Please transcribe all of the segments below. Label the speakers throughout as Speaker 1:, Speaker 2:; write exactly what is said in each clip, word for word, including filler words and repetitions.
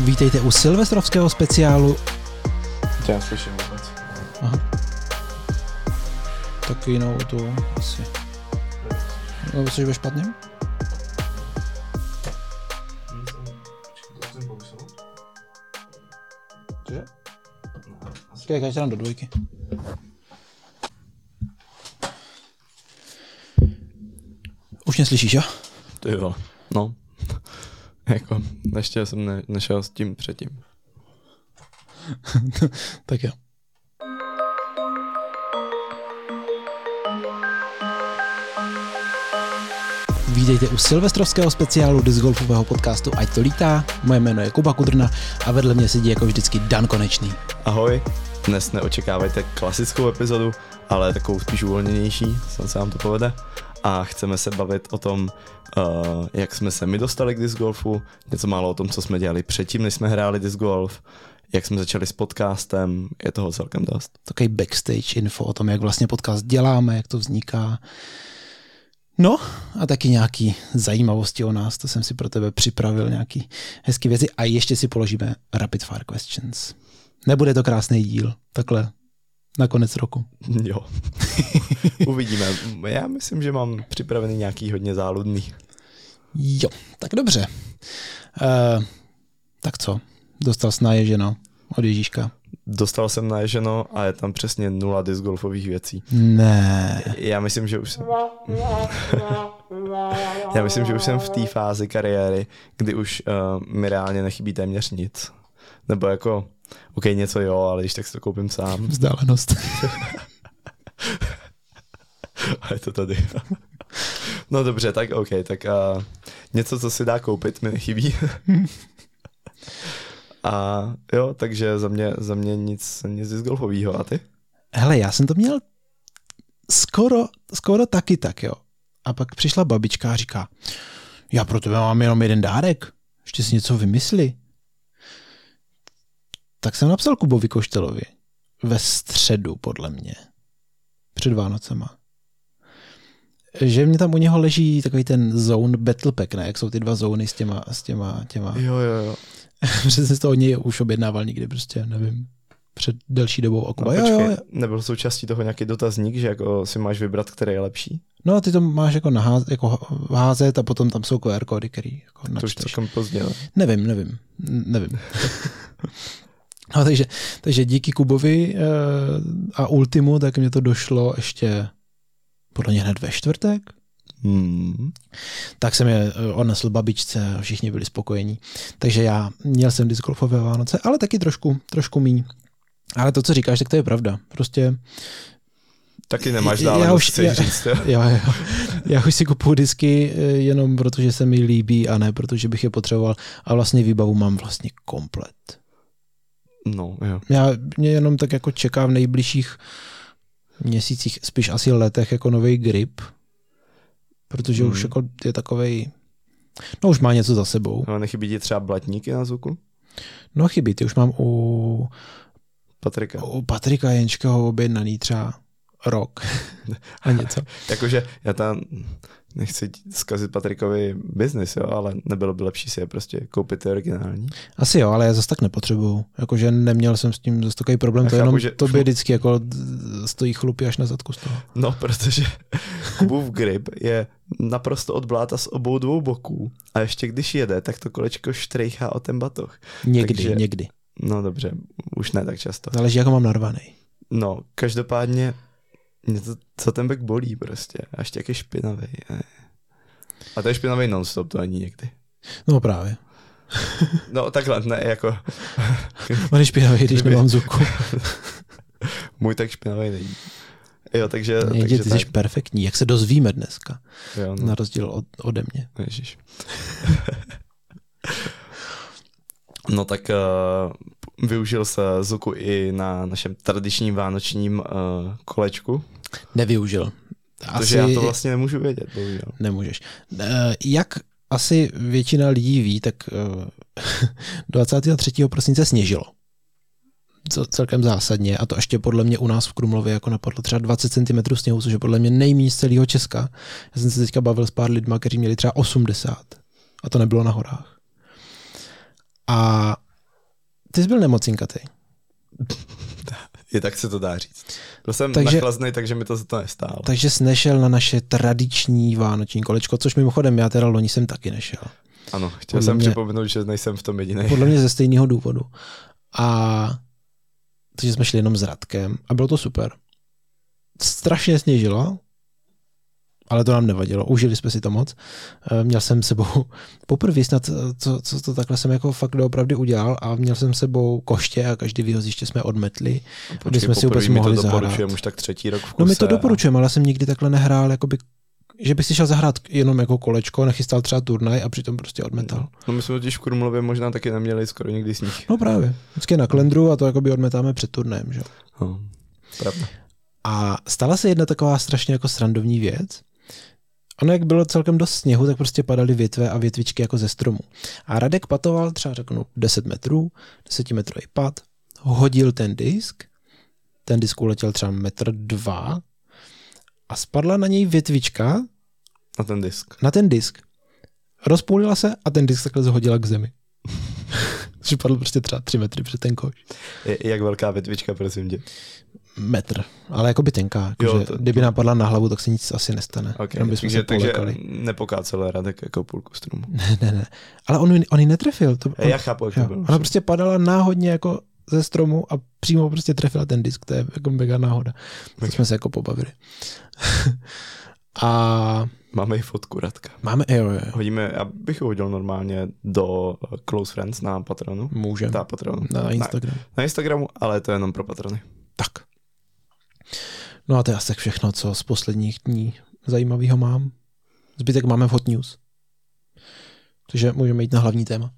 Speaker 1: Vítejte u silvestrovského speciálu.
Speaker 2: To já slyším vůbec.
Speaker 1: Aha. Tak jinou tu asi. No, jsi ve špatném? Cože? Počkej, já dám do dvojky. Už mě slyšíš, jo?
Speaker 2: Ty jo, no. Jako, ještě jsem ne, nešel s tím předtím.
Speaker 1: Tak jo. Vítejte u silvestrovského speciálu discgolfového podcastu Ať to lítá. Moje jméno je Kuba Kudrna a vedle mě sedí jako vždycky Dan Konečný.
Speaker 2: Ahoj, dnes neočekávajte klasickou epizodu, ale takovou spíš uvolněnější, snad se vám to povede. A chceme se bavit o tom, uh, jak jsme se my dostali k discgolfu, něco málo o tom, co jsme dělali předtím, než jsme hráli discgolf, jak jsme začali s podcastem, je toho celkem dost.
Speaker 1: Takový backstage info o tom, jak vlastně podcast děláme, jak to vzniká. No a taky nějaký zajímavosti o nás, to jsem si pro tebe připravil, nějaký hezký věci a ještě si položíme rapid fire questions. Nebude to krásný díl, takhle na konec roku.
Speaker 2: Jo, uvidíme. Já myslím, že mám připravený nějaký hodně záludný.
Speaker 1: Jo, tak dobře. Uh, tak co? Dostal jsi naježeno od Ježíška?
Speaker 2: Dostal jsem naježeno a je tam přesně nula discgolfových věcí.
Speaker 1: Ne.
Speaker 2: Já myslím, že už jsem... Já myslím, že už jsem v té fázi kariéry, kdy už uh, mi reálně nechybí téměř nic. Nebo jako, ok, něco jo, ale když tak si to koupím sám.
Speaker 1: Vzdálenost.
Speaker 2: A je to tady. No dobře, tak ok, tak uh, něco, co si dá koupit, mi nechybí. A jo, takže za mě, za mě nic, nic discgolfovýho. A ty?
Speaker 1: Hele, já jsem to měl skoro, skoro taky tak, jo. A pak přišla babička a říká, já pro tebe mám jenom jeden dárek, ještě si něco vymysli. Tak jsem napsal Kubovi Koštelovi ve středu, podle mě, před Vánocema, že mě tam u něho leží takový ten zone battle pack, ne? Jak jsou ty dva zóny s těma, s těma, těma.
Speaker 2: Jo, jo, jo.
Speaker 1: Protože jsem to od něj už objednával někdy, prostě, nevím, před delší dobou. A Kuba,
Speaker 2: no,
Speaker 1: jo,
Speaker 2: počkej,
Speaker 1: jo, jo.
Speaker 2: Nebyl součástí toho nějaký dotazník, že jako si máš vybrat, který je lepší?
Speaker 1: No a ty to máš jako, naház, jako házet a potom tam jsou Q R kódy, který jako načteš.
Speaker 2: To už celkem pozdě, ne?
Speaker 1: Nevím, nevím, nevím. No, takže, takže díky Kubovi uh, a Ultimu, tak mě to došlo ještě podle mě hned ve čtvrtek.
Speaker 2: Hmm.
Speaker 1: Tak jsem je odnesl babičce a všichni byli spokojení. Takže já měl jsem discgolfové Vánoce, ale taky trošku, trošku míň. Ale to, co říkáš, tak to je pravda. Prostě
Speaker 2: taky nemáš dále, chci
Speaker 1: já,
Speaker 2: říct. Jo?
Speaker 1: Jo, jo. Já už si kupuju disky jenom protože se mi líbí a ne protože bych je potřeboval. A vlastně výbavu mám vlastně komplet.
Speaker 2: No, jo.
Speaker 1: Já mě jenom tak jako čeká v nejbližších měsících, spíš asi letech, jako nový grip. Protože hmm. už jako je takovej, no už má něco za sebou.
Speaker 2: No, nechybí ti třeba blatníky na zvuku?
Speaker 1: No chybí, ty už mám u
Speaker 2: Patrika.
Speaker 1: U Patrika Jenčkého objednaný třeba rok a něco.
Speaker 2: Jakože já tam nechci zkazit Patrikovi biznis, jo, ale nebylo by lepší si je prostě koupit ty originální?
Speaker 1: Asi jo, ale já zase tak nepotřebuju. Jakože neměl jsem s tím zase takový problém, já to chápu, jenom že... tobě vždycky jako stojí chlupy až na zadku z toho.
Speaker 2: No, protože Kubův grip je naprosto od bláta z obou dvou boků a ještě když jede, tak to kolečko štrejchá o ten batoh.
Speaker 1: Někdy,
Speaker 2: Takže...
Speaker 1: někdy.
Speaker 2: No dobře, už ne tak často.
Speaker 1: Záleží, jak ho mám narvaný.
Speaker 2: No, každopádně mě to, co ten bek bolí prostě. A ještě jak je špinavý. A to je špinavý non-stop, to ani někdy.
Speaker 1: No právě.
Speaker 2: No takhle, ne, jako...
Speaker 1: On je špinavý, když nemám zuku.
Speaker 2: Můj tak špinavý není. Jo, takže...
Speaker 1: Nejde,
Speaker 2: takže
Speaker 1: ty
Speaker 2: tak...
Speaker 1: jsi perfektní, jak se dozvíme dneska.
Speaker 2: Jo, no.
Speaker 1: Na rozdíl od, ode mě.
Speaker 2: Ježiš. No tak uh, využil se Zuku i na našem tradičním vánočním uh, kolečku.
Speaker 1: Nevyužil.
Speaker 2: Asi... Protože já to vlastně nemůžu vědět. Bohužel.
Speaker 1: Nemůžeš. Uh, jak asi většina lidí ví, tak uh, dvacátého třetího prosince sněžilo. Co celkem zásadně. A to ještě podle mě u nás v Krumlově jako napadlo třeba dvacet centimetrů sněhu, což je podle mě nejméně z celého Česka. Já jsem se teďka bavil s pár lidma, kteří měli třeba osmdesát. A to nebylo na horách. A Ty jsi byl nemocinkatý.
Speaker 2: I tak se to dá říct. Byl jsem
Speaker 1: takže,
Speaker 2: nachlaznej, takže mi to za to nestálo.
Speaker 1: Takže jsi nešel na naše tradiční vánoční kolečko, což mimochodem já teda loni jsem taky nešel.
Speaker 2: Ano, chtěl
Speaker 1: podle
Speaker 2: jsem
Speaker 1: mě,
Speaker 2: připomenout, že nejsem v tom jediný.
Speaker 1: Podle mě ze stejného důvodu. A takže jsme šli jenom s Radkem a bylo to super. Strašně sněžilo, ale to nám nevadilo. Užili jsme si to moc. Měl jsem sebou poprvé snad, co, co to takhle jsem jako fakt doopravdy udělal a měl jsem sebou koště a každý výhoziště jsme odmetli.
Speaker 2: Počkej,
Speaker 1: aby jsme si vůbec mohli zahrát.
Speaker 2: Doporučujeme už tak třetí rok v kuse.
Speaker 1: No my to doporučujeme, ale já jsem nikdy takhle nehrál, jakoby, že bych si šel zahrát jenom jako kolečko, nechystal třeba turnaj a přitom prostě odmetal.
Speaker 2: No my jsme totiž v Krumlově možná taky neměli skoro nikdy sníh.
Speaker 1: No právě. Vždycky na kalendru a to jakoby odmetáme před turnajem, že?
Speaker 2: No, pravda.
Speaker 1: A stala se jedna taková strašně jako srandovní věc. Ono, jak bylo celkem dost sněhu, tak prostě padaly větve a větvičky jako ze stromu. A Radek patoval třeba řeknu deset metrů, desetimetrový pad, hodil ten disk, ten disk uletěl třeba metr dva a spadla na něj větvička
Speaker 2: na ten disk.
Speaker 1: Na ten disk. Rozpůlila se a ten disk takhle zhodila k zemi. Že padl prostě třeba tři metry před ten koš.
Speaker 2: Je, jak velká větvička, prosím tě?
Speaker 1: Metr, ale jako by tenká. Jako
Speaker 2: jo,
Speaker 1: že,
Speaker 2: to,
Speaker 1: kdyby nám padla na hlavu, tak se nic asi nestane.
Speaker 2: Okay, takže, takže nepokácel Radek jako půlku stromu.
Speaker 1: Ne, ne, ne. Ale on, on ji netrefil. To, on,
Speaker 2: Já chápu, jak to bylo.
Speaker 1: Ona prostě padala náhodně jako ze stromu a přímo prostě trefila ten disk. To je jako mega náhoda. Okay. To jsme se jako pobavili. A
Speaker 2: máme i fotku Radka.
Speaker 1: Máme, jo, jo.
Speaker 2: Hodíme, já bych ho hodil normálně do Close Friends na Patronu.
Speaker 1: Můžeme.
Speaker 2: Na Patronu.
Speaker 1: Na Instagramu.
Speaker 2: Na, na Instagramu, ale to je jenom pro patrony.
Speaker 1: Tak. No a to je asi všechno, co z posledních dní zajímavého mám. Zbytek máme v Hot News. Takže můžeme jít na hlavní téma.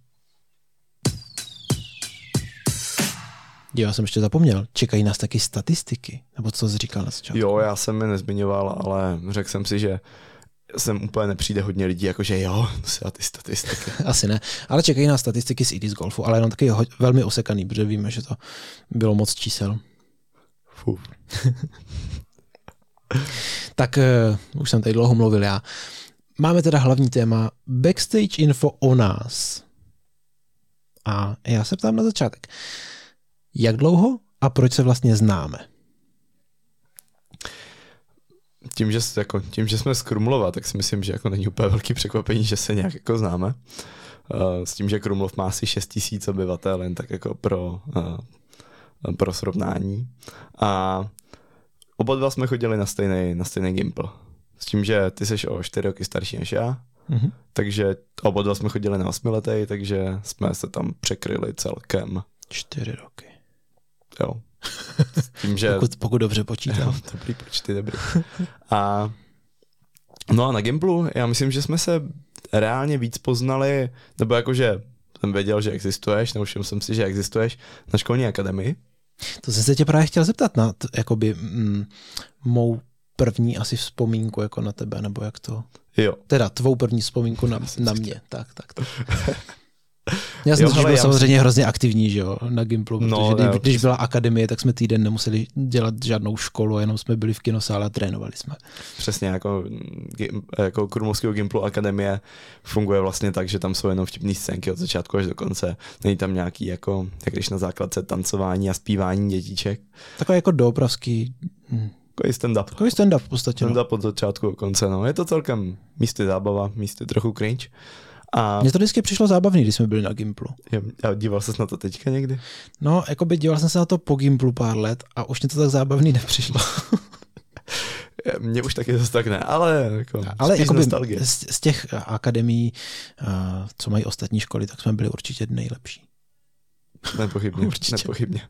Speaker 1: Jo, já jsem ještě zapomněl. Čekají nás taky statistiky. Nebo co jsi říkal na začátku?
Speaker 2: Jo, já jsem je nezmiňoval, ale řekl jsem si, že sem úplně nepřijde hodně lidí, jakože jo, musí ty statistiky.
Speaker 1: Asi ne, ale čekají nás statistiky z Edis Golfu, ale jenom taky ho- velmi osekaný, protože víme, že to bylo moc čísel.
Speaker 2: Fuh.
Speaker 1: Tak uh, už jsem tady dlouho mluvil já. Máme teda hlavní téma backstage info o nás. A já se ptám na začátek. Jak dlouho a proč se vlastně známe?
Speaker 2: Tím, že, jako, tím, že jsme z Krumlova, tak si myslím, že jako není úplně velký překvapení, že se nějak jako známe. Uh, s tím, že Krumlov má asi šest tisíc obyvatel, jen tak jako pro, uh, pro srovnání. A oba dva jsme chodili na stejný, na stejný Gimpl. S tím, že ty jsi o čtyři roky starší než já, mm-hmm. takže oba dva jsme chodili na osmiletej, takže jsme se tam překryli celkem.
Speaker 1: Čtyři roky.
Speaker 2: Jo. Tím, že...
Speaker 1: pokud, pokud dobře počítám.
Speaker 2: Jo, dobrý počty, dobrý. A no a na Gimplu, já myslím, že jsme se reálně víc poznali, nebo jakože jsem věděl, že existuješ, nebo všiml jsem si, že existuješ na školní akademii.
Speaker 1: To jsem se tě právě chtěl zeptat na t- jakoby mm, mou první asi vzpomínku jako na tebe, nebo jak to?
Speaker 2: Jo.
Speaker 1: Teda tvou první vzpomínku na, na mě. Tak, tak, tak. Já jsem
Speaker 2: jo,
Speaker 1: byl
Speaker 2: já
Speaker 1: samozřejmě
Speaker 2: myslím...
Speaker 1: hrozně aktivní, že jo, na Gimplu, protože
Speaker 2: no,
Speaker 1: když,
Speaker 2: ne,
Speaker 1: když byla akademie, tak jsme týden nemuseli dělat žádnou školu, jenom jsme byli v kinosále a trénovali jsme.
Speaker 2: Přesně, jako, jako Krumlovského Gimplu akademie funguje vlastně tak, že tam jsou jenom vtipný scénky od začátku až do konce. Není tam nějaký, jako, jak když na základce tancování a zpívání dětíček.
Speaker 1: Takové jako doopravský... Hm.
Speaker 2: Takový stand-up.
Speaker 1: Takový stand-up v podstatě.
Speaker 2: Stand-up od začátku do konce, no. Je to celkem místy zábava, místy trochu cringe. A...
Speaker 1: Mně to vždycky přišlo zábavný, když jsme byli na Gimplu.
Speaker 2: A díval ses na to teďka někdy?
Speaker 1: No, jakoby díval jsem se na to po Gimplu pár let a už mě to tak zábavný nepřišlo.
Speaker 2: Mně už taky zase tak ne, ale jako
Speaker 1: ale jakoby z, z těch akademií, co mají ostatní školy, tak jsme byli určitě nejlepší.
Speaker 2: Nepochybně, určitě. Nepochybně.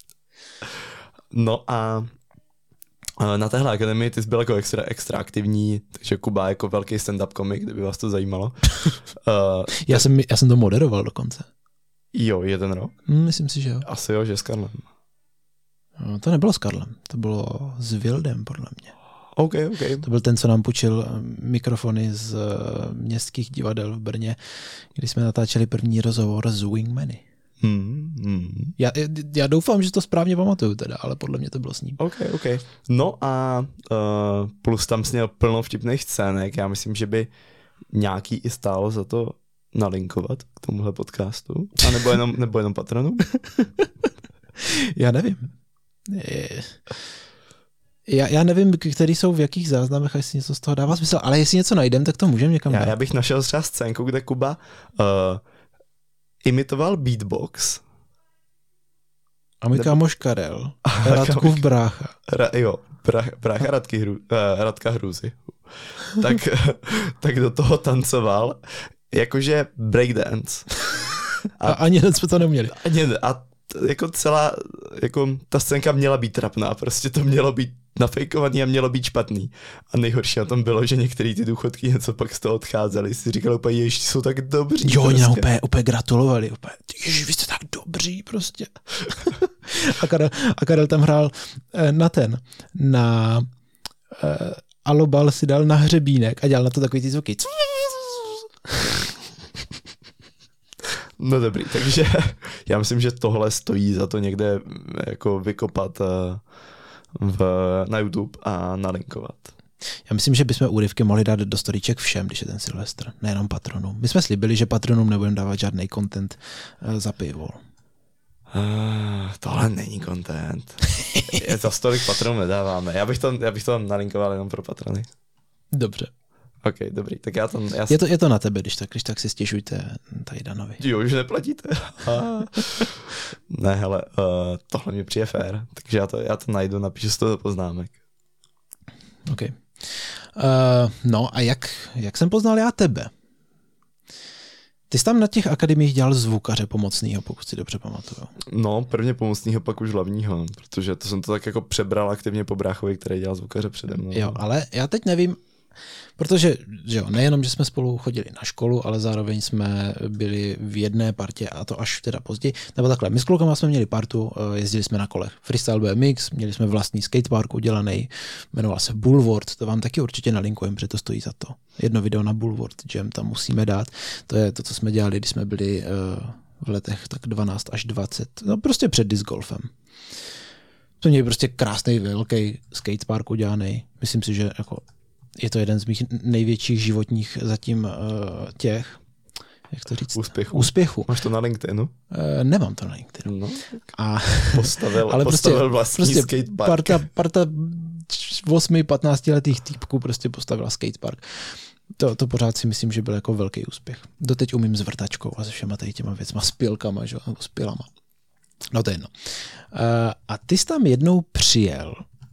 Speaker 2: No a na téhle akademii ty jsi byl jako extra, extra aktivní, takže Kuba jako velký stand-up komik, kdyby vás to zajímalo. uh,
Speaker 1: já, jsem, já jsem to moderoval dokonce.
Speaker 2: Jo, jeden rok?
Speaker 1: Hmm, myslím si, že jo.
Speaker 2: Asi jo, že s Karlem.
Speaker 1: No, to nebylo s Karlem, to bylo s Wildem, podle mě.
Speaker 2: OK, OK.
Speaker 1: To byl ten, co nám půjčil mikrofony z městských divadel v Brně, když jsme natáčeli první rozhovor s Wingmany.
Speaker 2: Hmm, hmm.
Speaker 1: Já, já doufám, že to správně pamatuju teda, ale podle mě to bylo s ním.
Speaker 2: OK, OK. No a uh, plus tam sněl plno vtipných scének. Já myslím, že by nějaký i stálo za to nalinkovat k tomuhle podcastu? A nebo jenom, nebo jenom patronům?
Speaker 1: Já nevím. Já, já nevím, který jsou v jakých záznamech, jestli něco z toho dává smysl, ale jestli něco najdem, tak to můžeme někam
Speaker 2: já,
Speaker 1: dát.
Speaker 2: Já bych našel třeba scénku, kde Kuba uh, imitoval beatbox.
Speaker 1: A můj
Speaker 2: nebo...
Speaker 1: kámoš Karel, Radkův brácha.
Speaker 2: Ra, jo, brach, brácha Radky Hru, uh, Radka Hruzy. tak, tak do toho tancoval, jakože breakdance.
Speaker 1: A, a ani hned jsme to neměli.
Speaker 2: Ani, a jako celá, jako ta scénka měla být trapná, prostě to mělo být nafejkovaný a mělo být špatný. A nejhorší na tom bylo, že některý ty důchodky něco pak z toho odcházeli, si říkali úplně, ježiš, jsou tak dobří.
Speaker 1: Jo, oni nám
Speaker 2: prostě.
Speaker 1: úplně, úplně gratulovali, úplně, ježiš, vy jste tak dobří prostě. a, Karel, a Karel tam hrál eh, na ten, na eh, alobal si dal na hřebínek a dělal na to takový ty zvuky.
Speaker 2: No dobrý, takže já myslím, že tohle stojí za to někde jako vykopat v, na YouTube a nalinkovat.
Speaker 1: Já myslím, že bychom úryvky mohli dát do storíček všem, když je ten Silvestr, nejenom patronům. My jsme slibili, že patronům nebudeme dávat žádný content za paywall.
Speaker 2: Uh, tohle není content. Je to stolik patronů nedáváme. Já bych to, já bych to nalinkoval jenom pro patrony.
Speaker 1: Dobře.
Speaker 2: OK, dobrý, tak já to... Já...
Speaker 1: Je, to je to na tebe, když tak, když tak si stěžujte tady Danovi.
Speaker 2: Jo, už neplatíte. ne, hele, uh, tohle mi přijde fér, takže já to, já to najdu, napíšu z toho poznámek.
Speaker 1: OK. Uh, no a jak, jak jsem poznal já tebe? Ty jsi tam na těch akademiích dělal zvukaře pomocnýho, pokud si dobře pamatuju.
Speaker 2: No, prvně pomocnýho, pak už hlavního, protože to jsem to tak jako přebral aktivně po bráchovi, který dělal zvukaře přede mnou.
Speaker 1: Jo, ale já teď nevím, protože že jo, nejenom, že jsme spolu chodili na školu, ale zároveň jsme byli v jedné partě a to až teda později. Nebo takhle, my s klukama jsme měli partu, jezdili jsme na kolech. Freestyle B M X, měli jsme vlastní skatepark udělaný, jmenoval se Bulward, to vám taky určitě nalinkujeme, protože to stojí za to. Jedno video na Bulward Jam tam musíme dát. To je to, co jsme dělali, když jsme byli uh, v letech tak dvanáct až dvacet, no prostě před disc golfem. To měli prostě krásný velký skatepark udělaný. Myslím si, že jako je to jeden z mých největších životních zatím uh, těch, jak to říct?
Speaker 2: Úspěchu.
Speaker 1: Úspěchu.
Speaker 2: Máš to na LinkedInu?
Speaker 1: Uh, nemám to na LinkedInu.
Speaker 2: No.
Speaker 1: A,
Speaker 2: postavil,
Speaker 1: ale
Speaker 2: postavil
Speaker 1: prostě,
Speaker 2: vlastní
Speaker 1: prostě
Speaker 2: skatepark.
Speaker 1: Parta, parta osm patnáct letých týpků prostě postavila skatepark. To, to pořád si myslím, že byl jako velký úspěch. Doteď umím s vrtačkou a se všema tady těma věcma, s pilkama, že? Nebo s pilama. No to je jedno. Uh, a ty jsi tam jednou přijel,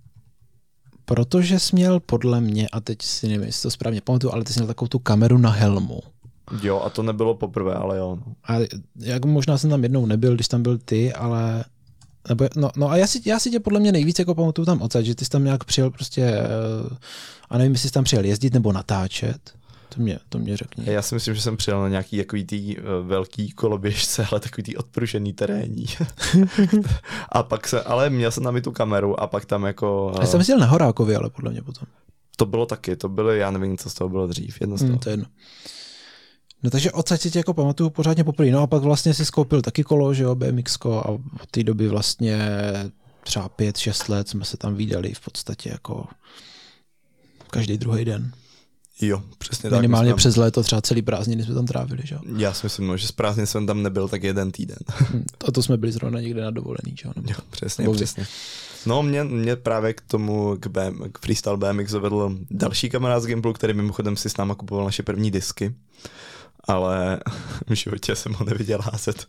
Speaker 1: protože jsi měl podle mě, a teď si nevím, jestli to správně pamatuju, ale ty jsi měl takovou tu kameru na helmu.
Speaker 2: Jo, a to nebylo poprvé, ale jo. No.
Speaker 1: A jak možná jsem tam jednou nebyl, když tam byl ty, ale... Nebo, no, no a já si, já si tě podle mě nejvíc jako pamatuju tam odsaď, že ty jsi tam nějak přijel prostě... A nevím, jestli jsi tam přijel jezdit nebo natáčet. To mě, to mě řekni.
Speaker 2: Já si myslím, že jsem přijel na nějaký takový tý uh, velký koloběžce, ale takový tý odpružený terénní. A pak se, ale měl jsem tam i tu kameru a pak tam jako... Uh,
Speaker 1: já jsem jel na Horákově, ale podle mě potom.
Speaker 2: To bylo taky, to byly, já nevím, co z toho bylo dřív, jedno z toho.
Speaker 1: Hmm, to je jedno. No takže odsaď si tě jako pamatuju pořádně poprvé. No a pak vlastně si skoupil taky kolo, že jo, B M X ko a od té doby vlastně třeba pět, šest let jsme se tam vídali v podstatě jako každý druhý den.
Speaker 2: Jo, přesně tak.
Speaker 1: Minimálně
Speaker 2: tam...
Speaker 1: přes léto třeba celý prázdniny jsme tam trávili, že jo?
Speaker 2: Já si myslím, no, že z prázdnin jsem tam nebyl tak jeden týden.
Speaker 1: A to jsme byli zrovna někde na dovolený, že jo?
Speaker 2: Jo, přesně, přesně. No mě, mě právě k tomu, k, B M, k Freestyle B M X zavedl další kamarád z Gimplu, který mimochodem si s náma kupoval naše první disky, ale v životě jsem ho neviděl házet.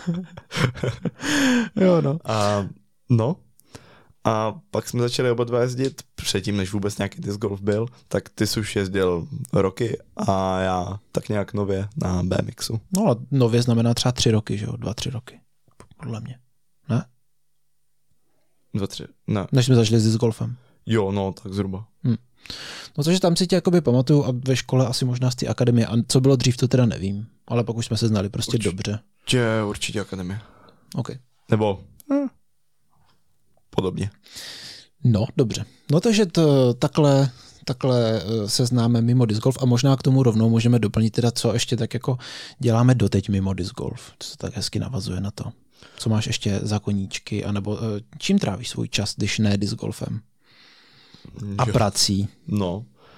Speaker 1: Jo, no.
Speaker 2: A no, a pak jsme začali oba dva jezdit, předtím, než vůbec nějaký disc golf byl, tak ty jsi už jezdil roky a já tak nějak nově na B M Xu.
Speaker 1: No a nově znamená třeba tři roky, že jo? Dva, tři roky. Podle mě. Ne?
Speaker 2: Dva, tři, ne.
Speaker 1: Než jsme začali s disc golfem.
Speaker 2: Jo, no, tak zhruba.
Speaker 1: Hm. No což tam si tě jakoby pamatuju a ve škole asi možná z té akademie. A co bylo dřív, to teda nevím. Ale pak už jsme se znali prostě
Speaker 2: Určitě.
Speaker 1: dobře.
Speaker 2: Určitě, určitě akademie.
Speaker 1: OK.
Speaker 2: Nebo hm, podobně.
Speaker 1: No, dobře. No takže to, takhle, takhle se známe mimo disc golf a možná k tomu rovnou můžeme doplnit teda, co ještě tak jako děláme doteď mimo disc golf. To se tak hezky navazuje na to. Co máš ještě za koníčky, anebo čím trávíš svůj čas, když ne disc golfem? A
Speaker 2: jo.
Speaker 1: prací.
Speaker 2: No.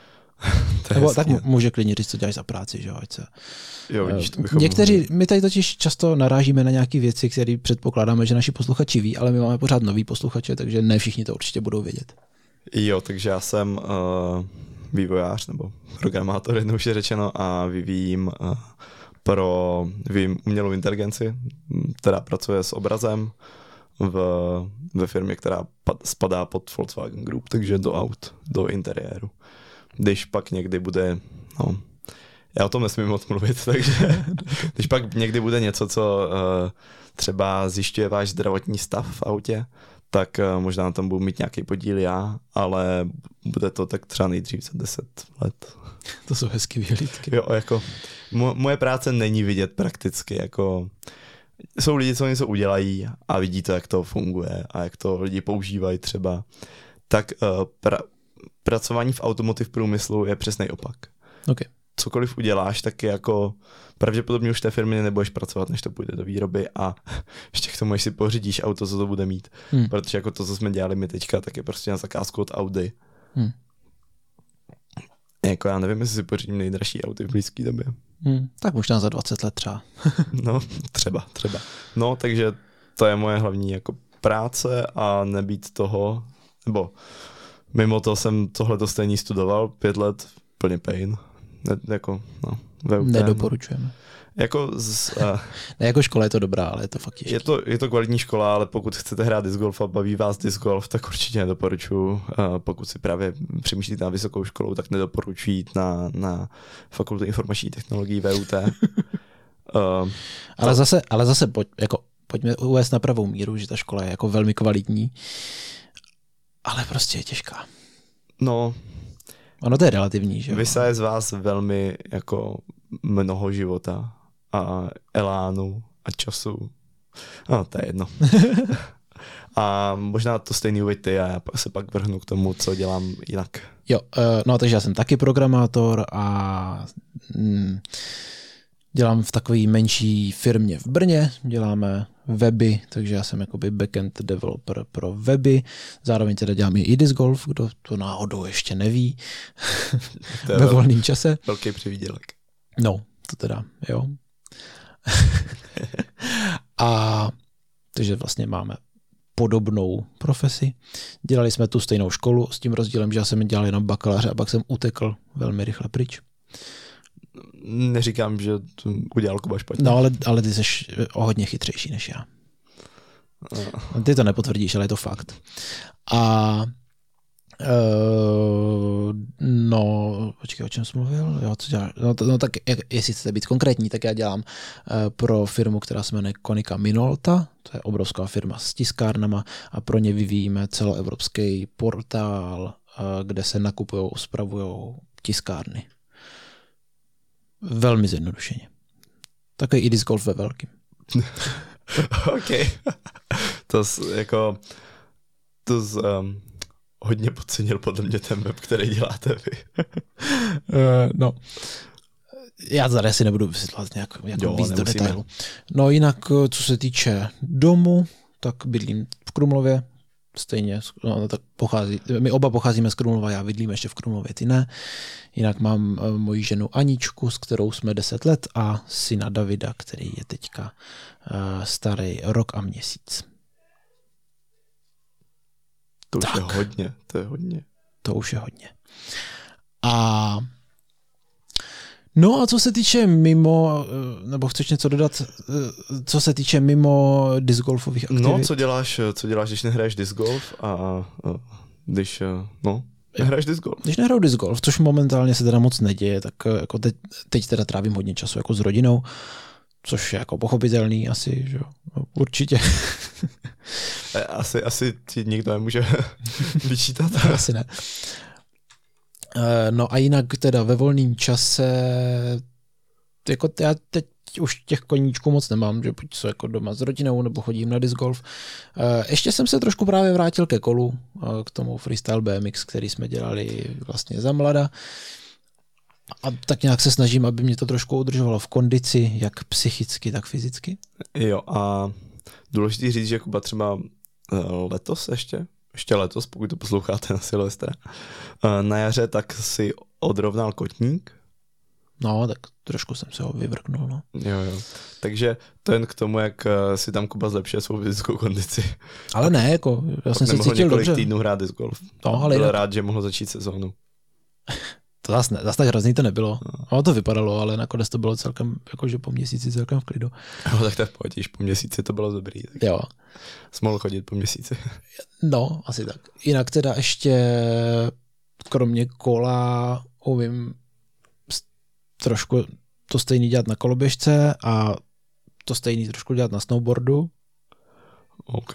Speaker 1: Nebo tak může klidně říct, co děláš za práci, že jo, ať se...
Speaker 2: Jo, vidíš, to bychom
Speaker 1: Někteří,
Speaker 2: mohli.
Speaker 1: my tady totiž často narážíme na nějaké věci, které předpokládáme, že naši posluchači ví, ale my máme pořád nový posluchače, takže ne všichni to určitě budou vědět.
Speaker 2: Jo, takže já jsem uh, vývojář nebo programátor, jednou už je řečeno, a vyvíjím uh, pro vyvíjím umělou inteligenci, která pracuje s obrazem v, ve firmě, která pad, spadá pod Volkswagen Group, takže do aut, do interiéru. Když pak někdy bude, no, já o tom nesmím moc mluvit, takže když pak někdy bude něco, co uh, třeba zjišťuje váš zdravotní stav v autě, tak uh, možná na tom budu mít nějaký podíl já, ale bude to tak třeba nejdřív za deset let.
Speaker 1: To jsou hezký vyhlídky.
Speaker 2: Jo, jako mo- moje práce není vidět prakticky, jako jsou lidi, co něco udělají a vidí to, jak to funguje a jak to lidi používají třeba, tak uh, pra- pracování v automotiv průmyslu je přesný opak.
Speaker 1: Okay.
Speaker 2: Cokoliv uděláš, tak je jako pravděpodobně už té firmě nebudeš pracovat, než to půjde do výroby a ještě k tomu, až si pořídíš auto, co to bude mít. Hmm. Protože jako to, co jsme dělali my teďka, tak je prostě na zakázku od Audi. Hmm. Jako já nevím, jestli si pořídím nejdražší auto v blízké době.
Speaker 1: Hmm. Tak možná za dvacet let třeba.
Speaker 2: No, třeba, třeba. No, takže to je moje hlavní jako práce a nebýt toho, nebo mimo to jsem tohle to stejně studoval, pět let, plně pain. Ne, jako, no, V U T,
Speaker 1: nedoporučujeme.
Speaker 2: Jako, z, uh,
Speaker 1: ne, jako škola je to dobrá, ale je to fakt těžký.
Speaker 2: Je to, je to kvalitní škola, ale pokud chcete hrát disc golf a baví vás disc golf, tak určitě nedoporučuji. Uh, pokud si právě přemýšlíte na vysokou školu, tak nedoporučuji jít na, na fakultu informační technologií V U T. uh,
Speaker 1: ale,
Speaker 2: to...
Speaker 1: zase, ale zase pojď, jako, pojďme uvést na pravou míru, že ta škola je jako velmi kvalitní, ale prostě je těžká.
Speaker 2: No,
Speaker 1: ono to je relativní, že jo?
Speaker 2: Vysaje z vás velmi jako mnoho života a elánu a času. No, to je jedno. A možná to stejný uvěďte a já se pak vrhnu k tomu, co dělám jinak.
Speaker 1: Jo, no takže já jsem taky programátor a mm, dělám v takové menší firmě v Brně, děláme weby, takže já jsem jakoby backend developer pro weby, zároveň teda dělám i disc golf, kdo to náhodou ještě neví, ve volném čase.
Speaker 2: Velký přivídělek.
Speaker 1: No, to teda, jo. A takže vlastně máme podobnou profesi. Dělali jsme tu stejnou školu s tím rozdílem, že já jsem dělal jenom bakaláře a pak jsem utekl velmi rychle pryč.
Speaker 2: Neříkám, že to udělal Kuba špatně.
Speaker 1: No, ale, ale ty jsi o hodně chytřejší než já. No. Ty to nepotvrdíš, ale je to fakt. A uh, no, počkej, o čem jsi mluvil? Jo, co děláš? No, to, no tak jak, jestli chcete být konkrétní, tak já dělám uh, pro firmu, která se jmenuje Konica Minolta, to je obrovská firma s tiskárnama a pro ně vyvíjíme celoevropský portál, uh, kde se nakupují, spravují tiskárny. Velmi zjednodušeně. Takový i disc golf ve velkým.
Speaker 2: OK. To z, jako to z, um, hodně podcenil podle mě ten web, který děláte vy.
Speaker 1: uh, no. Já tady asi nebudu vysvětlovat nějak, nějak
Speaker 2: jo,
Speaker 1: víc do detailu. No jinak, co se týče domu, tak bydlím v Krumlově. Stejně, no, tak pochází, my oba pocházíme z Krumlova, já bydlím ještě v Krumlově, ty ne. Jinak mám uh, moji ženu Aničku, s kterou jsme deset let a syna Davida, který je teďka uh, starý rok a měsíc.
Speaker 2: To
Speaker 1: tak.
Speaker 2: už je hodně, to je hodně.
Speaker 1: To už je hodně. A no a co se týče mimo, nebo chceš něco dodat, co se týče mimo disc golfových aktivit?
Speaker 2: No, co děláš, co děláš, když nehraješ disc golf a, a když, no, nehraješ disc golf?
Speaker 1: Když nehraju disc golf, což momentálně se teda moc neděje, tak jako teď, teď teda trávím hodně času jako s rodinou, což je jako pochopitelný asi, že jo, no, určitě.
Speaker 2: Asi, asi ti nikdo nemůže vyčítat.
Speaker 1: Asi ne. No a jinak teda ve volném čase, jako já teď už těch koníčků moc nemám, že buď jsou jako doma s rodinou, nebo chodím na disc golf. Ještě jsem se trošku právě vrátil ke kolu, k tomu freestyle B M X, který jsme dělali vlastně za mlada. A tak nějak se snažím, aby mě to trošku udržovalo v kondici, jak psychicky, tak fyzicky.
Speaker 2: Jo a důležitý říct, že Kuba třeba letos ještě, ještě letos, pokud to posloucháte na Silvestra. Na jaře tak si odrovnal kotník.
Speaker 1: No, tak trošku jsem se ho vyvrknul, no.
Speaker 2: Jo, jo. Takže to jen k tomu, jak si tam Kuba zlepšuje svou fyzickou kondici.
Speaker 1: Ale ne, jako, já jsem se cítil
Speaker 2: několik
Speaker 1: dobře.
Speaker 2: týdnů hrát disc golf.
Speaker 1: No, ale
Speaker 2: byl
Speaker 1: jinak...
Speaker 2: rád, že mohl začít sezónu.
Speaker 1: To zase ne, zase tak hrozný to nebylo. No, to vypadalo, ale nakonec to bylo celkem, jakože po měsíci celkem v klidu.
Speaker 2: No, tak to je v pohodě, po měsíci to bylo dobrý. Tak
Speaker 1: jo.
Speaker 2: Jsi mohl chodit po měsíci.
Speaker 1: No, asi tak. Jinak teda ještě kromě kola umím trošku to stejný dělat na koloběžce a to stejný trošku dělat na snowboardu.
Speaker 2: OK.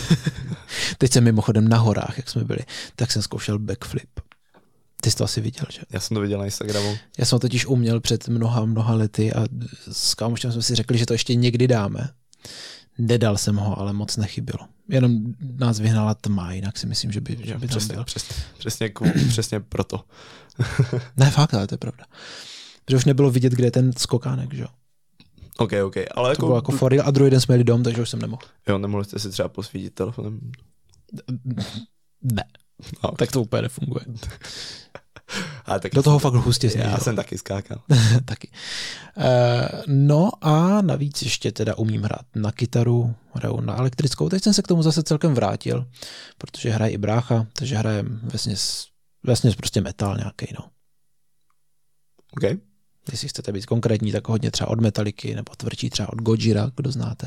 Speaker 1: Teď jsem mimochodem na horách, jak jsme byli, tak jsem zkoušel backflip. Ty jsi to asi viděl, že?
Speaker 2: Já jsem to viděl na Instagramu.
Speaker 1: Já jsem to totiž uměl před mnoha, mnoha lety a s kámošem jsme si řekli, že to ještě někdy dáme. Nedal jsem ho, ale moc nechybilo. Jenom nás vyhnala tma, jinak si myslím, že by, že by
Speaker 2: přesně,
Speaker 1: tam byl.
Speaker 2: Přesně, přesně, přesně proto.
Speaker 1: Ne, fakt, ale to je pravda. Protože už nebylo vidět, kde je ten skokánek, že jo?
Speaker 2: OK, OK. Ale
Speaker 1: to
Speaker 2: jako...
Speaker 1: bylo jako for real a druhý den jsme jeli dom, takže už jsem nemohl.
Speaker 2: Jo, nemohli jste si třeba posvítit telefonem?
Speaker 1: Ne.
Speaker 2: Okay.
Speaker 1: Tak to úplně nefunguje.
Speaker 2: Ale taky
Speaker 1: do toho fakt hustě
Speaker 2: Já
Speaker 1: snížil.
Speaker 2: jsem taky skákal.
Speaker 1: Taky. Uh, no a navíc ještě teda umím hrát na kytaru, hraju na elektrickou. Teď jsem se k tomu zase celkem vrátil, protože hraje i brácha, takže hrajem vesměs, vesměs prostě metal nějaký, no.
Speaker 2: OK.
Speaker 1: Jestli chcete být konkrétní, tak hodně třeba od Metalliky, nebo tvrdší třeba od Gojira, kdo znáte.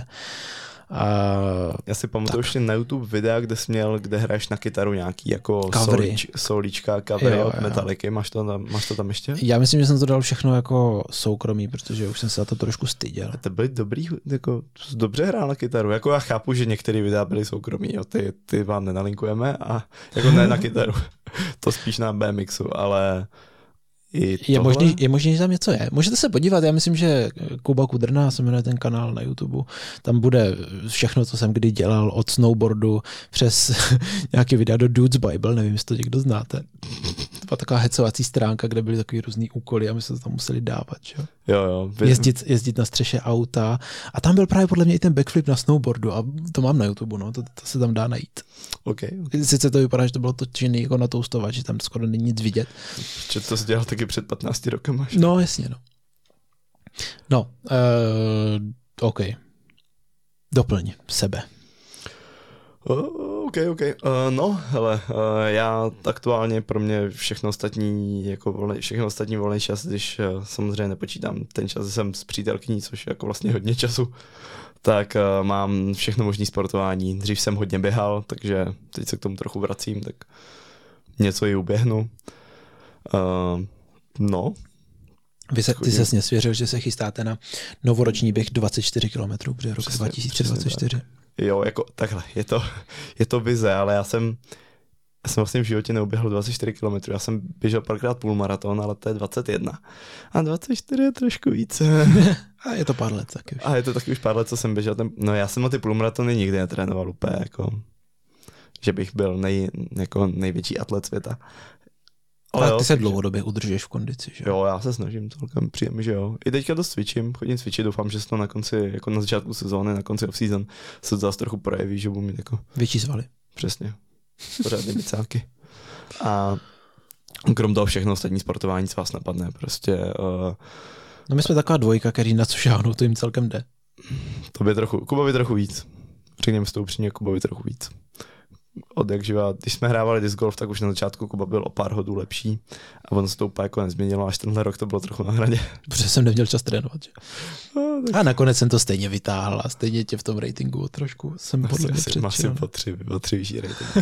Speaker 1: Uh,
Speaker 2: Já si pamatuju ještě na YouTube videa, kde jsi měl, kde hraješ na kytaru nějaký jako solič, solíčka, covery od Metalliky. Máš to, tam, máš to tam ještě?
Speaker 1: Já myslím, že jsem to dal všechno jako soukromí, protože už jsem se za to trošku styděl.
Speaker 2: A to byly dobrý, jako dobře hrál na kytaru. Jako já chápu, že některé videa byly soukromí, jo, ty, ty vám nenalinkujeme a jako ne na kytaru. To spíš na B M Xu, ale
Speaker 1: je možný, je možný, že tam něco je. Můžete se podívat, já myslím, že Kuba Kudrna se jmenuje ten kanál na YouTube. Tam bude všechno, co jsem kdy dělal, od snowboardu přes nějaký videa do Dude's Bible, nevím, jestli to někdo znáte. To byla taková hecovací stránka, kde byly takový různý úkoly a my se to tam museli dávat. Že?
Speaker 2: Jo, jo.
Speaker 1: Jezdit, jezdit na střeše auta. A tam byl právě podle mě i ten backflip na snowboardu a to mám na YouTube, no, to, to se tam dá najít.
Speaker 2: Okay,
Speaker 1: okay. Sice to vypadá, že to bylo točený jako na toustovat, že tam skoro není nic vidět.
Speaker 2: Že to jsi dělal taky před patnácti rokama.
Speaker 1: No, jasně, no. No, uh, OK. Doplň sebe.
Speaker 2: Uh, OK, OK. Uh, no, hele, uh, já aktuálně pro mě všechno ostatní, jako volný, všechno ostatní volný čas, když uh, samozřejmě nepočítám ten čas, že jsem s přítelkyní, což je jako vlastně hodně času, tak uh, mám všechno možný sportování. Dřív jsem hodně běhal, takže teď se k tomu trochu vracím, tak něco i uběhnu. Uh, no.
Speaker 1: Vy se, ty ses nesvěřil, že se chystáte na novoroční běh dvacet čtyři kilometrů, protože rok dva tisíce dvacet čtyři.
Speaker 2: Jo, jako takhle, je to, je to vize, ale já jsem, já jsem vlastně v životě neuběhl dvacet čtyři kilometrů, já jsem běžel párkrát půlmaraton, ale to je dvacet jedna. A dvacet čtyři je trošku víc.
Speaker 1: A je to pár let taky už.
Speaker 2: A je to taky už pár let, co jsem běžel. Ten, no já jsem na ty půlmaratony nikdy netrénoval úplně, jako, že bych byl nej, jako největší atlet světa.
Speaker 1: Ale jo, ty se dlouhodobě udržuješ v kondici, že?
Speaker 2: Jo, já se snažím celkem příjemně, že jo. I teďka dost cvičím, chodím cvičit, doufám, že se to na konci, jako na začátku sezóny, na konci off-season se to zase trochu projeví, že budu mít jako...
Speaker 1: Větší svaly.
Speaker 2: Přesně. Pořádně bicáky. A krom toho všechno ostatní sportování, co vás napadne, prostě... Uh...
Speaker 1: No my jsme taková dvojka, který na co šáhnou, to jim celkem jde.
Speaker 2: To by trochu, Kubovi trochu víc. Řekněme si to upřímně, Kubovi trochu víc. Od jak živa, když jsme hrávali disc golf, tak už na začátku Kuba byl o pár hodů lepší a ono se to úplně jako nezměnilo, až tenhle rok to bylo trochu na hraně.
Speaker 1: Protože jsem neměl čas trénovat, že? A, tak... a nakonec jsem to stejně vytáhl a stejně tě v tom ratingu trošku jsem podle mě předčil.
Speaker 2: Asi po tři, po tři vyšší rating. uh,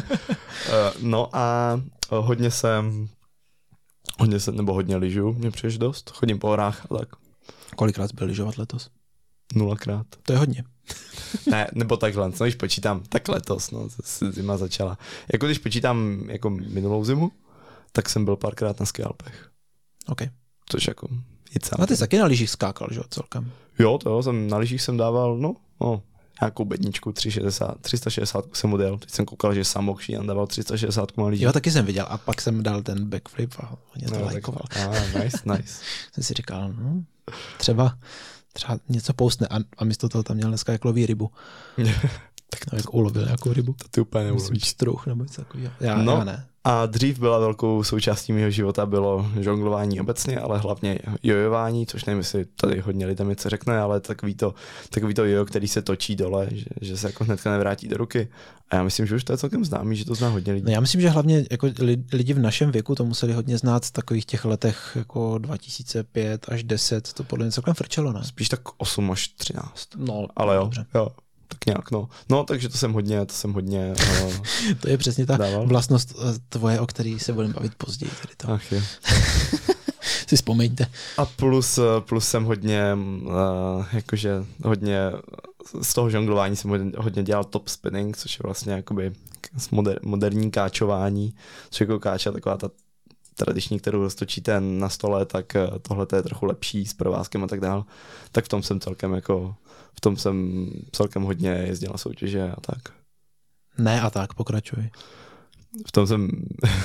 Speaker 2: no a hodně jsem, hodně jsem, nebo hodně lyžu, mě přiješ dost, chodím po horách a tak.
Speaker 1: Kolikrát jsi byl lyžovat letos?
Speaker 2: Nulakrát.
Speaker 1: To je hodně.
Speaker 2: Ne, nebo takhle, no když počítám, tak letos, no, zima začala. Jako když počítám jako minulou zimu, tak jsem byl párkrát na skialpech.
Speaker 1: OK.
Speaker 2: Což jako i celkem.
Speaker 1: A ty jsi taky na lyžích skákal, že jo, celkem?
Speaker 2: Jo, to jo, jsem na lyžích jsem dával, no, no, nějakou bedničku tři sta šedesát jsem odjel. Teď jsem koukal, že Samok Šíjan dával tři sta šedesát na lyžích.
Speaker 1: Jo, taky jsem viděl a pak jsem dal ten backflip a mě to no, lajkoval.
Speaker 2: Ah, nice, nice.
Speaker 1: Jsem si říkal, no, třeba třeba něco poustne a, a místo toho tam měl dneska jak loví rybu. Tak no, jak ulovil nějakou rybu.
Speaker 2: To ty úplně neulovíš.
Speaker 1: Struh nebo něco takového. Já,
Speaker 2: no,
Speaker 1: já ne.
Speaker 2: A dřív byla velkou součástí mého života bylo žonglování obecně, ale hlavně jojování, což nevím, jestli tady hodně lidem něco řekne, ale takový to, takový to jojo, který se točí dole, že, že se jako hnedka nevrátí do ruky. A já myslím, že už to je celkem známý, že to zná hodně lidí.
Speaker 1: No já myslím, že hlavně jako lidi v našem věku to museli hodně znát v takových těch letech jako dva tisíce pět až deset, to podle mě celkem frčelo, ne?
Speaker 2: Spíš tak osm až třináct.
Speaker 1: No,
Speaker 2: ale jo,
Speaker 1: dobře.
Speaker 2: jo. Tak nějak, no. No, takže to jsem hodně, to jsem hodně uh,
Speaker 1: To je přesně ta
Speaker 2: dával.
Speaker 1: vlastnost tvoje, o který se budeme bavit později. Tady to.
Speaker 2: Ach je.
Speaker 1: Si vzpomeňte.
Speaker 2: A plus, plus jsem hodně, uh, jakože hodně, z toho žonglování jsem hodně, hodně dělal top spinning, což je vlastně jakoby moder, moderní káčování, což jako káča taková ta tradiční, kterou roztočíte na stole, tak tohle je trochu lepší s provázkem a tak dál. Tak v tom jsem celkem jako v tom jsem celkem hodně jezdil na soutěže a tak.
Speaker 1: Ne a tak, pokračuj.
Speaker 2: V tom jsem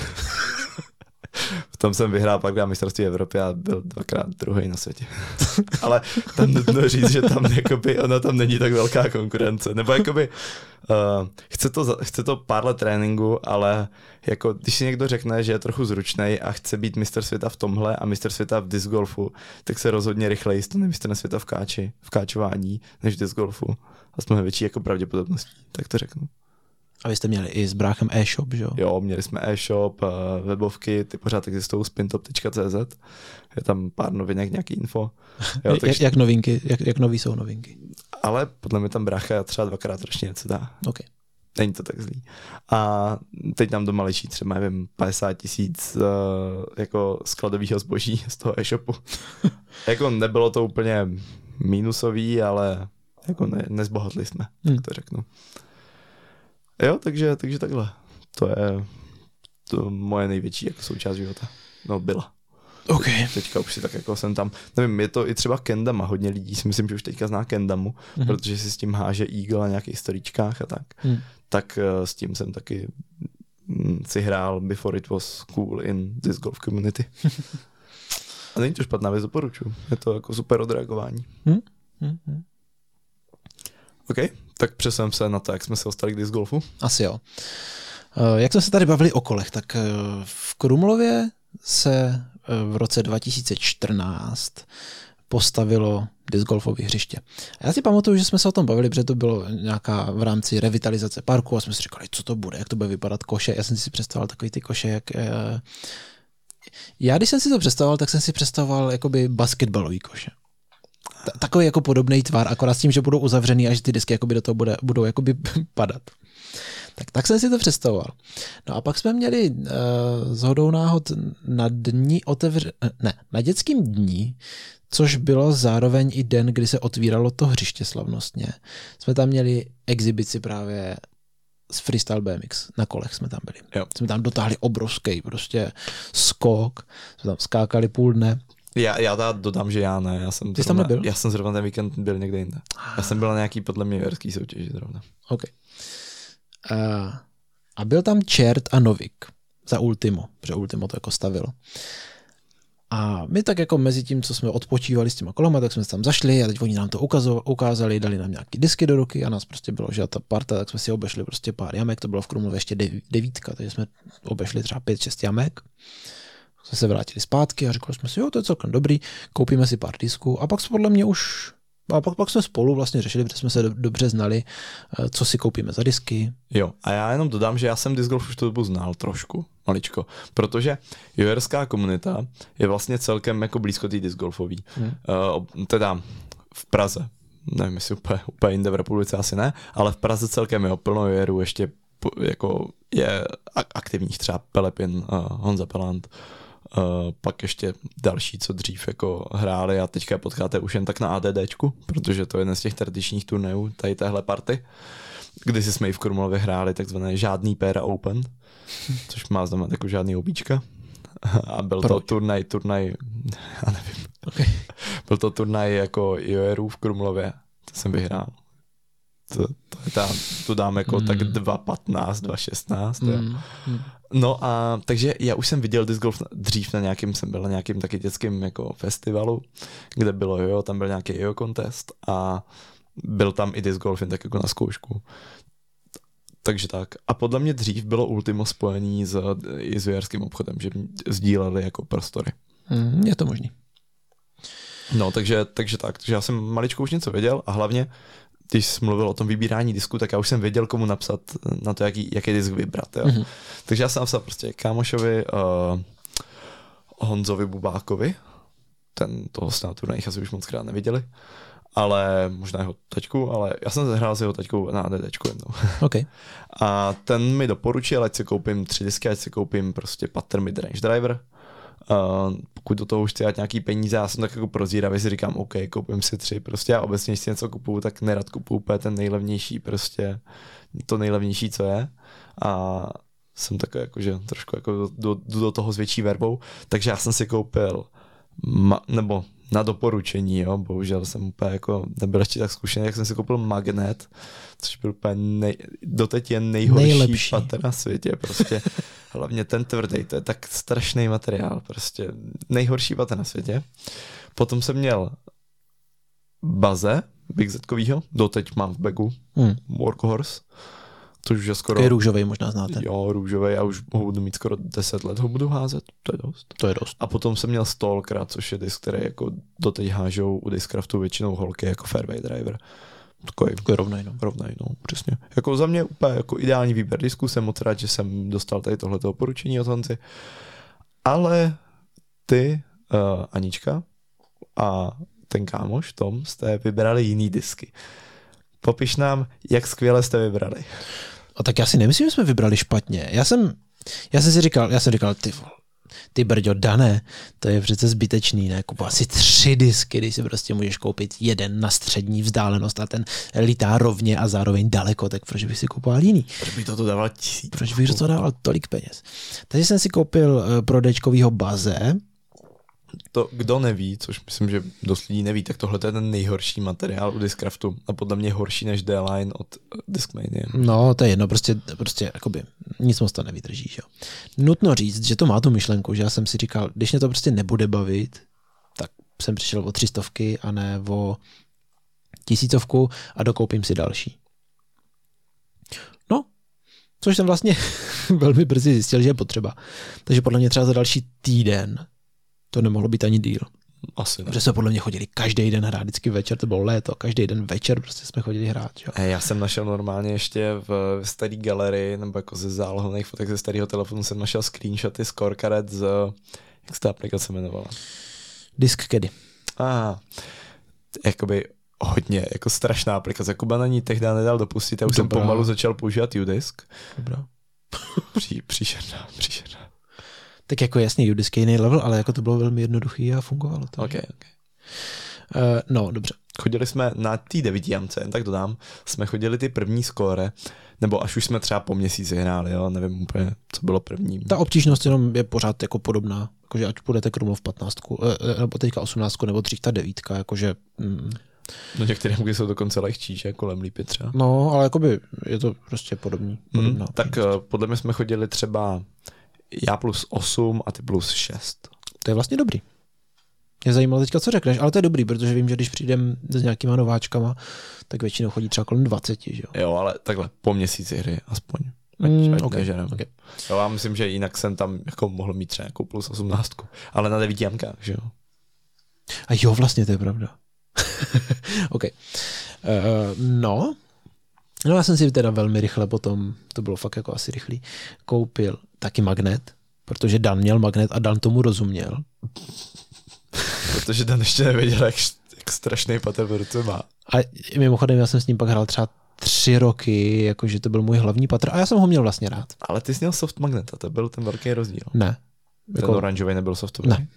Speaker 2: v tom jsem vyhrál pak na mistrovství Evropy a byl dvakrát druhý na světě. Ale tam nutno říct, že tam jakoby, ona tam není tak velká konkurence. Nebo jakoby uh, chce, to, chce to pár let tréninku, ale jako když si někdo řekne, že je trochu zručnej a chce být mistr světa v tomhle a mistr světa v disc golfu, tak se rozhodně rychleji stane mistr světa v káči, v káčování, než v disc golfu. A jsme větší jako pravděpodobností, tak to řeknu.
Speaker 1: A vy jste měli i s bráchem e-shop, že jo?
Speaker 2: Jo, měli jsme e-shop, webovky, ty pořád existují spintop tečka cé zet, je tam pár novinek, nějaký info. Jo,
Speaker 1: takže... jak, jak novinky, jak, jak nový jsou novinky?
Speaker 2: Ale podle mě tam brácha třeba dvakrát ročně něco dá.
Speaker 1: Okay.
Speaker 2: Není to tak zlý. A teď tam doma leží třeba, nevím, padesát tisíc uh, jako skladového zboží z toho e-shopu. Jako nebylo to úplně mínusový, ale jako ne, nezbohatli jsme, hmm. tak to řeknu. Jo, takže, takže takhle. To je to moje největší jako součást života. No, byla.
Speaker 1: OK.
Speaker 2: Teďka už si tak jako jsem tam, nevím, je to i třeba Kendama, hodně lidí si myslím, že už teďka zná Kendamu, mm-hmm. protože si s tím háže Eagle na nějakých storíčkách a tak. Mm. Tak uh, s tím jsem taky mm, si hrál before it was cool in this golf community. A není to špatná věc, doporučuji. Je to jako super odreagování.
Speaker 1: Mm. Mm.
Speaker 2: OK, tak přesuneme se na to, jak jsme se dostali k disc golfu.
Speaker 1: Asi jo. Uh, jak jsme se tady bavili o kolech, tak uh, v Krumlově se uh, v roce dva tisíce čtrnáct postavilo disc golfové hřiště. A já si pamatuju, že jsme se o tom bavili, protože to bylo nějaká v rámci revitalizace parku a jsme si říkali, co to bude, jak to bude vypadat koše. Já jsem si představoval takový ty koše, jak... Uh... Já když jsem si to představoval, tak jsem si představoval jakoby basketbalový koše. Takový jako podobný tvar, akorát s tím, že budou uzavřený a že ty disky jakoby do toho bude, budou jakoby padat. Tak, tak jsem si to představoval. No a pak jsme měli uh, shodou náhod na dní otevře... ne, na dětským dní, což bylo zároveň i den, kdy se otvíralo to hřiště slavnostně. Jsme tam měli exibici právě z Freestyle B M X. Na kolech jsme tam byli.
Speaker 2: Jo.
Speaker 1: Jsme tam dotáhli obrovský prostě skok. Jsme tam skákali půl dne.
Speaker 2: Já, já teda dodám, že já ne. Já jsem
Speaker 1: Ty jsi
Speaker 2: zrovna,
Speaker 1: tam nebyl?
Speaker 2: Já jsem zrovna ten víkend byl někde jinde. Já jsem byl na nějaký podle mě verský soutěži zrovna.
Speaker 1: OK. Uh, a byl tam Čert a Novik za Ultimo, protože Ultimo to jako stavilo. A my tak jako mezi tím, co jsme odpočívali s těma kolama, tak jsme se tam zašli a teď oni nám to ukázali, dali nám nějaký disky do ruky a nás prostě bylo, že ta parta, tak jsme si obešli prostě pár jamek, to bylo v Krumlově ještě devítka, takže jsme obešli třeba pět, šest jamek. Jsme se vrátili zpátky a říkali jsme si, jo, to je celkem dobrý, koupíme si pár disků a pak jsme podle mě už, a pak, pak jsme spolu vlastně řešili, protože jsme se do, dobře znali, co si koupíme za disky.
Speaker 2: Jo, a já jenom dodám, že já jsem disc golf už tu dobu znal trošku, maličko, protože jojerská komunita je vlastně celkem jako blízko té disc golfový. Hmm. Uh, teda v Praze, nevím, jestli úplně, úplně jinde v republice asi ne, ale v Praze celkem je plno jojerů, ještě jako je aktivních třeba Pelepin, uh, Honza Pelant, Uh, pak ještě další, co dřív jako hráli a teďka potkáte už jen tak na ADDčku, protože to je jeden z těch tradičních turnajů tady téhle party, kdy si jsme i v Krumlově hráli takzvané žádný Péra Open, což má znamenat jako žádný obíčka. A byl Proč? to turnaj, turnaj, já nevím, okay. Byl to turnaj jako jojerů v Krumlově, to jsem vyhrál. To, to, je tam, to dám jako mm. tak dva patnáct, dva šestnáct. Mm. No a takže já už jsem viděl disc golf dřív na nějakým, jsem byl na nějakým taky dětským jako festivalu, kde bylo jo, tam byl nějaký jo contest a byl tam i disc golf jen tak jako na zkoušku. takže tak. A podle mě dřív bylo Ultimo spojení s izvěrským obchodem, že sdíleli jako prostory.
Speaker 1: Mm, je to možný.
Speaker 2: No, takže, takže tak. Takže já jsem maličko už něco věděl a hlavně, když jsi mluvil o tom vybírání disku, tak já už jsem věděl, komu napsat na to, jaký, jaký disk vybrat. Jo? Mm-hmm. Takže já jsem napsal prostě kámošovi uh, Honzovi Bubákovi, ten toho na turnajích asi už moc krát neviděli, ale možná jeho taťku, ale já jsem hrál s jeho taťkou na DDčku jednou.
Speaker 1: Okay.
Speaker 2: A ten mi doporučil, ať si koupím tři disky, ať si koupím prostě Pattern Midrange Driver. Uh, pokud do toho už chci dát nějaký peníze, já jsem tak jako prozíravý, si říkám, OK, koupím si tři, prostě já obecně, když si něco kupuju, tak nerad kupuju úplně ten nejlevnější, prostě to nejlevnější, co je. A jsem takový jako, že trošku jako do, do, do toho s větší verbou, takže já jsem si koupil, ma, nebo na doporučení, jo, bohužel jsem úplně jako nebyl ještě tak zkušený, jak jsem si koupil Magnet, což byl úplně nej, doteď je nejhorší Nejlepší. Pattern na světě, prostě hlavně ten tvrdý, to je tak strašný materiál, prostě nejhorší pattern na světě. Potom jsem měl Baze, Big Z-kovýho, doteď mám v bagu, hmm. Workhorse, což už je skoro...
Speaker 1: Je růžovej, možná znáte.
Speaker 2: Jo, růžovej, já už ho budu mít skoro deset let, ho budu házet, to je dost.
Speaker 1: To je dost.
Speaker 2: A potom jsem měl Stalkera, což je disk, který jako doteď hážou u Discraftu většinou holky jako fairway driver. Takový
Speaker 1: Takový rovnej, no.
Speaker 2: Rovnej, no, přesně. Jako za mě úplně jako ideální výběr disku, jsem moc rád, že jsem dostal tady tohleto doporučení od Honzi. Ale ty, uh, Anička a ten kámoš Tom, jste vybrali jiný disky. Popiš nám, jak skvěle jste vybrali.
Speaker 1: A tak já si nemyslím, že jsme vybrali špatně. Já jsem, já jsem si říkal, já jsem říkal, ty, ty brďo, Dané, to je přece zbytečný, ne? Kupovat si tři disky, když si prostě můžeš koupit jeden na střední vzdálenost a ten lítá rovně a zároveň daleko, tak proč bych si kupoval jiný?
Speaker 2: Proč bych to dával tisíc?
Speaker 1: Proč bych to dával tolik peněz? Takže jsem si koupil pro Dčkovýho Baze.
Speaker 2: To, kdo neví, což myslím, že dost lidí neví, tak tohle je ten nejhorší materiál u Discraftu a podle mě horší než D-Line od Discmania.
Speaker 1: No, to je jedno, prostě, prostě jakoby, nic moc to nevydrží. Jo. Nutno říct, že to má tu myšlenku, že já jsem si říkal, když mě to prostě nebude bavit, tak jsem přišel o třistovky a ne o tisícovku a dokoupím si další. No, což jsem vlastně velmi brzy zjistil, že je potřeba. Takže podle mě třeba za další týden to nemohlo být ani díl.
Speaker 2: Asi ne.
Speaker 1: Protože jsme podle mě chodili každý den hrát, vždycky večer, to bylo léto, každý den večer prostě jsme chodili hrát. Jo.
Speaker 2: Já jsem našel normálně ještě v staré galerii, nebo jako ze zálohovaných fotek ze starého telefonu jsem našel screenshoty z scorekaret z, jak se ta aplikace jmenovala?
Speaker 1: Disk Caddy.
Speaker 2: Aha, jakoby hodně, jako strašná aplikace. Kuba na ní tehdy nedal dopustit, já už Dobrá. jsem pomalu začal používat Udisk.
Speaker 1: Dobrá.
Speaker 2: Pří, příšerná, příšerná.
Speaker 1: Tak jako jasně, Udisk je jiný level, ale jako to bylo velmi jednoduchý a fungovalo to.
Speaker 2: Okay, okay.
Speaker 1: Uh, no, dobře.
Speaker 2: Chodili jsme na té devítjamce, tak dodám, jsme chodili ty první skóre, nebo až už jsme třeba po měsíci hráli, jo, nevím úplně, co bylo první.
Speaker 1: Ta obtížnost jenom je pořád jako podobná, jakože ať půjdete Krumlov patnáctku, nebo teďka osmnáctku, nebo dřív ta devítka, jakože... Mm.
Speaker 2: No některé hmuky jsou dokonce lehčí, že kolem lípy třeba.
Speaker 1: No, ale jakoby je to prostě podobný.
Speaker 2: Mm, tak uh, podle mě jsme chodili třeba já plus osm a ty plus šest.
Speaker 1: To je vlastně dobrý. Mě zajímalo teďka, co řekneš, ale to je dobrý, protože vím, že když přijdem s nějakýma nováčkama, tak většinou chodí třeba kolem dvacet, že jo?
Speaker 2: Jo, ale takhle po měsíci hry aspoň.
Speaker 1: Ať, mm, ať okay, okay.
Speaker 2: Jo, já myslím, že jinak jsem tam jako mohl mít třeba nějakou plus osmnáctku, ale na devítjamkách, že jo?
Speaker 1: A jo, vlastně to je pravda. OK. Uh, no, no já jsem si teda velmi rychle potom, to bylo fakt jako asi rychlý, koupil taky magnet, protože Dan měl magnet a Dan tomu rozuměl.
Speaker 2: Protože Dan ještě nevěděl, jak, jak strašný pattern v ruce má.
Speaker 1: A mimochodem já jsem s ním pak hrál třeba tři roky, jakože to byl můj hlavní patr a já jsem ho měl vlastně rád.
Speaker 2: Ale ty jsi měl soft magnet a to byl ten velký rozdíl.
Speaker 1: Ne.
Speaker 2: Ten jako... oranžový nebyl softový?
Speaker 1: Ne.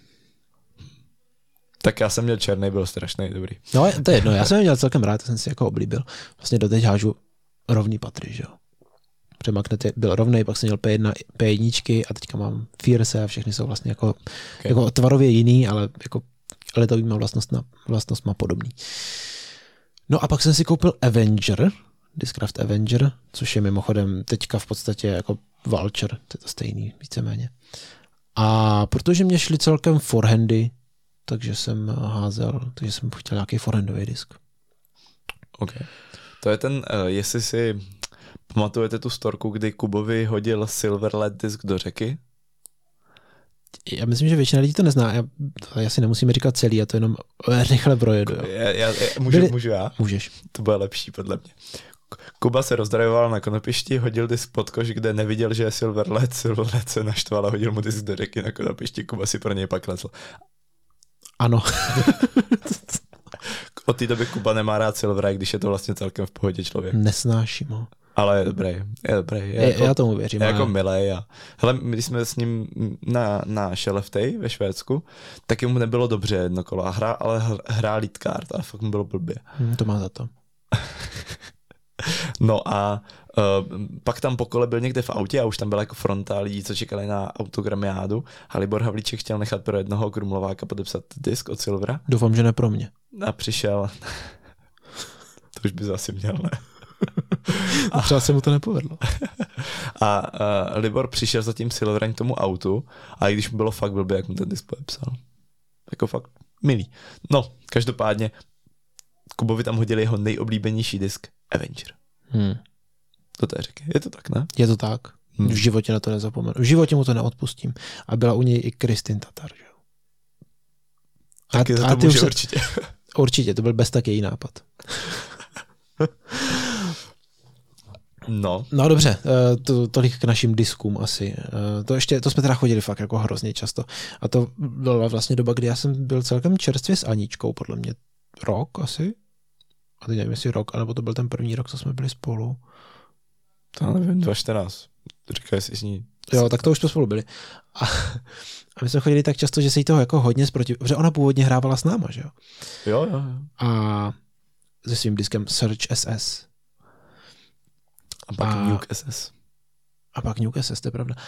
Speaker 2: Tak já jsem měl černý, byl strašný, dobrý.
Speaker 1: No to je jedno, já jsem je měl celkem rád, jsem si jako oblíbil. Vlastně doteď hážu rovný patry, že jo. Protože magnet byl rovnej, pak jsem měl P jedna, P jedna a teďka mám Fierce a všechny jsou vlastně jako, okay. jako tvarově jiný, ale jako letový vlastnost, na, vlastnost má podobný. No a pak jsem si koupil Avenger, Discraft Avenger, což je mimochodem teďka v podstatě jako Vulture, to je to stejný víceméně. A protože mě šly celkem forehandy, takže jsem házel, takže jsem chtěl nějaký forehandový disk.
Speaker 2: OK. To je ten, uh, jestli si Pamatujete tu storku, kdy Kubovi hodil Silver L E D disk do řeky?
Speaker 1: Já myslím, že většina lidí to nezná. Já, to asi nemusíme říkat celý, já to jenom rychle projedu. Jo.
Speaker 2: Já, já, můžu, Byli... můžu já?
Speaker 1: Můžeš.
Speaker 2: To bude lepší podle mě. Kuba se rozdrajoval na konopišti, hodil disk pod koš, kde neviděl, že je Silver L E D. Silver L E D se naštval a hodil mu disk do řeky na konopišti. Kuba si pro něj pak lezl.
Speaker 1: Ano.
Speaker 2: Od té doby Kuba nemá rád Silvera, když je to vlastně celkem v pohodě člověk.
Speaker 1: Nesnáším ho.
Speaker 2: Ale je dobrý, je dobrý. Je
Speaker 1: je,
Speaker 2: jako,
Speaker 1: já tomu věřím.
Speaker 2: Je jako milej. A... Hele, když jsme s ním na, na Skellefteå ve Švédsku, tak mu nebylo dobře jedno kolo a hra, ale hrál lead card a fakt mu bylo blbě.
Speaker 1: Hmm, to má za to.
Speaker 2: No a uh, pak tam po kole byl někde v autě a už tam byla jako fronta lidí, co čekali na autogramiádu a Libor Havlíček chtěl nechat pro jednoho Krumlováka podepsat disk od Silvera.
Speaker 1: Doufám, že ne pro mě.
Speaker 2: A přišel. To už bys asi měl, ne?
Speaker 1: A třeba se mu to nepovedlo.
Speaker 2: A uh, Libor přišel za tím Silverem k tomu autu a i když mu bylo fakt blbě, jak mu ten disk podepsal. Jako fakt milý. No, každopádně Kubovi tam hodili jeho nejoblíbenější disk Avenger.
Speaker 1: Hmm.
Speaker 2: To té řeky. Je to tak, ne?
Speaker 1: Je to tak. Hmm. V životě na to nezapomenu. V životě mu to neodpustím. A byla u něj i Kristin Tatar. Že?
Speaker 2: Taky a, za to a může se... určitě.
Speaker 1: Určitě, to byl bez tak její nápad.
Speaker 2: No.
Speaker 1: No dobře, to, tolik k našim diskům asi. To ještě, to jsme teda chodili fakt jako hrozně často. A to byla vlastně doba, kdy já jsem byl celkem čerstvě s Aničkou, podle mě rok asi. A teď nevím, jestli rok, anebo to byl ten první rok, co jsme byli spolu.
Speaker 2: To nevím, dva tisíce čtrnáct. Říkaj si s ní.
Speaker 1: Jo, tak to už jsme spolu byli. A, a my jsme chodili tak často, že se jí toho jako hodně zprotiv... Protože ona původně hrávala s náma, že jo?
Speaker 2: Jo, jo, jo.
Speaker 1: A se svým diskem Search S S.
Speaker 2: A pak a, Nuke S S.
Speaker 1: A pak Nuke S S, to je pravda.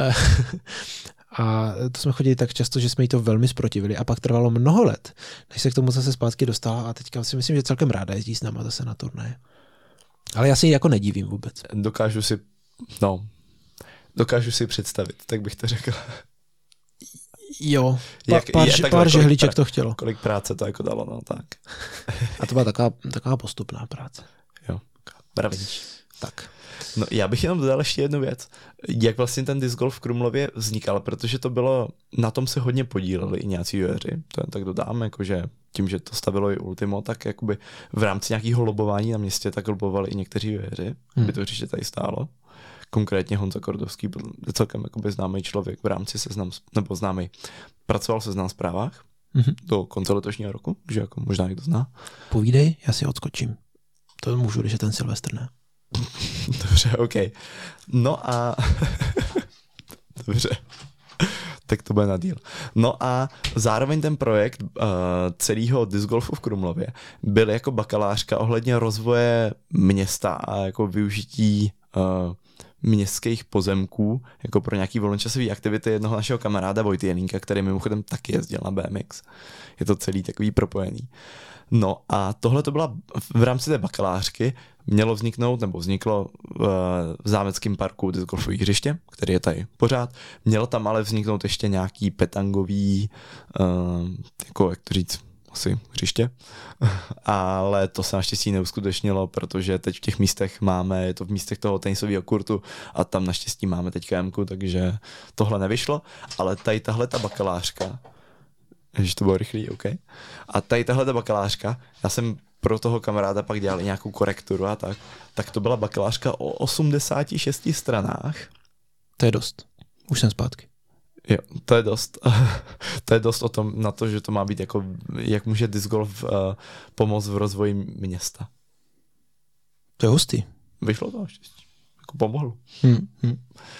Speaker 1: A to jsme chodili tak často, že jsme jí to velmi zprotivili a pak trvalo mnoho let, než se k tomu zase zpátky dostala a teďka si myslím, že celkem ráda jezdí s náma zase na turné. Ale já si ji jako nedivím vůbec.
Speaker 2: Dokážu si, no, dokážu si představit, tak bych to řekl.
Speaker 1: Jo, pa, jak, pár, je, pár žehliček pra, to chtělo.
Speaker 2: Kolik práce to jako dalo, no tak.
Speaker 1: A to byla taková, taková postupná práce.
Speaker 2: Jo, bravinč.
Speaker 1: Tak.
Speaker 2: No, já bych jenom dodal ještě jednu věc. Jak vlastně ten disc golf v Krumlově vznikal, protože to bylo, na tom se hodně podíleli i nějací jueři, to jen tak dodám, jakože tím, že to stavilo i Ultimo, tak jakoby v rámci nějakého lobování na městě tak lobovali i někteří jueři, hmm. by to určitě tady stálo. Konkrétně Honza Kordovský byl celkem jakoby známý člověk v rámci seznam, nebo známý, pracoval v Seznam Zprávách hmm. do konce letošního roku, že jako možná někdo zná.
Speaker 1: Povídej, já si odskočím. To můžu, když je ten Silvestr, ne?
Speaker 2: Dobře, OK. No a... Dobře. Tak to bude na díl. No a zároveň ten projekt uh, celého disc golfu v Krumlově byl jako bakalářka ohledně rozvoje města a jako využití uh, městských pozemků jako pro nějaký volnočasové aktivity jednoho našeho kamaráda Vojty Jelínka, který mimochodem taky jezdil na B M X. Je to celý takový propojený. No a tohle to byla v rámci té bakalářky mělo vzniknout, nebo vzniklo v, v zámeckém parku disc golfové hřiště, který je tady pořád. Mělo tam ale vzniknout ještě nějaký petangový, uh, jako jak to říct, asi hřiště. Ale to se naštěstí neuskutečnilo, protože teď v těch místech máme, je to v místech toho tenisového kurtu a tam naštěstí máme teď kémku, takže tohle nevyšlo. Ale tady tahle ta bakalářka, že to bylo rychlý, OK. A tady tahle ta bakalářka, já jsem pro toho kamaráda pak dělal i nějakou korekturu a tak, tak to byla bakalářka o osmdesáti šesti stranách.
Speaker 1: To je dost. Už jsem zpátky.
Speaker 2: Jo, to je dost. To je dost o tom, na to, že to má být jako, jak může disc golf uh, pomoct v rozvoji města.
Speaker 1: To je hustý.
Speaker 2: Vyšlo to naštěstí. Jako pomohlo.
Speaker 1: Hmm, hmm.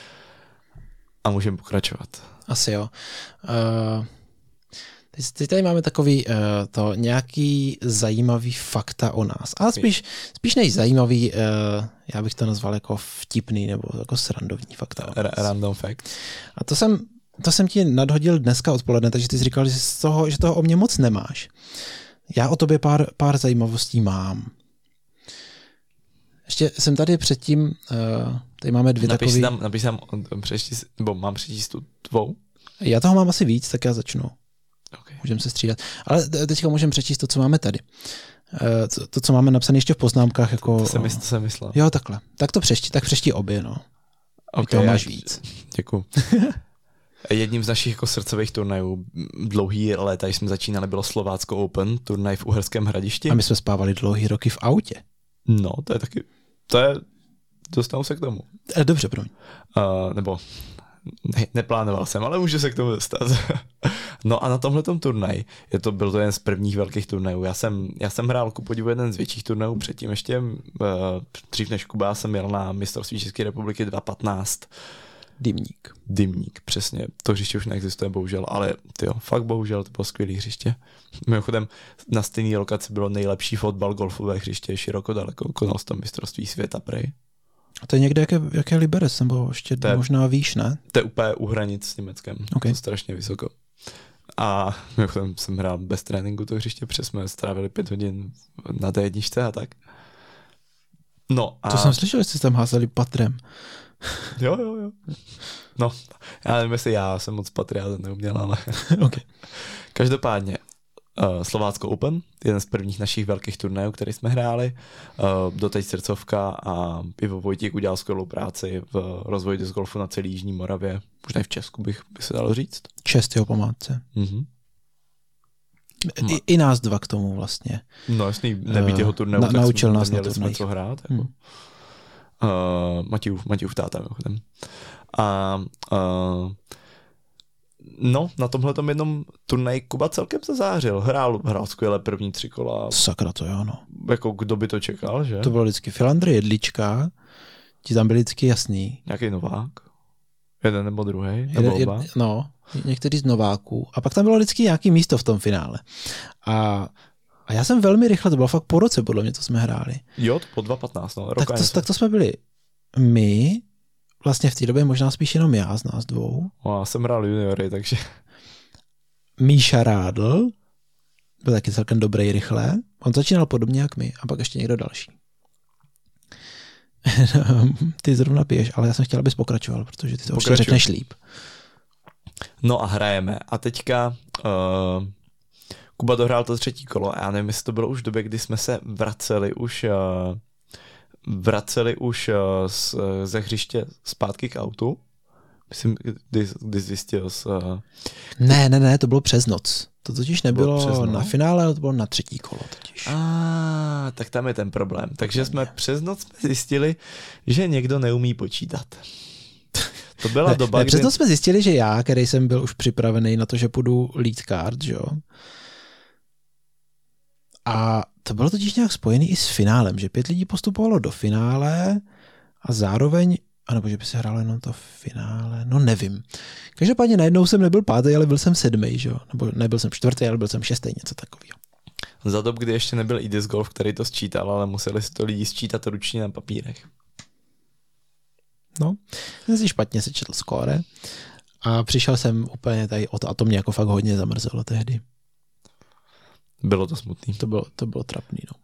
Speaker 2: A můžeme pokračovat.
Speaker 1: Asi jo. Uh... Teď tady máme takový uh, to nějaký zajímavý fakta o nás. Ale spíš, spíš než zajímavý, uh, já bych to nazval jako vtipný nebo jako srandovní fakta.
Speaker 2: R- random fact.
Speaker 1: A to jsem, to jsem ti nadhodil dneska odpoledne, takže ty jsi říkal, že, z toho, že toho o mě moc nemáš. Já o tobě pár, pár zajímavostí mám. Ještě jsem tady předtím, uh, tady máme dvě
Speaker 2: napiš
Speaker 1: takový...
Speaker 2: Tam, napiš tam, přečtíst, nebo mám přečíst tu tvou?
Speaker 1: Já toho mám asi víc, tak já začnu.
Speaker 2: Okay.
Speaker 1: Můžeme se střídat. Ale teďka můžeme přečíst to, co máme tady. to, to, co máme napsané ještě v poznámkách. Jako,
Speaker 2: to, jsem, to jsem myslel.
Speaker 1: Jo, takhle. Tak to přešti, tak přešti obě, no.
Speaker 2: Okay,
Speaker 1: to máš víc.
Speaker 2: Děkuju. Jedním z našich jako srdcových turnajů dlouhý léta, když jsme začínali, bylo Slovácko Open, turnaj v Uherském Hradišti.
Speaker 1: A my jsme spávali dlouhý roky v autě.
Speaker 2: No, to je taky, to je, dostanu se k tomu.
Speaker 1: Dobře, promiň.
Speaker 2: Uh, nebo ne, neplánoval jsem, ale můžu se k tomu dostat. No a na tomhletom turnaji, je to, byl to jeden z prvních velkých turnajů. Já jsem, já jsem hrál ku podivu jeden z větších turnajů předtím ještě, uh, dřív než Kuba jsem jel na mistrovství České republiky dva patnáct.
Speaker 1: Dymník.
Speaker 2: Dymník, přesně. To hřiště už neexistuje, bohužel, ale tyjo, fakt bohužel, to bylo skvělý hřiště. Mimochodem, na stejné lokaci bylo nejlepší fotbal golfové hřiště, široko daleko, konal tam mistrovství světa, prej.
Speaker 1: A to je někde jaké, jaké Liberec, nebo ještě
Speaker 2: to je,
Speaker 1: možná výš, ne?
Speaker 2: To je úplně u hranic s Německem, okay. To strašně vysoko. A mimochodem jsem hrál bez tréninku to hřiště, přes jsme strávili pět hodin na té jedničce a tak. No a...
Speaker 1: To jsem slyšel, že jste tam házeli patrem.
Speaker 2: Jo, jo, jo. No, já nevím, jestli já jsem moc patry, já to neuměl, ale...
Speaker 1: Okay.
Speaker 2: Každopádně, uh, Slovácko Open, jeden z prvních našich velkých turnajů, který jsme hráli, uh, doteď srdcovka a Ivo Vojtík udělal skvělou práci v rozvoji disc golfu na celé Jižní Moravě, možná i v Česku bych by se dalo říct.
Speaker 1: Čest jeho památce.
Speaker 2: Mm-hmm.
Speaker 1: I, I nás dva k tomu vlastně.
Speaker 2: No jasný, nebýt jeho turnaju,
Speaker 1: Na,
Speaker 2: tak
Speaker 1: naučil
Speaker 2: jsme,
Speaker 1: nás
Speaker 2: neměli
Speaker 1: na
Speaker 2: jsme co hrát. Jako. Hmm. Uh, Matějův, Matějův táta, mimochodem. A uh, no, na tomhletom jednom turnaji Kuba celkem se zářil. Hrál, hrál skvěle první tři kola.
Speaker 1: Sakra, to jo, no.
Speaker 2: Jako kdo by to čekal, že?
Speaker 1: To bylo vždycky Filandr, Jedlička, ti tam byli vždycky jasný.
Speaker 2: Nějaký Novák? Jeden nebo druhý?
Speaker 1: Jeden, jed, no, některý z Nováků. A pak tam bylo vždycky nějaký místo v tom finále. A A já jsem velmi rychle, to bylo fakt po roce, podle mě, to jsme hráli.
Speaker 2: Jo, to po dva patnáct, no.
Speaker 1: Tak to, tak to jsme byli my, vlastně v té době možná spíš jenom já z nás dvou.
Speaker 2: No, já jsem hrál juniory, takže...
Speaker 1: Míša Rádl, byl taky celkem dobrý rychle. On začínal podobně jak my, a pak ještě někdo další. Ty zrovna piješ, ale já jsem chtěl, abys pokračoval, protože ty to určitě řekneš líp.
Speaker 2: No a hrajeme. A teďka... Uh... Kuba dohrál to třetí kolo a já nevím, jestli to bylo už v době, kdy jsme se vraceli už uh, vraceli už uh, z, ze hřiště zpátky k autu. Myslím, kdy, kdy zjistil z... Uh,
Speaker 1: ne, ne, ne, to bylo přes noc. To totiž nebylo
Speaker 2: bylo
Speaker 1: na finále, ale to bylo na třetí kolo totiž.
Speaker 2: A tak tam je ten problém. Takže jsme přes noc jsme zjistili, že někdo neumí počítat. To byla
Speaker 1: ne,
Speaker 2: doba,
Speaker 1: ne,
Speaker 2: kdy...
Speaker 1: Přes noc jsme zjistili, že já, který jsem byl už připravený na to, že půjdu lead card, že jo. A to bylo totiž nějak spojený i s finálem, že pět lidí postupovalo do finále a zároveň, anebo že by se hrálo jenom to finále, no nevím. Každopádně najednou jsem nebyl pátý, ale byl jsem sedmý, že jo, nebo nebyl jsem čtvrtý, ale byl jsem šestý, něco takového.
Speaker 2: Za dob, kdy ještě nebyl i disc golf, který to sčítal, ale museli si to lidi sčítat ručně na papírech.
Speaker 1: No, jsem si špatně sečetl skóre a přišel jsem úplně tady o to a to mě jako fakt hodně zamrzelo tehdy.
Speaker 2: Bylo to smutný.
Speaker 1: To bylo, to bylo trapný, no.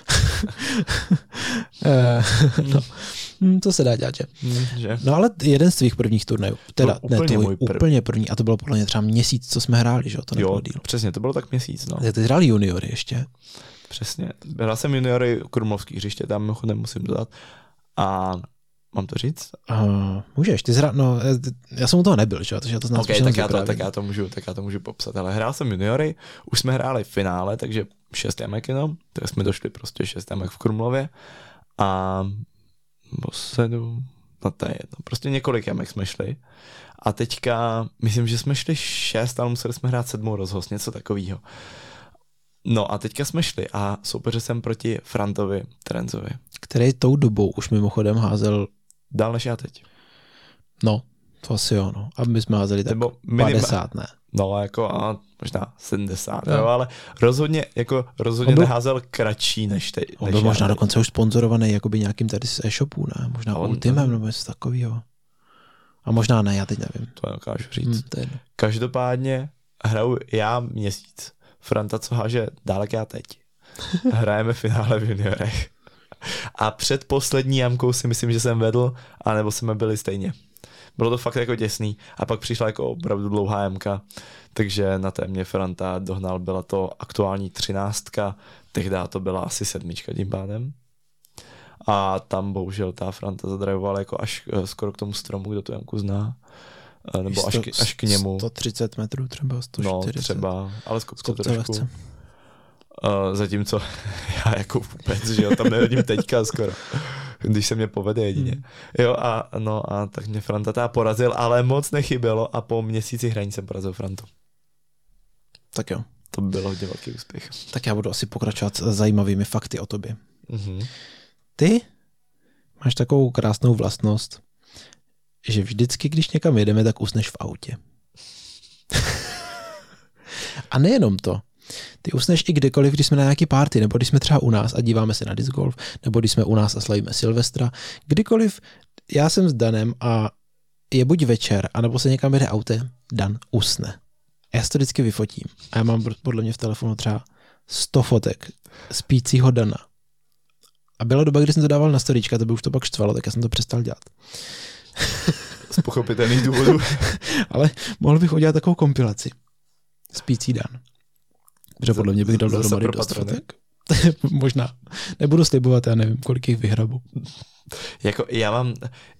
Speaker 1: no. To se dá dělat, že?
Speaker 2: že?
Speaker 1: No ale jeden z tvých prvních turnajů, teda
Speaker 2: úplně
Speaker 1: ne tvůj,
Speaker 2: můj prv...
Speaker 1: úplně první, a to bylo podle mě třeba měsíc, co jsme hráli, že to nebylo
Speaker 2: Jo,
Speaker 1: díl.
Speaker 2: Přesně, to bylo tak měsíc, no.
Speaker 1: Ty hrál juniory ještě.
Speaker 2: Přesně. Hrál jsem juniory Krumlovský hřiště, tam mimochodem musím dodat. A mám to říct?
Speaker 1: Uh, můžeš, ty jsi hrál, no, já jsem u toho nebyl, že? Takže já to znám
Speaker 2: okay, tak, já to, tak, já to můžu, tak já to můžu popsat, ale hrál jsem juniory, už jsme hráli v finále, takže šest jamek jenom, tak jsme došli prostě šest jamek v Krumlově a nebo sedm, no to je jedno, prostě několik jamek jsme šli a teďka, myslím, že jsme šli šest, ale museli jsme hrát sedmou rozhoz, něco takového. No a teďka jsme šli a soupeře jsem proti Frantovi Trenzovi.
Speaker 1: Který tou dobou už mimochodem házel
Speaker 2: dál než já teď.
Speaker 1: No, to asi jo, no. A my jsme házeli tak padesát, ne?
Speaker 2: No, jako a možná sedmdesát, no. Jo, ale rozhodně, jako rozhodně
Speaker 1: byl,
Speaker 2: neházel kratší než teď.
Speaker 1: On byl možná teď. Dokonce už sponzorovaný jakoby nějakým tady z e-shopu, ne? Možná on, Ultimem nebo něco takového. A možná ne, já teď nevím.
Speaker 2: To nedokážu říct.
Speaker 1: Hmm,
Speaker 2: Každopádně hraju já měsíc. Franta, co háže dálek já teď. Hrajeme finále v juniorech. A před poslední jamkou si myslím, že jsem vedl, anebo jsme byli stejně. bylo to fakt jako děsný. A pak přišla jako opravdu dlouhá emka, takže na té mě Franta dohnal, byla to aktuální třináctka, tehdy to byla asi sedmička tím pádem. A tam bohužel ta Franta zadrivovala jako až skoro k tomu stromu, kdo tu jamku zná. Nebo až k, až k němu.
Speaker 1: sto třicet metrů třeba, sto čtyřicet.
Speaker 2: No třeba, ale z kopce
Speaker 1: kopce
Speaker 2: trošku.
Speaker 1: lehce.
Speaker 2: Uh, zatímco já jako vůbec, že jo, tam nevidím teďka skoro, když se mě povede jedině. Hmm. Jo a no a tak mě Franta tá porazil, ale moc nechybělo a po měsíci hraní jsem porazil Frantu.
Speaker 1: Tak jo.
Speaker 2: To by byl hodně velký úspěch.
Speaker 1: Tak já budu asi pokračovat s zajímavými fakty o tobě.
Speaker 2: Mm-hmm.
Speaker 1: Ty máš takovou krásnou vlastnost, že vždycky, když někam jedeme, tak usneš v autě. A nejenom to. Ty usneš i kdekoliv, když jsme na nějaký party, nebo když jsme třeba u nás a díváme se na disc golf, nebo když jsme u nás a slavíme Silvestra. Kdykoliv já jsem s Danem a je buď večer, anebo se někam jede autem, Dan usne. A já si to vždycky vyfotím. A já mám podle mě v telefonu třeba sto fotek spícího Dana. A byla doba, kdy jsem to dával na storíčka, to by už to pak štvalo, tak já jsem to přestal dělat.
Speaker 2: Z pochopitelných důvodů.
Speaker 1: Ale mohl bych udělat takovou kompilaci. Spící Dan. Protože podle mě bych dal dohromady dost fotek. Možná. Nebudu slibovat, já nevím, kolik jich vyhrabu.
Speaker 2: Jako já mám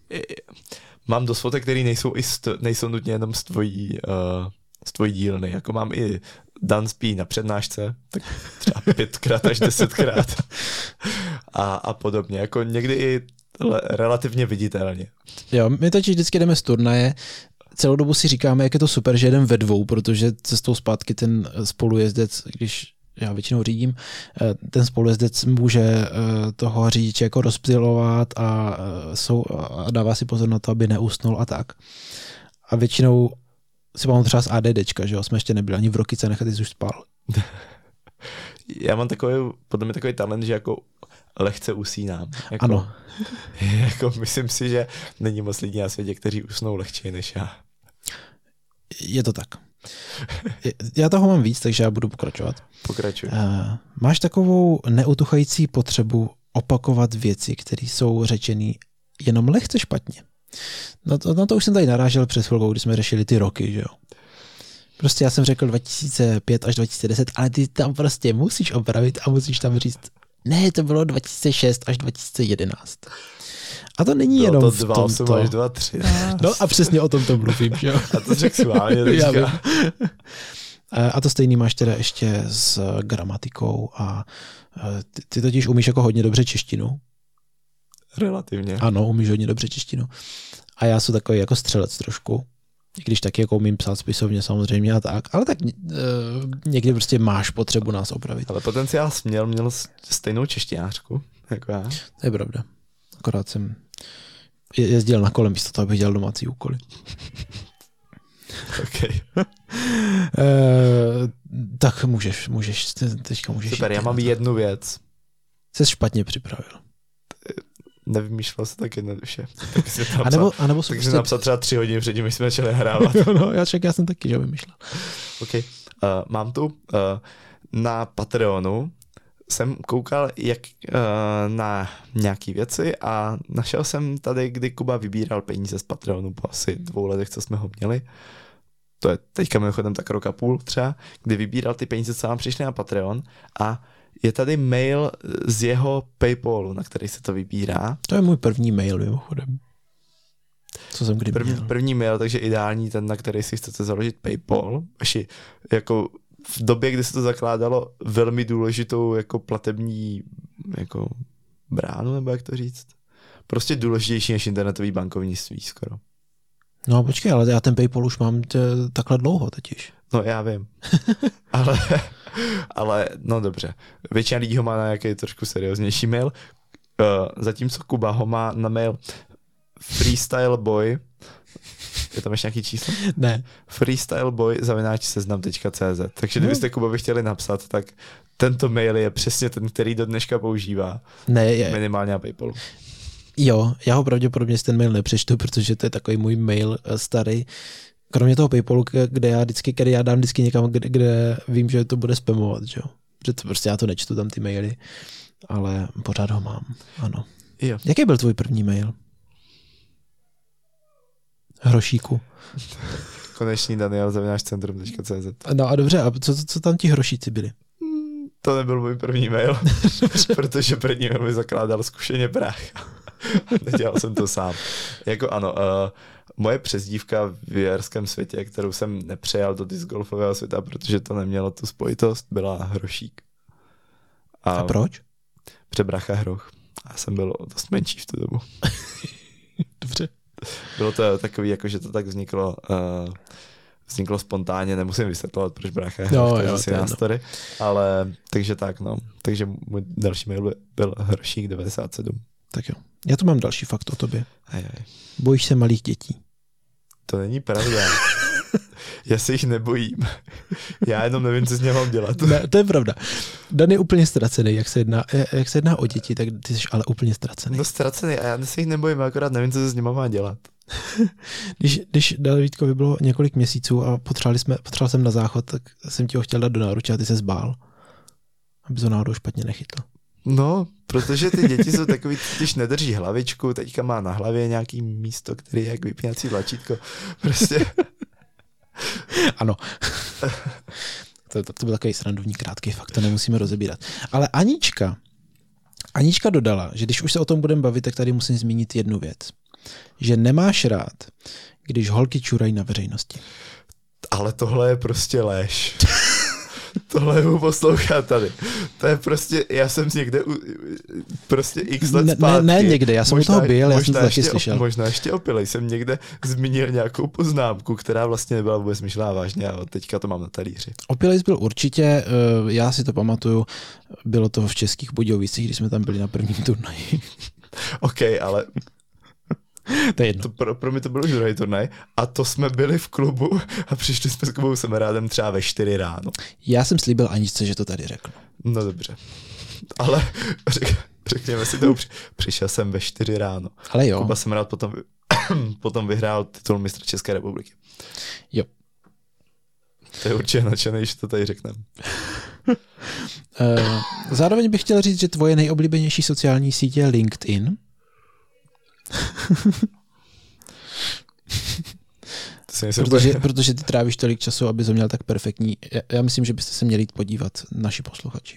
Speaker 2: mám dost fotek, které nejsou, i st- nejsou nutně jenom z tvojí, uh, z tvojí dílny. Jako mám i Dan spí na přednášce, tak třeba pětkrát až desetkrát. A, a podobně. Jako někdy i le- relativně viditelně.
Speaker 1: Jo, my totiž vždycky jdeme z turnaje, celou dobu si říkáme, jak je to super, že jedeme ve dvou, protože cestou zpátky ten spolujezdec, když já většinou řídím, ten spolujezdec může toho řidiče jako rozptylovat a, jsou, a dává si pozor na to, aby neusnul a tak. A většinou si mám třeba z ADDčka, že jo, jsme ještě nebyli ani v Rokyce, nechat jsi už spal.
Speaker 2: Já mám takový, podle mě takový talent, že jako lehce usínám. Jako,
Speaker 1: ano.
Speaker 2: Jako myslím si, že není moc lidí na světě, kteří usnou lehčej než já.
Speaker 1: Je to tak. Já toho mám víc, takže já budu pokračovat.
Speaker 2: Pokračuj.
Speaker 1: Uh, máš takovou neutuchající potřebu opakovat věci, které jsou řečený jenom lehce špatně. Na to, na to už jsem tady narážel před chvilkou, když jsme řešili ty roky, že jo. Prostě já jsem řekl dva tisíce pět až dva tisíce deset, ale ty tam prostě musíš opravit a musíš tam říct, ne, to bylo dva tisíce šest až dva tisíce jedenáct. A to není
Speaker 2: bylo
Speaker 1: jenom
Speaker 2: to
Speaker 1: v
Speaker 2: dva
Speaker 1: tomto.
Speaker 2: osm až dva třináct.
Speaker 1: No a přesně o tom to mluvím, že jo.
Speaker 2: A to řekl schválně teďka.
Speaker 1: A to stejný máš teda ještě s gramatikou a ty, ty totiž umíš jako hodně dobře češtinu.
Speaker 2: Relativně.
Speaker 1: Ano, umíš hodně dobře češtinu. A já jsem takový jako střelec trošku. I když taky jako umím psát spisovně samozřejmě a tak, ale tak uh, někdy prostě máš potřebu nás opravit.
Speaker 2: Ale potenciál směl, měl stejnou češtinářku jako já.
Speaker 1: To je pravda. Akorát jsem jezdil na kole místo toho, abych dělal domácí úkoly.
Speaker 2: Okay.
Speaker 1: uh, tak můžeš, můžeš, teďka můžeš.
Speaker 2: Super, já mám jednu věc.
Speaker 1: Jsi špatně připravil.
Speaker 2: Nevymýšlel se tak jednoduše. Tak si napsal,
Speaker 1: a nebo, a nebo
Speaker 2: tak
Speaker 1: prostě...
Speaker 2: si napsal třeba tři hodiny předtím, než jsme začali hrávat.
Speaker 1: no, no, já čekám, já jsem taky, že vymýšlel.
Speaker 2: OK. Uh, mám tu uh, na Patreonu jsem koukal jak uh, na nějaký věci a našel jsem tady, kdy Kuba vybíral peníze z Patreonu po asi dvou letech, co jsme ho měli. To je teďka mimochodem tak rok a půl třeba, kdy vybíral ty peníze, co nám přišly na Patreon a je tady mail z jeho PayPalu, na který se to vybírá.
Speaker 1: To je můj první mail mimochodem. Co jsem kdy
Speaker 2: první,
Speaker 1: měl.
Speaker 2: První mail, takže ideální ten, na který si chcete založit PayPal. Až jako v době, kdy se to zakládalo, velmi důležitou jako platební jako bránu, nebo jak to říct. Prostě důležitější než internetový bankovnictví skoro.
Speaker 1: No počkej, ale já ten PayPal už mám tě, takhle dlouho totiž.
Speaker 2: No já vím. ale, ale no dobře. Většina lidí ho má na nějaký trošku serióznější mail. Uh, zatímco Kuba ho má na mail freestyleboy. Je tam ještě nějaký číslo?
Speaker 1: Ne.
Speaker 2: freestyleboy zavináč seznam tečka cé zet. Takže kdybyste Kubovi chtěli napsat, tak tento mail je přesně ten, který do dneška používá.
Speaker 1: Ne, je.
Speaker 2: Minimálně na PayPalu.
Speaker 1: Jo, já ho pravděpodobně si ten mail nepřečtu, protože to je takový můj mail starý. Kromě toho PayPalu, kde já vždycky, který já dám vždycky někam, kde, kde vím, že to bude spamovat, že jo. Protože to, prostě já to nečtu tam ty maily, ale pořád ho mám, ano.
Speaker 2: Jo.
Speaker 1: Jaký byl tvůj první mail? Hrošíku.
Speaker 2: Konečný Daniel zavináč centrum tečka cé zet.
Speaker 1: No a dobře, a co, co tam ti hrošíci byli?
Speaker 2: To nebyl můj první mail, protože první mail mi zakládal zkušeně brácha. Nedělal jsem to sám. Jako ano, uh, moje přezdívka v výherském světě, kterou jsem nepřejal do disc golfového světa, protože to nemělo tu spojitost, byla Hrošík.
Speaker 1: A, a proč?
Speaker 2: Protože brácha Hroch. Já jsem byl dost menší v tu dobu.
Speaker 1: Dobře.
Speaker 2: Bylo to takový, jako že to tak vzniklo, uh, vzniklo spontánně, nemusím vysvětlovat, proč brácha Hroch,
Speaker 1: no,
Speaker 2: to je asi na story, ale takže tak, no. Takže můj další mail byl, byl Hrošík devadesát sedm.
Speaker 1: Tak jo. Já tu mám další fakt o tobě.
Speaker 2: Aj, aj.
Speaker 1: Bojíš se malých dětí?
Speaker 2: To není pravda. Já se jich nebojím. Já jenom nevím, co s ním mám dělat.
Speaker 1: Ne, to je pravda. Dan je úplně ztracený, jak se jedná, jak se jedná o děti, tak ty jsi ale úplně ztracený.
Speaker 2: No ztracený a já se jich nebojím, akorát nevím, co se s nimi má dělat.
Speaker 1: Když, když Davidkovi bylo několik měsíců a potřebovali jsme, potřeboval jsem na záchod, tak jsem ti ho chtěl dát do náruče a ty se zbál, aby to náhodou špatně nechytl.
Speaker 2: No, protože ty děti jsou takový, když nedrží hlavičku, teďka má na hlavě nějaký místo, který je jak vypínací tlačítko. Prostě.
Speaker 1: Ano. To, to, to byl takový srandovní krátký fakt, to nemusíme rozebírat. Ale Anička, Anička dodala, že když už se o tom budeme bavit, tak tady musím zmínit jednu věc. Že nemáš rád, když holky čurají na veřejnosti.
Speaker 2: Ale tohle je prostě lež. Tohle mu poslouchat tady. To je prostě, já jsem někde u, prostě x let
Speaker 1: ne,
Speaker 2: zpátky.
Speaker 1: Ne, ne někde, já jsem možná, u toho byl, já jsem to taky slyšel.
Speaker 2: Možná ještě opilej, jsem někde zmínil nějakou poznámku, která vlastně nebyla vůbec myšlená vážně a teďka to mám na talíři.
Speaker 1: Opilej byl určitě, já si to pamatuju, bylo to v Českých Budějovicích, když jsme tam byli na prvním turnaji.
Speaker 2: OK, ale
Speaker 1: to je jedno.
Speaker 2: To pro, pro mě to byl už druhý turnaj a to jsme byli v klubu a přišli jsme s Kubou Semerádem třeba ve čtyři ráno.
Speaker 1: Já jsem slíbil Aničce, že to tady řeknu.
Speaker 2: No dobře. Ale řek, řekněme si to, přišel jsem ve čtyři ráno.
Speaker 1: Ale jo.
Speaker 2: Kuba Semerád potom, potom vyhrál titul mistra České republiky.
Speaker 1: Jo.
Speaker 2: To je určitě nadšený, že to tady řekneme.
Speaker 1: Zároveň bych chtěl říct, že tvoje nejoblíbenější sociální sítě je LinkedIn. protože, protože ty trávíš tolik času, aby to měl tak perfektní. Já, já myslím, že byste se měli jít podívat, naši posluchači.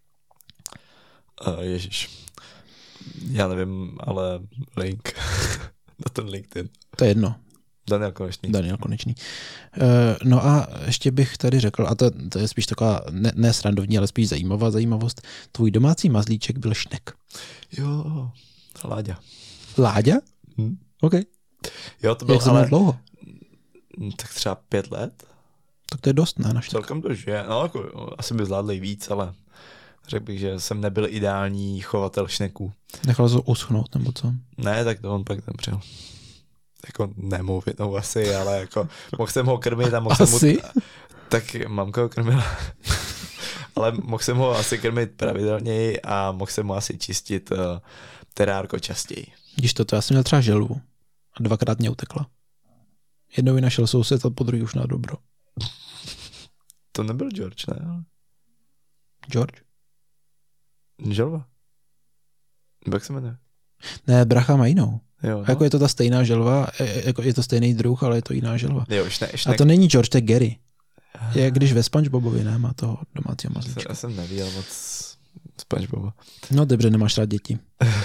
Speaker 2: Uh, ježiš. Já nevím, ale link na ten LinkedIn.
Speaker 1: To je jedno.
Speaker 2: Daniel Konečný.
Speaker 1: Daniel Konečný. Uh, no a ještě bych tady řekl, a to, to je spíš taková ne, ne srandovní, ale spíš zajímavá zajímavost. Tvůj domácí mazlíček byl Šnek.
Speaker 2: Jo, Láďa.
Speaker 1: Láďa?
Speaker 2: Hm.
Speaker 1: OK.
Speaker 2: Jo, to bylo,
Speaker 1: jak
Speaker 2: ale...
Speaker 1: dlouho?
Speaker 2: Tak třeba pět let.
Speaker 1: Tak to je dost, ne? Naš
Speaker 2: Celkem to žije. No, jako, asi by zvládli víc, ale řekl bych, že jsem nebyl ideální chovatel šneků.
Speaker 1: Nechal to uschnout, nebo co?
Speaker 2: Ne, tak to on pak zemřel. Jako nemou vinou asi, ale jako mohl jsem ho krmit a mohl jsem
Speaker 1: asi?
Speaker 2: mu... Tak mamka ho krmila. Ale mohl jsem ho asi krmit pravidelněji a mohl jsem ho asi čistit uh, terárko častěji.
Speaker 1: Když to, to já jsem měl třeba želvu a dvakrát mě utekla. Jednou ji našel soused a po druhý už na dobro.
Speaker 2: To nebyl George, ne?
Speaker 1: George?
Speaker 2: Želva. Jak se jmenuje?
Speaker 1: Ne, bracha má jinou.
Speaker 2: Jo, no.
Speaker 1: Jako je to ta stejná želva, jako je to stejný druh, ale je to jiná želva.
Speaker 2: Jo, šne, šne...
Speaker 1: A to není George, to je Gary. Je když ve SpongeBobovi nemá toho domácího mazlíčka.
Speaker 2: Já jsem neviděl moc SpongeBoba.
Speaker 1: No dobře, nemáš rád děti.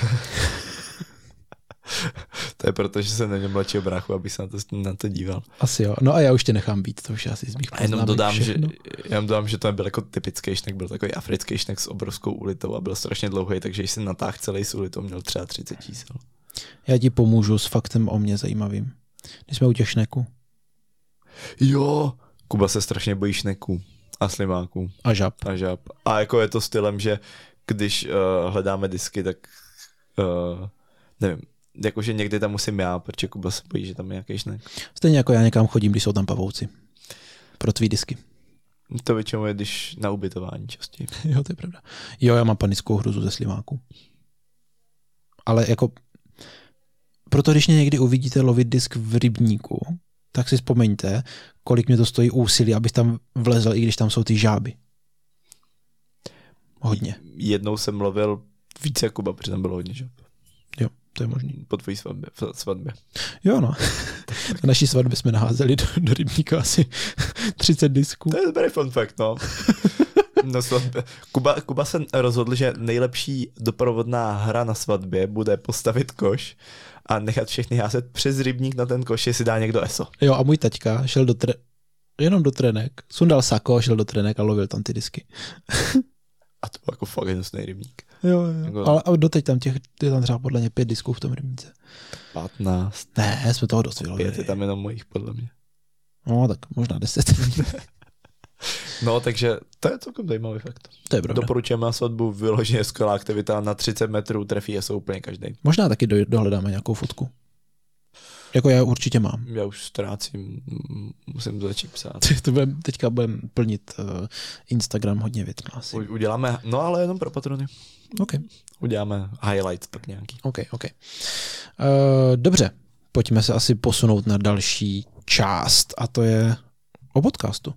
Speaker 2: To je proto, že jsem neměl mladšího bráchu, aby se na to, na to díval.
Speaker 1: Asi jo. No a já už tě nechám být, to už asi z mých
Speaker 2: poznámek. A jenom dodám, že, jenom dodám, že to nebyl jako typický šnek, byl takový africký šnek s obrovskou ulitou a byl strašně dlouhý, takže když jsem natáhl celý s ulitou, měl třeba třicet čísel.
Speaker 1: Já ti pomůžu s faktem o mě zajímavým. Když jsme u těch šneků.
Speaker 2: Jo, Kuba se strašně bojí šneků a slimáků.
Speaker 1: A žab.
Speaker 2: A žab. A jako je to stylem, že když uh, hledáme disky, tak uh, nevím, jakože někdy tam musím já, protože Kuba se bojí, že tam je nějaký šnek.
Speaker 1: Stejně jako já někam chodím, když jsou tam pavouci. Pro tvý disky.
Speaker 2: To většinou je, když na ubytování častěji.
Speaker 1: Jo, to je pravda. Jo, já mám panickou hruzu ze slimáků. Ale jako proto, když mě někdy uvidíte lovit disk v rybníku, tak si vzpomeňte, kolik mě to stojí úsilí, abych tam vlezl, i když tam jsou ty žáby. Hodně.
Speaker 2: Jednou jsem lovil více Kuba, protože tam bylo hodně žáb.
Speaker 1: Jo, To je možný.
Speaker 2: Po tvojí svatbě. svatbě.
Speaker 1: Jo, no. Na naší svatbě jsme naházeli do, do rybníka asi třicet disků.
Speaker 2: To je dobrý fun fact, no. Na svatbě. Kuba, Kuba se rozhodl, že nejlepší doprovodná hra na svatbě bude postavit koš a nechat všechny házet přes rybník na ten koš, jestli dá někdo eso.
Speaker 1: Jo, a můj taťka šel do tre... jenom do trenek, sundal sako, šel do trenek a lovil tam ty disky.
Speaker 2: A to byl jako fakt hnusný rybník.
Speaker 1: Jo, jo. Jako... Ale a doteď tam těch, je tam třeba podle mě pět disků v tom rybníce.
Speaker 2: patnáct.
Speaker 1: Ne, jsme toho dost vylovili.
Speaker 2: Pět je tam jenom mojich, podle mě.
Speaker 1: No, tak možná deset.
Speaker 2: No, takže to je celkem zajímavý fakt.
Speaker 1: To je pravda.
Speaker 2: Doporučujeme na svatbu, vyloženě skvělá aktivita, na třicet metrů trefí je jsou úplně každý.
Speaker 1: Možná taky do, dohledáme nějakou fotku. Jako já určitě mám.
Speaker 2: Já už ztrácím, musím to začít psát.
Speaker 1: To budem, teďka budeme plnit uh, Instagram hodně věcmi asi.
Speaker 2: U, uděláme, no ale jenom pro patrony.
Speaker 1: OK.
Speaker 2: Uděláme highlights pak nějaký.
Speaker 1: OK, OK. Uh, dobře, pojďme se asi posunout na další část a to je o podcastu.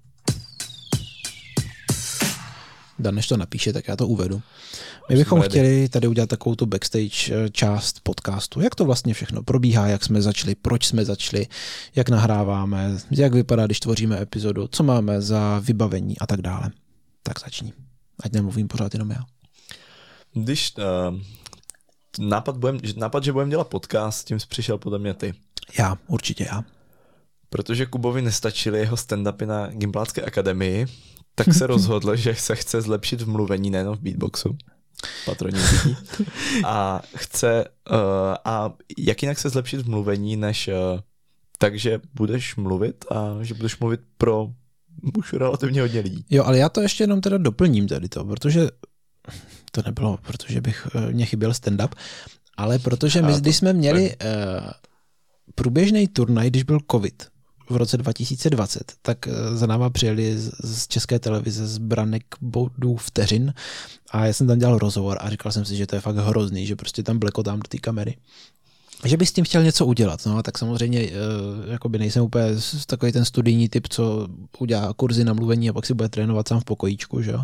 Speaker 1: Dan, než to napíše, tak já to uvedu. My bychom chtěli tady udělat takovou tu backstage část podcastu. Jak to vlastně všechno probíhá, jak jsme začali, proč jsme začali, jak nahráváme, jak vypadá, když tvoříme epizodu, co máme za vybavení a tak dále. Tak začni. Ať nemluvím pořád jenom já.
Speaker 2: Když uh, nápad, budem, nápad, že budeme dělat podcast, tím jsi přišel podle mě ty.
Speaker 1: Já, určitě já.
Speaker 2: Protože Kubovi nestačily jeho stand-upy na Gimplácké akademii, tak se rozhodl, že se chce zlepšit v mluvení, nejenom v beatboxu. Patroní a chce, uh, a jak jinak se zlepšit v mluvení, než uh, takže budeš mluvit a že budeš mluvit pro už relativně hodně lidí.
Speaker 1: Jo, ale já to ještě jenom teda doplním tady to, protože to nebylo, protože bych uh, mě chyběl stand-up, ale protože my, když jsme měli uh, průběžný turnaj, když byl covid v roce dva tisíce dvacet, tak za náma přijeli z, z České televize z branek bodů vteřin a já jsem tam dělal rozhovor a říkal jsem si, že to je fakt hrozný, že prostě tam blekotám do té kamery. Že bych s tím chtěl něco udělat, no tak samozřejmě jakoby nejsem úplně takový ten studijní typ, co udělá kurzy na mluvení a pak si bude trénovat sám v pokojíčku, že jo.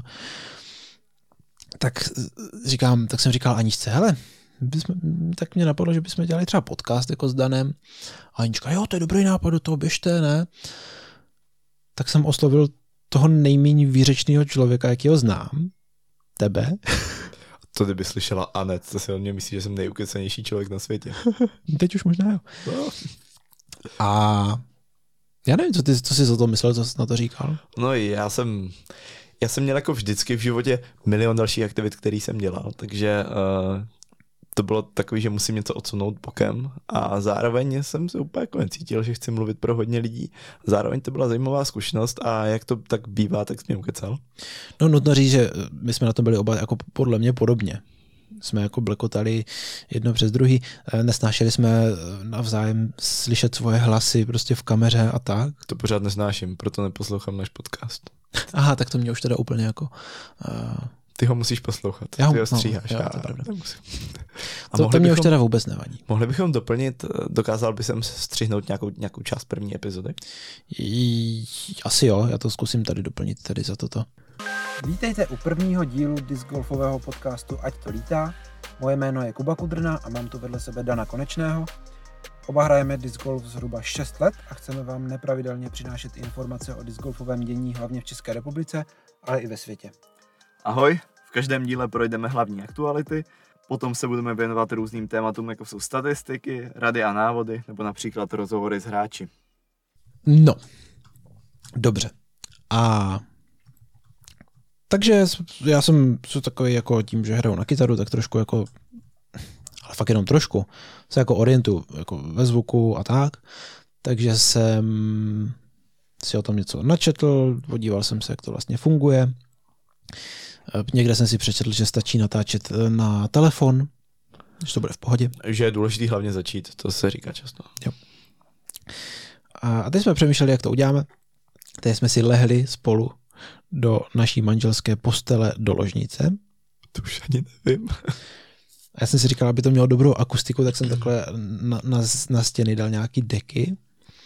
Speaker 1: Tak říkám, tak jsem říkal Aničce, hele, bychom, tak mě napadlo, že bychom dělali třeba podcast jako s Danem. A Anička, jo, to je dobrý nápad, do toho běžte, ne? Tak jsem oslovil toho nejméně výřečného člověka, jakýho znám. Tebe.
Speaker 2: To kdyby slyšela Anet, to si o mě myslí, že jsem nejukecenější člověk na světě.
Speaker 1: Teď už možná jo. No. A já nevím, co, ty, co jsi o tom myslel, co jsi na to říkal?
Speaker 2: No já jsem... Já jsem měl jako vždycky v životě milion dalších aktivit, který jsem dělal, takže uh, to bylo takový, že musím něco odsunout bokem a zároveň jsem se úplně jako necítil, že chci mluvit pro hodně lidí. Zároveň to byla zajímavá zkušenost a jak to tak bývá, tak jsi mě ukecal.
Speaker 1: No nutno říct, že my jsme na to byli oba jako podle mě podobně. Jsme jako blekotali jedno přes druhý, nesnášeli jsme navzájem slyšet svoje hlasy prostě v kameře a tak.
Speaker 2: To pořád nesnáším, proto neposlouchám náš podcast.
Speaker 1: Aha, tak to mě už teda úplně jako... Uh...
Speaker 2: Ty ho musíš poslouchat,
Speaker 1: já ho,
Speaker 2: ty ho stříháš.
Speaker 1: No, jo,
Speaker 2: já
Speaker 1: to
Speaker 2: nemusím.
Speaker 1: A to, to mě bychom, už teda vůbec nevadí.
Speaker 2: Mohli bychom doplnit, dokázal bych sem střihnout nějakou, nějakou část první epizody?
Speaker 1: I, asi jo, já to zkusím tady doplnit tady za toto. Vítejte u prvního dílu discgolfového podcastu Ať to lítá. Moje jméno je Kuba Kudrna a mám tu vedle sebe Dana Konečného. Oba hrajeme discgolf zhruba šest let a chceme vám nepravidelně přinášet informace o discgolfovém dění hlavně v České republice, ale i ve světě.
Speaker 2: Ahoj, v každém díle projdeme hlavní aktuality, potom se budeme věnovat různým tématům, jako jsou statistiky, rady a návody, nebo například rozhovory s hráči.
Speaker 1: No, dobře. A takže já jsem takový jako tím, že hraju na kytaru, tak trošku jako, ale fakt jenom trošku, se jako orientuju jako ve zvuku a tak, takže jsem si o tom něco načetl, podíval jsem se, jak to vlastně funguje. Někde jsem si přečetl, že stačí natáčet na telefon, když to bude v pohodě.
Speaker 2: Že je důležitý hlavně začít, to se říká často.
Speaker 1: Jo. A teď jsme přemýšleli, jak to uděláme. Teď jsme si lehli spolu do naší manželské postele do ložnice.
Speaker 2: To už ani nevím.
Speaker 1: A já jsem si říkal, aby to mělo dobrou akustiku, tak jsem takhle na, na, na stěny dal nějaký deky.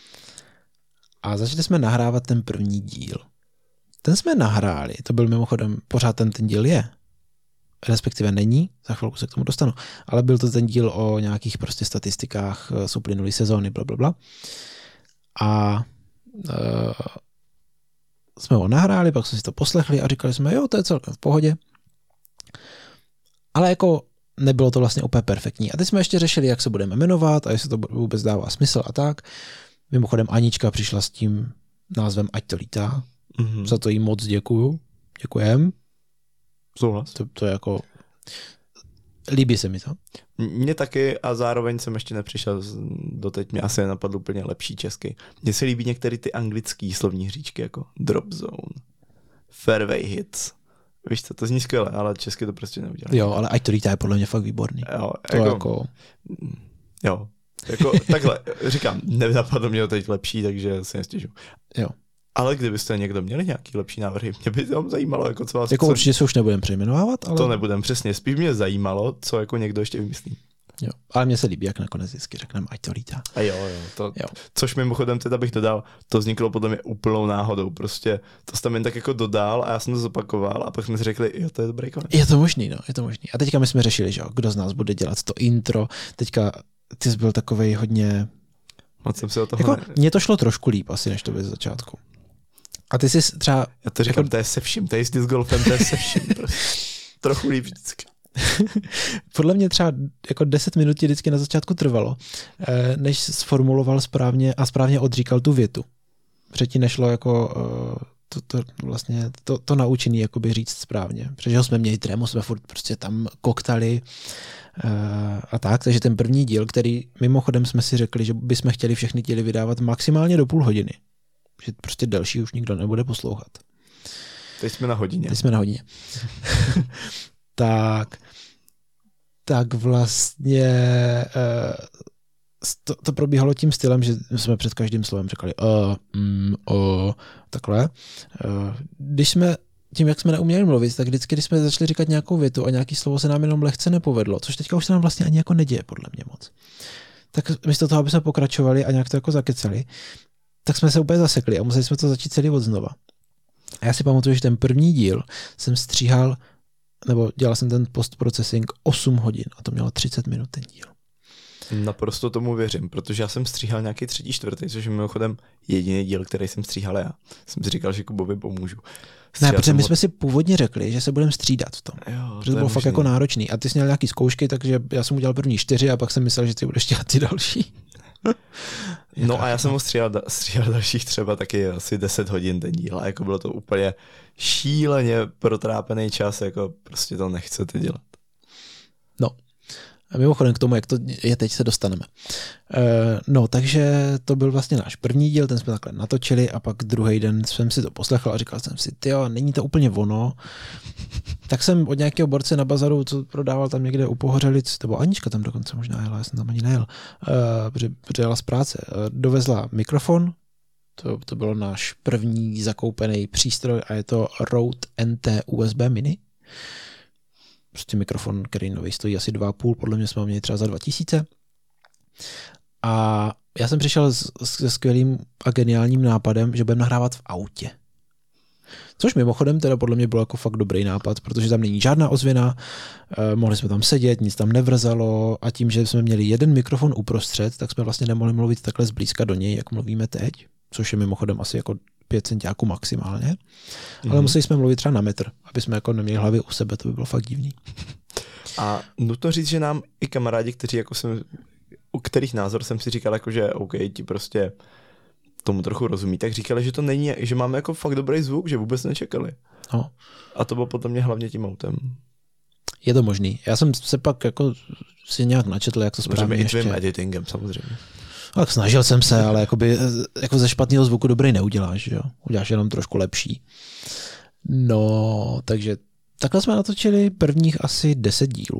Speaker 1: A začali jsme nahrávat ten první díl. Ten jsme nahráli, to byl mimochodem, pořád ten, ten díl je. respektive není, za chvilku se k tomu dostanu, ale byl to ten díl o nějakých prostě statistikách z uplynulý sezóny, blablabla. A uh, jsme ho nahráli, pak jsme si to poslechli a říkali jsme, jo, to je celkem v pohodě. Ale jako nebylo to vlastně úplně perfektní. A teď jsme ještě řešili, jak se budeme jmenovat a jestli to vůbec dává smysl a tak. Mimochodem Anička přišla s tím názvem Ať to lítá. Mm-hmm. Za to jí moc děkuju. Děkujem.
Speaker 2: Souhlas.
Speaker 1: To, to je jako... Líbí se mi to.
Speaker 2: Mně taky a zároveň jsem ještě nepřišel, doteď mě asi nenapadl úplně lepší česky. Mně se líbí některé ty anglické slovní hříčky jako drop zone, fairway hits. Víš co, to zní skvěle, ale česky to prostě neudělá.
Speaker 1: Jo, ale Ať to lítá je podle mě fakt výborný.
Speaker 2: Jo,
Speaker 1: to
Speaker 2: jako...
Speaker 1: jako...
Speaker 2: Jo, jako takhle, říkám, nenapadlo mě to teď lepší, takže se nestěžu.
Speaker 1: Jo.
Speaker 2: Ale kdybyste někdo měli nějaký lepší návrhy, mě by to zajímalo, jako co vás...
Speaker 1: Jako
Speaker 2: co...
Speaker 1: určitě se už nebudeme přejmenovávat, ale...
Speaker 2: To nebudem, přesně. Spíš mě zajímalo, co jako někdo ještě vymyslí.
Speaker 1: Jo, ale mně se líbí, jak nakonec vždycky řekneme, ať to lítá.
Speaker 2: A jo, jo, to,
Speaker 1: jo.
Speaker 2: Což mimochodem teda bych dodal, to vzniklo podle mě úplnou náhodou. Prostě to jsi tam jen tak jako dodal a já jsem to zopakoval a pak jsme si řekli, jo, to je dobrý konec.
Speaker 1: Je to možný, no, je to možný. A teďka my jsme řešili, že jo, kdo z nás bude dělat to intro. Teďka ty jsi byl takovej hodně...
Speaker 2: Moc jsem se o toho...
Speaker 1: Jako,
Speaker 2: ne...
Speaker 1: mně to šlo trošku líp asi, než to bylo z začátku. A ty jsi třeba...
Speaker 2: Já to říkám,
Speaker 1: jako...
Speaker 2: to je se vším, to je s golfem, to je se vším. Prostě. Trochu líp vždycky.
Speaker 1: Podle mě třeba jako deset minut ti vždycky na začátku trvalo, než sformuloval správně a správně odříkal tu větu. Předtím nešlo jako to, to vlastně to, to naučený jakoby říct správně. Protože jsme měli trému, jsme furt prostě tam koktali a tak, takže ten první díl, který mimochodem jsme si řekli, že bychom chtěli všechny díly vydávat maximálně do půl hodiny. Že prostě delší už nikdo nebude poslouchat.
Speaker 2: Teď jsme na hodině.
Speaker 1: Teď jsme na hodině. tak, tak vlastně uh, to, to probíhalo tím stylem, že jsme před každým slovem řekli uh, mm, uh, takhle. Uh, když jsme tím, jak jsme neuměli mluvit, tak vždycky, když jsme začali říkat nějakou větu a nějaký slovo se nám jenom lehce nepovedlo, což teďka už se nám vlastně ani jako neděje, podle mě moc. Tak místo toho, aby jsme pokračovali a nějak to jako zakecali, tak jsme se úplně zasekli a museli jsme to začít celý od znova. A já si pamatuju, že ten první díl jsem stříhal, nebo dělal jsem ten post-processing osm hodin a to mělo třicet minut ten díl.
Speaker 2: Naprosto tomu věřím, protože já jsem stříhal nějaký třetí, čtvrtý, což je mimochodem jediný díl, který jsem stříhal já. Jsem si říkal, že Kubovi pomůžu.
Speaker 1: Stříhal ne, protože my od... jsme si původně řekli, že se budeme střídat v tom.
Speaker 2: Jo,
Speaker 1: protože to bylo
Speaker 2: možný.
Speaker 1: Fakt jako náročný. A ty jsi měl nějaký zkoušky, takže já jsem udělal první čtyři a pak jsem myslel, že ty budeš dělat ty další.
Speaker 2: No a já jsem ho stříhal, stříhal dalších třeba taky asi deset hodin ten díl a jako bylo to úplně šíleně protrápený čas, jako prostě to nechcete dělat.
Speaker 1: No. A mimochodem k tomu, jak to je teď, se dostaneme. E, no, takže to byl vlastně náš první díl, ten jsme takhle natočili a pak druhý den jsem si to poslechl a říkal jsem si, tyjo, není to úplně ono. Tak jsem od nějakého borce na bazaru, co prodával tam někde u Pohořelic, nebo Anička tam dokonce možná jela, já jsem tam ani nejel, e, protože, protože jela z práce, e, dovezla mikrofon, to, to bylo náš první zakoupený přístroj a je to Rode N T U S B Mini. Prostě mikrofon, který nový stojí asi dva a půl, podle mě jsme ho měli třeba za dva tisíce. A já jsem přišel se skvělým a geniálním nápadem, že budeme nahrávat v autě. Což mimochodem teda podle mě byl jako fakt dobrý nápad, protože tam není žádná ozvěna, eh, mohli jsme tam sedět, nic tam nevrzalo a tím, že jsme měli jeden mikrofon uprostřed, tak jsme vlastně nemohli mluvit takhle zblízka do něj, jak mluvíme teď, což je mimochodem asi jako pět centiáků maximálně, mm-hmm. ale museli jsme mluvit třeba na metr, aby jsme jako neměli hlavy u sebe, to by bylo fakt divný.
Speaker 2: A nutno říct, že nám i kamarádi, kteří jako jsem, u kterých názor jsem si říkal, jako, že OK, ti prostě tomu trochu rozumí, tak říkali, že to není, že máme jako fakt dobrý zvuk, že vůbec nečekali.
Speaker 1: No.
Speaker 2: A to bylo potom mě hlavně tím autem.
Speaker 1: Je to možný. Já jsem se pak jako si nějak načetl, jak to správně ještě.
Speaker 2: I tvým editingem samozřejmě.
Speaker 1: Tak snažil jsem se, ale jakoby, jako ze špatného zvuku dobrý neuděláš, jo? Uděláš jenom trošku lepší. No, takže takhle jsme natočili prvních asi deset dílů.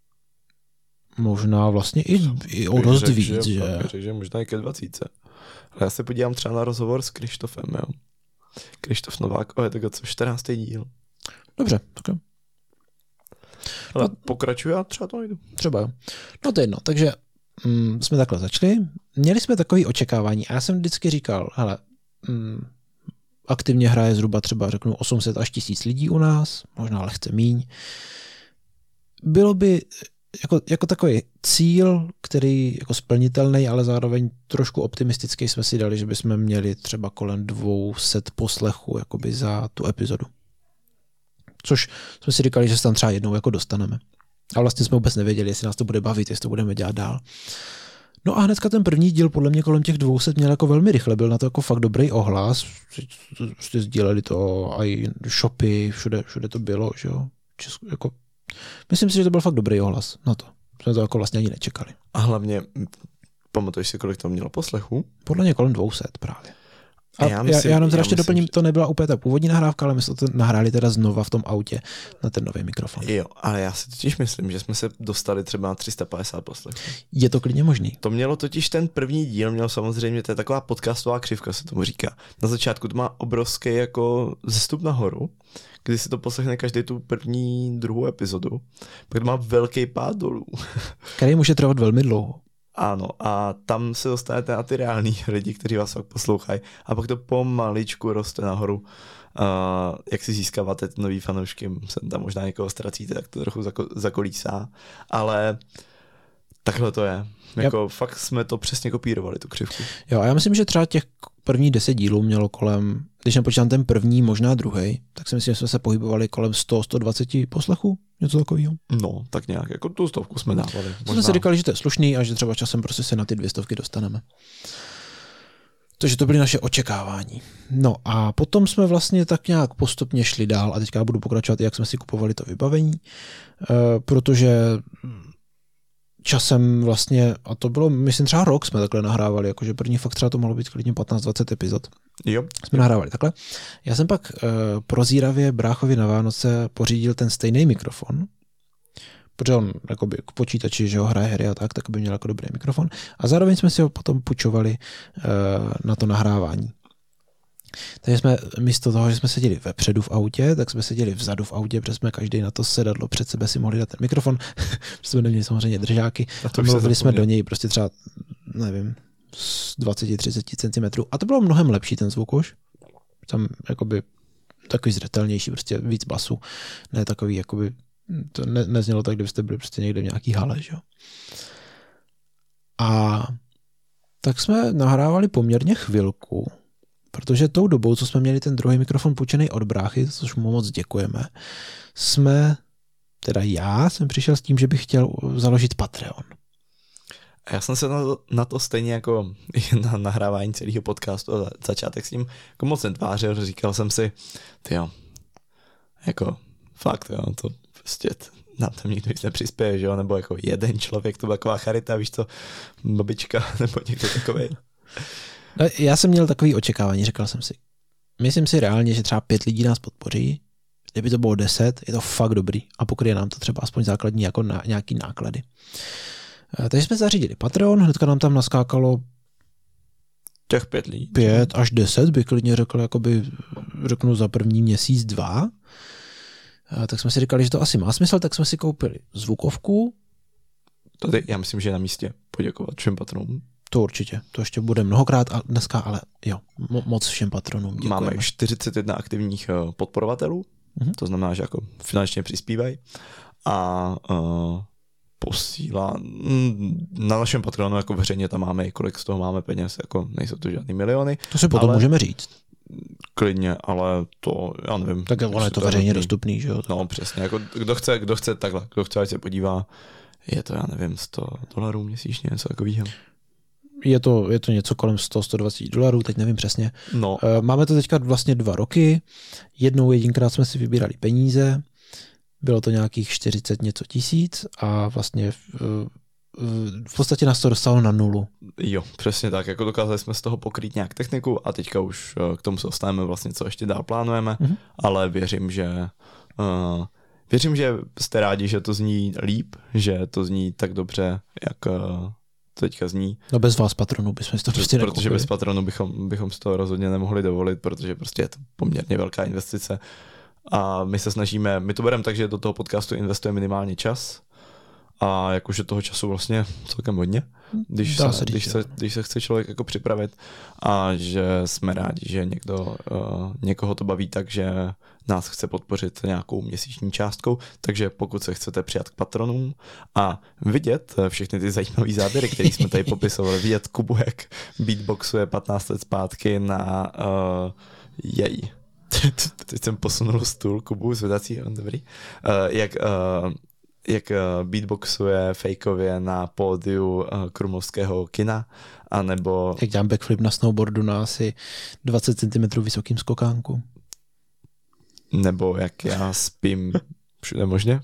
Speaker 1: Možná vlastně i, i o dost víc, že? že?
Speaker 2: Řekl, že možná i ke dvacítce. Ale já se podívám třeba na rozhovor s Krištofem, jo. Krištof Novák, o je to co čtrnáctý díl.
Speaker 1: Dobře, tak jo.
Speaker 2: Ale no, pokračuju, já třeba to nejdu.
Speaker 1: Třeba jo. No to jedno, takže mm, jsme takhle začali. Měli jsme takové očekávání a já jsem vždycky říkal, hele, mm, aktivně hraje zhruba třeba řeknu osm set až tisíc lidí u nás, možná lehce míň. bylo by jako, jako takový cíl, který jako splnitelný, ale zároveň trošku optimistický jsme si dali, že bychom měli třeba kolem dvou set poslechů jakoby za tu epizodu. Což jsme si říkali, že se tam třeba jednou jako dostaneme. A vlastně jsme vůbec nevěděli, jestli nás to bude bavit, jestli to budeme dělat dál. No a hnedka ten první díl podle mě kolem těch dvou set měl jako velmi rychle, byl na to jako fakt dobrý ohlas, prostě sdíleli to a i shopy, všude, všude to bylo, že jo. Česko, jako, myslím si, že to byl fakt dobrý ohlas na to. Jsme to jako vlastně ani nečekali.
Speaker 2: A hlavně, pamatuješ si, kolik to mělo poslechu?
Speaker 1: Podle mě kolem dvou set právě. A já,
Speaker 2: myslím,
Speaker 1: já, já jenom teda
Speaker 2: já
Speaker 1: ještě
Speaker 2: myslím,
Speaker 1: doplním,
Speaker 2: že...
Speaker 1: to nebyla úplně ta původní nahrávka, ale my jsme to nahráli teda znova v tom autě na ten nový mikrofon.
Speaker 2: Jo, ale já si totiž myslím, že jsme se dostali třeba na tři sta padesát poslechů.
Speaker 1: Je to klidně možný.
Speaker 2: To mělo totiž ten první díl, měl samozřejmě, to je taková podcastová křivka, se tomu říká. Na začátku to má obrovský jako zestup nahoru, kdy si to poslechne každý tu první, druhou epizodu, pak to má velký pád dolů.
Speaker 1: Který může trvat velmi dlouho.
Speaker 2: Ano, a tam se dostanete na ty reální lidi, kteří vás fakt poslouchají, a pak to pomaličku roste nahoru. Uh, jak si získáváte ty nový fanoušky, sem tam možná někoho ztracíte, tak to trochu zako- zakolísá, ale takhle to je. Jako yep. Fakt jsme to přesně kopírovali, tu křivku.
Speaker 1: Jo, a já myslím, že třeba těch prvních deset dílů mělo kolem, když nepočítám ten první, možná druhý, tak si myslím, že jsme se pohybovali kolem sto až sto dvacet poslechů, něco takového.
Speaker 2: No, tak nějak, jako tu stovku jsme dávali.
Speaker 1: Možná. Jsme si říkali, že to je slušný a že třeba časem prostě se na ty dvě stovky dostaneme. Takže to byly naše očekávání. No a potom jsme vlastně tak nějak postupně šli dál a teďka budu pokračovat, jak jsme si kupovali to vybavení, e, protože časem vlastně, a to bylo, myslím třeba rok jsme takhle nahrávali, jakože první fakt třeba to mohlo být klidně patnáct dvacet epizod.
Speaker 2: Jo.
Speaker 1: Jsme nahrávali takhle. Já jsem pak e, prozíravě bráchovi na Vánoce pořídil ten stejný mikrofon, protože on jakoby k počítači, že ho hraje hry a tak, tak by měl jako dobrý mikrofon. A zároveň jsme si ho potom půjčovali e, na to nahrávání. Takže jsme místo toho, že jsme seděli vepředu v autě, tak jsme seděli vzadu v autě, protože jsme každý na to sedadlo před sebe si mohli dát ten mikrofon, protože jsme neměli samozřejmě držáky a, a mluvili jsme do něj prostě třeba, nevím, z dvacet až třicet centimetrů. A to bylo mnohem lepší ten zvuk už. Tam jakoby takový zřetelnější, prostě víc basu. Ne takový, jakoby, to ne, neznělo tak, kdybyste byli prostě někde v nějaký hale, že jo. A tak jsme nahrávali poměrně chvilku, protože tou dobou, co jsme měli ten druhý mikrofon půjčený od bráchy, což mu moc děkujeme, jsme, teda já jsem přišel s tím, že bych chtěl založit Patreon.
Speaker 2: A já jsem se na to, na to stejně jako na nahrávání celého podcastu a začátek s ním jako moc netvářil, říkal jsem si, tyjo, jako fakt, jo, to prostě nám tam nikdo nic nepřispěje, že jo, nebo jako jeden člověk, to byla taková charita, víš co, babička, nebo někdo takovej.
Speaker 1: No, já jsem měl takový očekávání, říkal jsem si, myslím si reálně, že třeba pět lidí nás podpoří, kdyby to bylo deset, je to fakt dobrý a pokryje nám to třeba aspoň základní jako na, nějaký náklady. Takže jsme zařídili Patreon, hnedka nám tam naskákalo
Speaker 2: těch pět lidí.
Speaker 1: Pět až deset, bych klidně řekl, jakoby řeknu za první měsíc, dva. Tak jsme si říkali, že to asi má smysl, tak jsme si koupili zvukovku.
Speaker 2: Tady já myslím, že je na místě poděkovat všem patronům.
Speaker 1: To určitě, to ještě bude mnohokrát a dneska, ale jo, mo- moc všem patronům děkujeme.
Speaker 2: Máme čtyřicet jedna aktivních podporovatelů, mm-hmm. to znamená, že jako finančně přispívají a uh, posílá na našem Patreonu jako veřejně tam máme, kolik z toho máme peněz, jako nejsou to žádný miliony.
Speaker 1: To si potom
Speaker 2: ale,
Speaker 1: můžeme říct.
Speaker 2: Klidně, ale to, já nevím.
Speaker 1: Tak ono je to veřejně dostupný, že jo?
Speaker 2: No přesně, jako kdo chce, kdo chce takhle, kdo chce, ať se podívá, je to, já nevím, sto dolarů měsíčně, něco takového.
Speaker 1: Je to, je to něco kolem sto až sto dvacet dolarů, teď nevím přesně.
Speaker 2: No.
Speaker 1: Máme to teďka vlastně dva roky, jednou jedinkrát jsme si vybírali peníze, bylo to nějakých čtyřicet něco tisíc a vlastně v, v podstatě nás to dostalo na nulu.
Speaker 2: Jo, přesně tak, jako dokázali jsme z toho pokrýt nějak techniku a teďka už k tomu se dostaneme vlastně, co ještě dál plánujeme, mm-hmm. ale věřím, že uh, věřím, že jste rádi, že to zní líp, že to zní tak dobře, jak uh, teďka zní.
Speaker 1: No bez vás patronů bychom si to prostě nekoupili.
Speaker 2: Protože bez patronů bychom, bychom si to rozhodně nemohli dovolit, protože prostě je to poměrně velká investice. A my se snažíme, my to bereme tak, že do toho podcastu investujeme minimálně čas a jakože toho času vlastně celkem hodně, když se, se, když, se, když se chce člověk jako připravit a že jsme rádi, že někdo, uh, někoho to baví tak, že nás chce podpořit nějakou měsíční částkou, takže pokud se chcete přijat k patronům a vidět všechny ty zajímavé záběry, které jsme tady popisovali, vidět Kubu, jak beatboxuje patnáct let zpátky na uh, jej. Teď jsem posunul stůl, Kubu, zvedací, dobrý. Uh, jak, uh, jak uh, beatboxuje fejkově na pódiu uh, krumlovského kina, anebo...
Speaker 1: Jak dělám backflip na snowboardu na asi dvacet centimetrů vysokým skokánku.
Speaker 2: Nebo jak já spím všude možně.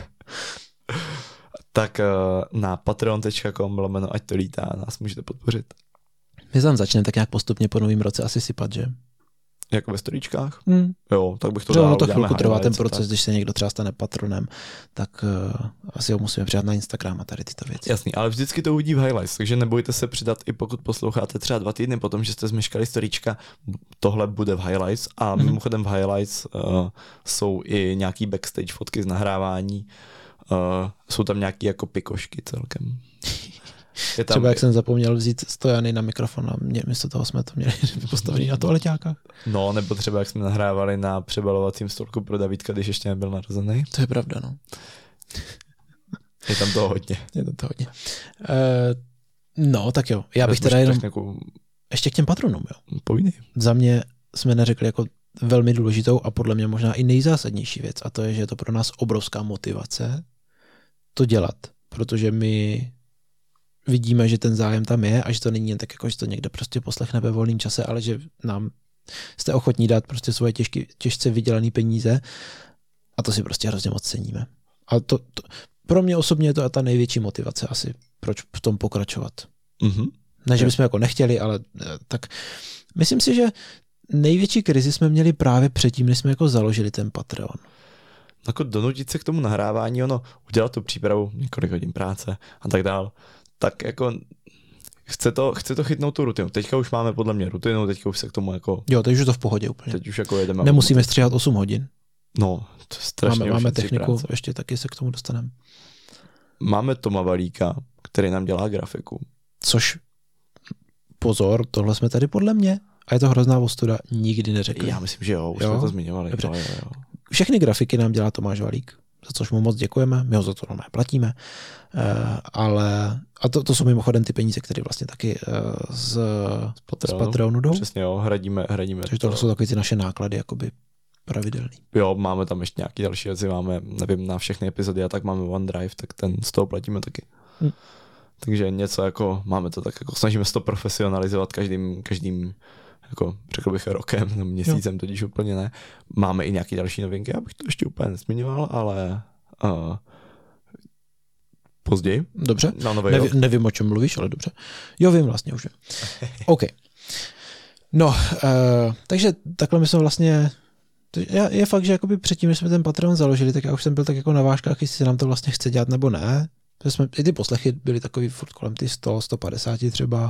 Speaker 2: Tak uh, na patreon tečka com lomeno ať to lítá, nás můžete podpořit.
Speaker 1: My tam začneme tak nějak postupně po novém roce asi sypat, že?
Speaker 2: Jako ve storíčkách?
Speaker 1: Hmm.
Speaker 2: Jo, tak bych to
Speaker 1: dal.
Speaker 2: dal.
Speaker 1: No to chvilku trvá ten proces, tak. Když se někdo třeba stane patronem, tak uh, asi ho musíme přidat na Instagram a tady tyto věci.
Speaker 2: Jasný, ale vždycky to uvidí v highlights, takže nebojte se přidat, i pokud posloucháte třeba dva týdny potom, že jste zmeškali storíčka, tohle bude v highlights a mm-hmm. mimochodem v highlights uh, jsou i nějaký backstage fotky z nahrávání, uh, jsou tam nějaký jako pikošky celkem.
Speaker 1: Je tam... Třeba jak jsem zapomněl vzít stojany na mikrofon a mě, místo toho jsme to měli postavený na toaleťákách.
Speaker 2: No, nebo třeba jak jsme nahrávali na přebalovacím stolku pro Davídka, když ještě nebyl narozený.
Speaker 1: To je pravda, no.
Speaker 2: Je tam toho hodně.
Speaker 1: Je tam toho hodně. Uh, no, tak jo. Já bych teda jenom... Techniku... Ještě k těm patronům, jo.
Speaker 2: Povídej.
Speaker 1: Za mě jsme neřekli jako velmi důležitou a podle mě možná i nejzásadnější věc a to je, že je to pro nás obrovská motivace to dělat, protože my vidíme, že ten zájem tam je a že to není jen tak, jako že to někde prostě poslechne ve volném čase, ale že nám jste ochotní dát prostě svoje těžky, těžce vydělané peníze a to si prostě hrozně moc ceníme. A to, to pro mě osobně je to ta největší motivace asi, proč v tom pokračovat.
Speaker 2: Mm-hmm.
Speaker 1: Ne, že bychom jako nechtěli, ale tak myslím si, že největší krizi jsme měli právě předtím, než jsme jako založili ten Patreon.
Speaker 2: Jako donutit se k tomu nahrávání, ono udělat tu přípravu, několik hodin práce a tak dál. Tak jako chce to, chce to chytnout tu rutinu. Teďka už máme podle mě rutinu, teďka už se k tomu jako...
Speaker 1: Jo, teď už je to v pohodě úplně.
Speaker 2: Teď už jako jedeme.
Speaker 1: Nemusíme stříhat osm hodin.
Speaker 2: No, to je strašně
Speaker 1: Máme, máme techniku,
Speaker 2: práce.
Speaker 1: Ještě taky se k tomu dostaneme.
Speaker 2: Máme Toma Valíka, který nám dělá grafiku.
Speaker 1: Což, pozor, tohle jsme tady podle mě, a je to hrozná ostuda, nikdy neřekli.
Speaker 2: Já myslím, že jo, už
Speaker 1: jo?
Speaker 2: jsme to zmiňovali. Jo, jo, jo.
Speaker 1: Všechny grafiky nám dělá Tomáš Valík, za což mu moc děkujeme, my ho za to normálně platíme, uh, ale a to, to jsou mimochodem ty peníze, které vlastně taky uh, z, z, Patreonu, z Patreonu jdou.
Speaker 2: Přesně jo, hradíme, hradíme.
Speaker 1: Takže to jsou takové ty naše náklady, jakoby pravidelný.
Speaker 2: Jo, máme tam ještě nějaký další věci, máme, nevím, na všechny epizody a tak máme OneDrive, tak ten z toho platíme taky. Hm. Takže něco jako, máme to tak jako, snažíme se to profesionalizovat každým, každým jako řekl bych rokem, no měsícem, jo. Totiž úplně ne. Máme i nějaké další novinky, abych to ještě úplně nezmiňoval, ale uh, později.
Speaker 1: Dobře,
Speaker 2: na nový
Speaker 1: Neví,
Speaker 2: rok.
Speaker 1: Nevím, o čem mluvíš, ale dobře. Jo, vím vlastně už. OK. No, uh, takže takhle my jsme vlastně, je, je fakt, že jakoby předtím, než jsme ten Patreon založili, tak já už jsem byl tak jako na vážkách, jestli se nám to vlastně chce dělat nebo ne. Jsme, i ty poslechy byly takový furt kolem ty sto, sto padesát třeba.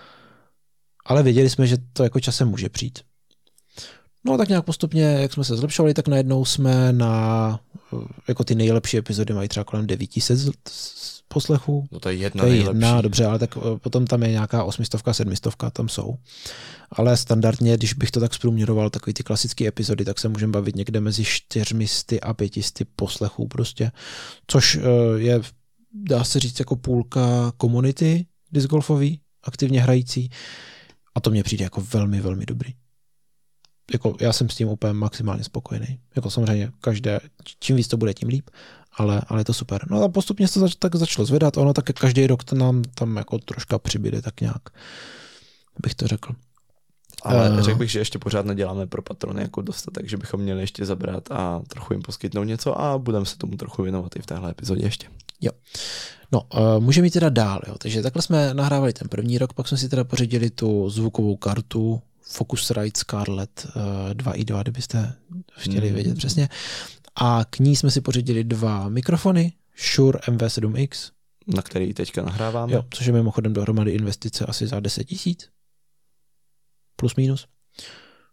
Speaker 1: Ale věděli jsme, že to jako časem může přijít. No a tak nějak postupně, jak jsme se zlepšovali, tak najednou jsme na, jako ty nejlepší epizody mají třeba kolem devět set poslechů.
Speaker 2: No to je jedna
Speaker 1: to je
Speaker 2: nejlepší.
Speaker 1: Jedna, dobře, ale tak potom tam je nějaká osmistovka, sedmistovka, tam jsou. Ale standardně, když bych to tak zprůměroval, takový ty klasické epizody, tak se můžeme bavit někde mezi čtyřmisty a pětisty poslechů prostě. Což je, dá se říct, jako půlka komunity discgolfový, aktivně hrající. A to mně přijde jako velmi, velmi dobrý. Jako já jsem s tím úplně maximálně spokojený. Jako samozřejmě každé, čím víc to bude, tím líp, ale, ale je to super. No a postupně se to zač, tak začalo zvedat, ono tak každý rok to nám tam jako troška přibyde, tak nějak bych to řekl.
Speaker 2: Ale uh, řekl bych, že ještě pořád neděláme pro patrony jako dostatek, že bychom měli ještě zabrat a trochu jim poskytnout něco a budeme se tomu trochu věnovat i v téhle epizodě ještě.
Speaker 1: Jo. No, uh, můžeme jít teda dál, jo. Takže takhle jsme nahrávali ten první rok, pak jsme si teda pořídili tu zvukovou kartu Focusrite Scarlett uh, dva i dva, kdybyste chtěli mm. vědět přesně. A k ní jsme si pořídili dva mikrofony, Shure M V sedm X.
Speaker 2: Na který teďka nahráváme.
Speaker 1: Jo, což je mimochodem dohromady investice asi za deset tisíc. Plus minus.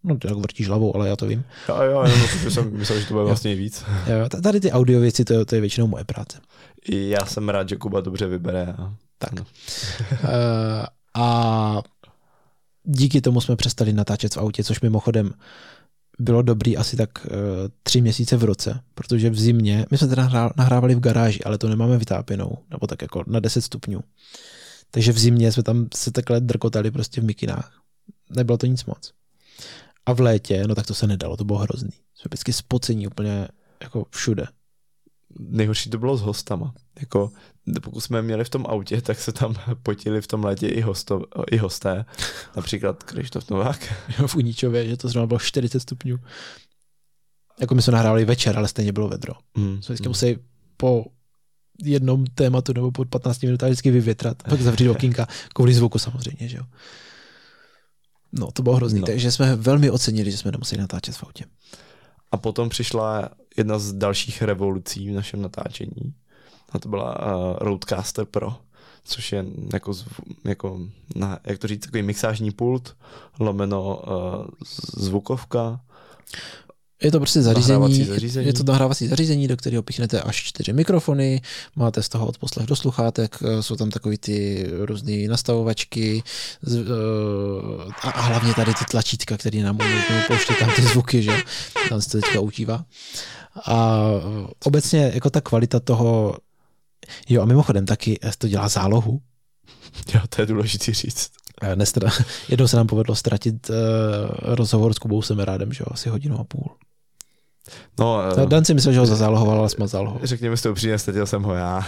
Speaker 1: No, ty tak vrtíš hlavou, ale já to vím.
Speaker 2: Jo, jo, jo, no, protože jsem myslel, že to bude vlastně víc.
Speaker 1: Jo, tady ty audio věci, to, to je většinou moje práce.
Speaker 2: Já jsem rád, že Kuba dobře vybere. A...
Speaker 1: Tak. No. uh, a díky tomu jsme přestali natáčet v autě, což mimochodem bylo dobrý asi tak uh, tři měsíce v roce, protože v zimě, my jsme teda nahrávali v garáži, ale to nemáme vytápěnou, nebo tak jako na deset stupňů. Takže v zimě jsme tam se takhle drkotali prostě v mikinách. Nebylo to nic moc. A v létě, no tak to se nedalo, to bylo hrozný. Jsme vždycky spocení úplně jako všude.
Speaker 2: Nejhorší to bylo s hostama. Jako, pokud jsme měli v tom autě, tak se tam potili v tom létě i, hosto, i hosté. Například Krištof Novák.
Speaker 1: Jo, v Uníčově, že to zrovna bylo čtyřicet stupňů. Jako my jsme nahrávali večer, ale stejně bylo vedro. Mm. Jsme vždycky mm. museli po jednom tématu nebo po patnácti minutách vždycky vyvětrat, pak zavřít okýnka, kvůli zvuku samozřejmě, že jo. No, to bylo hrozný, no. Takže jsme velmi ocenili, že jsme nemuseli natáčet v autě.
Speaker 2: A potom přišla jedna z dalších revolucí v našem natáčení. A to byla uh, Rodecaster Pro, což je jako, jako na, jak to říct, takový mixážní pult, lomeno uh, zvukovka.
Speaker 1: Je to prostě zařízení,
Speaker 2: zařízení,
Speaker 1: je to nahrávací zařízení, do kterého pichnete až čtyři mikrofony, máte z toho odposlech do sluchátek, jsou tam takový ty různé nastavovačky a, a hlavně tady ty tlačítka, které nám umožňují pouštět tam ty zvuky, že tam se to teďka užívá. A obecně jako ta kvalita toho, jo a mimochodem taky to dělá zálohu.
Speaker 2: Jo, to je důležité říct.
Speaker 1: Nestra... Jednou se nám povedlo ztratit uh, rozhovor s Kubou Semerádem, že jo, asi hodinu a půl.
Speaker 2: No, uh,
Speaker 1: Dan si myslel, že ho zazálohoval, ale jsme zálohoval.
Speaker 2: Řekněme si to upřímně, ztratil jsem ho já.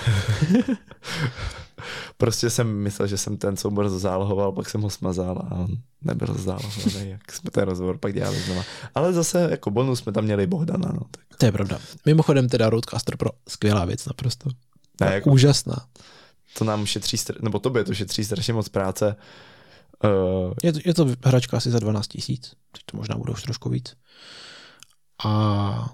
Speaker 2: Prostě jsem myslel, že jsem ten soubor zazálohoval, pak jsem ho smazal a on nebyl zazálohovaný, jak jsme ten rozhovor pak dělali znova. Ale zase jako bonus jsme tam měli Bohdana. No, tak.
Speaker 1: To je pravda. Mimochodem teda Rodecaster Pro, skvělá věc naprosto.
Speaker 2: Ne, jako,
Speaker 1: úžasná.
Speaker 2: To nám šetří, nebo tobě to šetří strašně moc práce. Uh,
Speaker 1: je, to, je to hračka asi za dvanáct tisíc, teď to možná bude už trošku víc. A...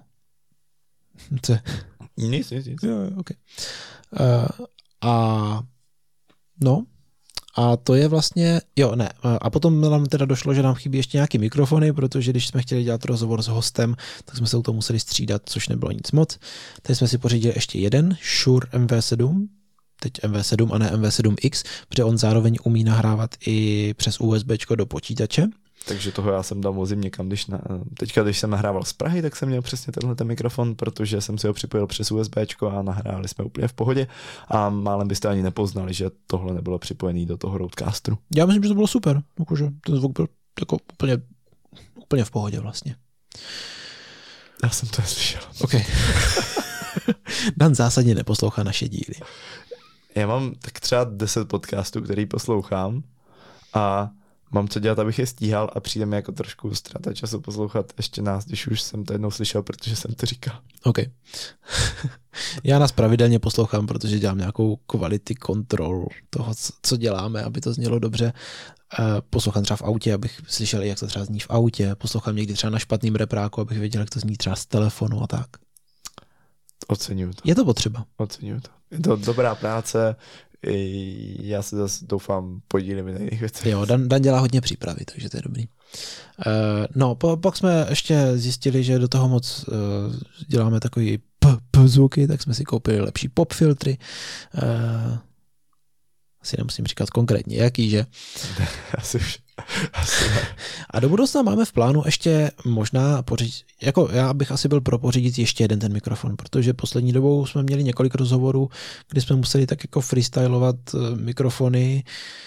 Speaker 1: Co?
Speaker 2: Nic, nic, nic.
Speaker 1: Jo, okay. uh, a... No, a to je vlastně, jo, ne, a potom nám teda došlo, že nám chybí ještě nějaký mikrofony, protože když jsme chtěli dělat rozhovor s hostem, tak jsme se u toho museli střídat, což nebylo nic moc. Teď jsme si pořídili ještě jeden, Shure M V sedm, teď M V sedm a ne M V sedm X, protože on zároveň umí nahrávat i přes USBčko do počítače.
Speaker 2: Takže toho já jsem dal vozím někam, když na, teďka, když jsem nahrával z Prahy, tak jsem měl přesně tenhle ten mikrofon, protože jsem si ho připojil přes USBčko a nahráli jsme úplně v pohodě a málem byste ani nepoznali, že tohle nebylo připojené do toho Rodecasteru.
Speaker 1: Já myslím, že to bylo super, jakože ten zvuk byl jako úplně, úplně v pohodě vlastně.
Speaker 2: Já jsem to neslyšel.
Speaker 1: OK. Dan zásadně neposlouchá naše díly.
Speaker 2: Já mám tak třeba deset podcastů, který poslouchám a mám co dělat, abych je stíhal a přijde mi jako trošku ztráta času poslouchat ještě nás, když už jsem to jednou slyšel, protože jsem to říkal.
Speaker 1: OK. Já nás pravidelně poslouchám, protože dělám nějakou quality control toho, co děláme, aby to znělo dobře. Poslouchám třeba v autě, abych slyšel, jak to třeba zní v autě. Poslouchám někdy třeba na špatným repráku, abych věděl, jak to zní třeba z telefonu a tak.
Speaker 2: Oceňuju to.
Speaker 1: Je to potřeba.
Speaker 2: Oceňuju to. Je to dobrá práce, já se zase doufám podílím na jiných věcech.
Speaker 1: Jo, Dan, Dan dělá hodně přípravy, takže to je dobrý. Uh, no, po, pak jsme ještě zjistili, že do toho moc uh, děláme takový p, p zvuky, tak jsme si koupili lepší pop filtry. Uh, asi nemusím říkat konkrétně jaký, že?
Speaker 2: Asi už. Asi ne.
Speaker 1: A do budoucna máme v plánu ještě možná pořídit, jako já bych asi byl pro pořídit ještě jeden ten mikrofon, protože poslední dobou jsme měli několik rozhovorů, kdy jsme museli tak jako freestylovat mikrofony,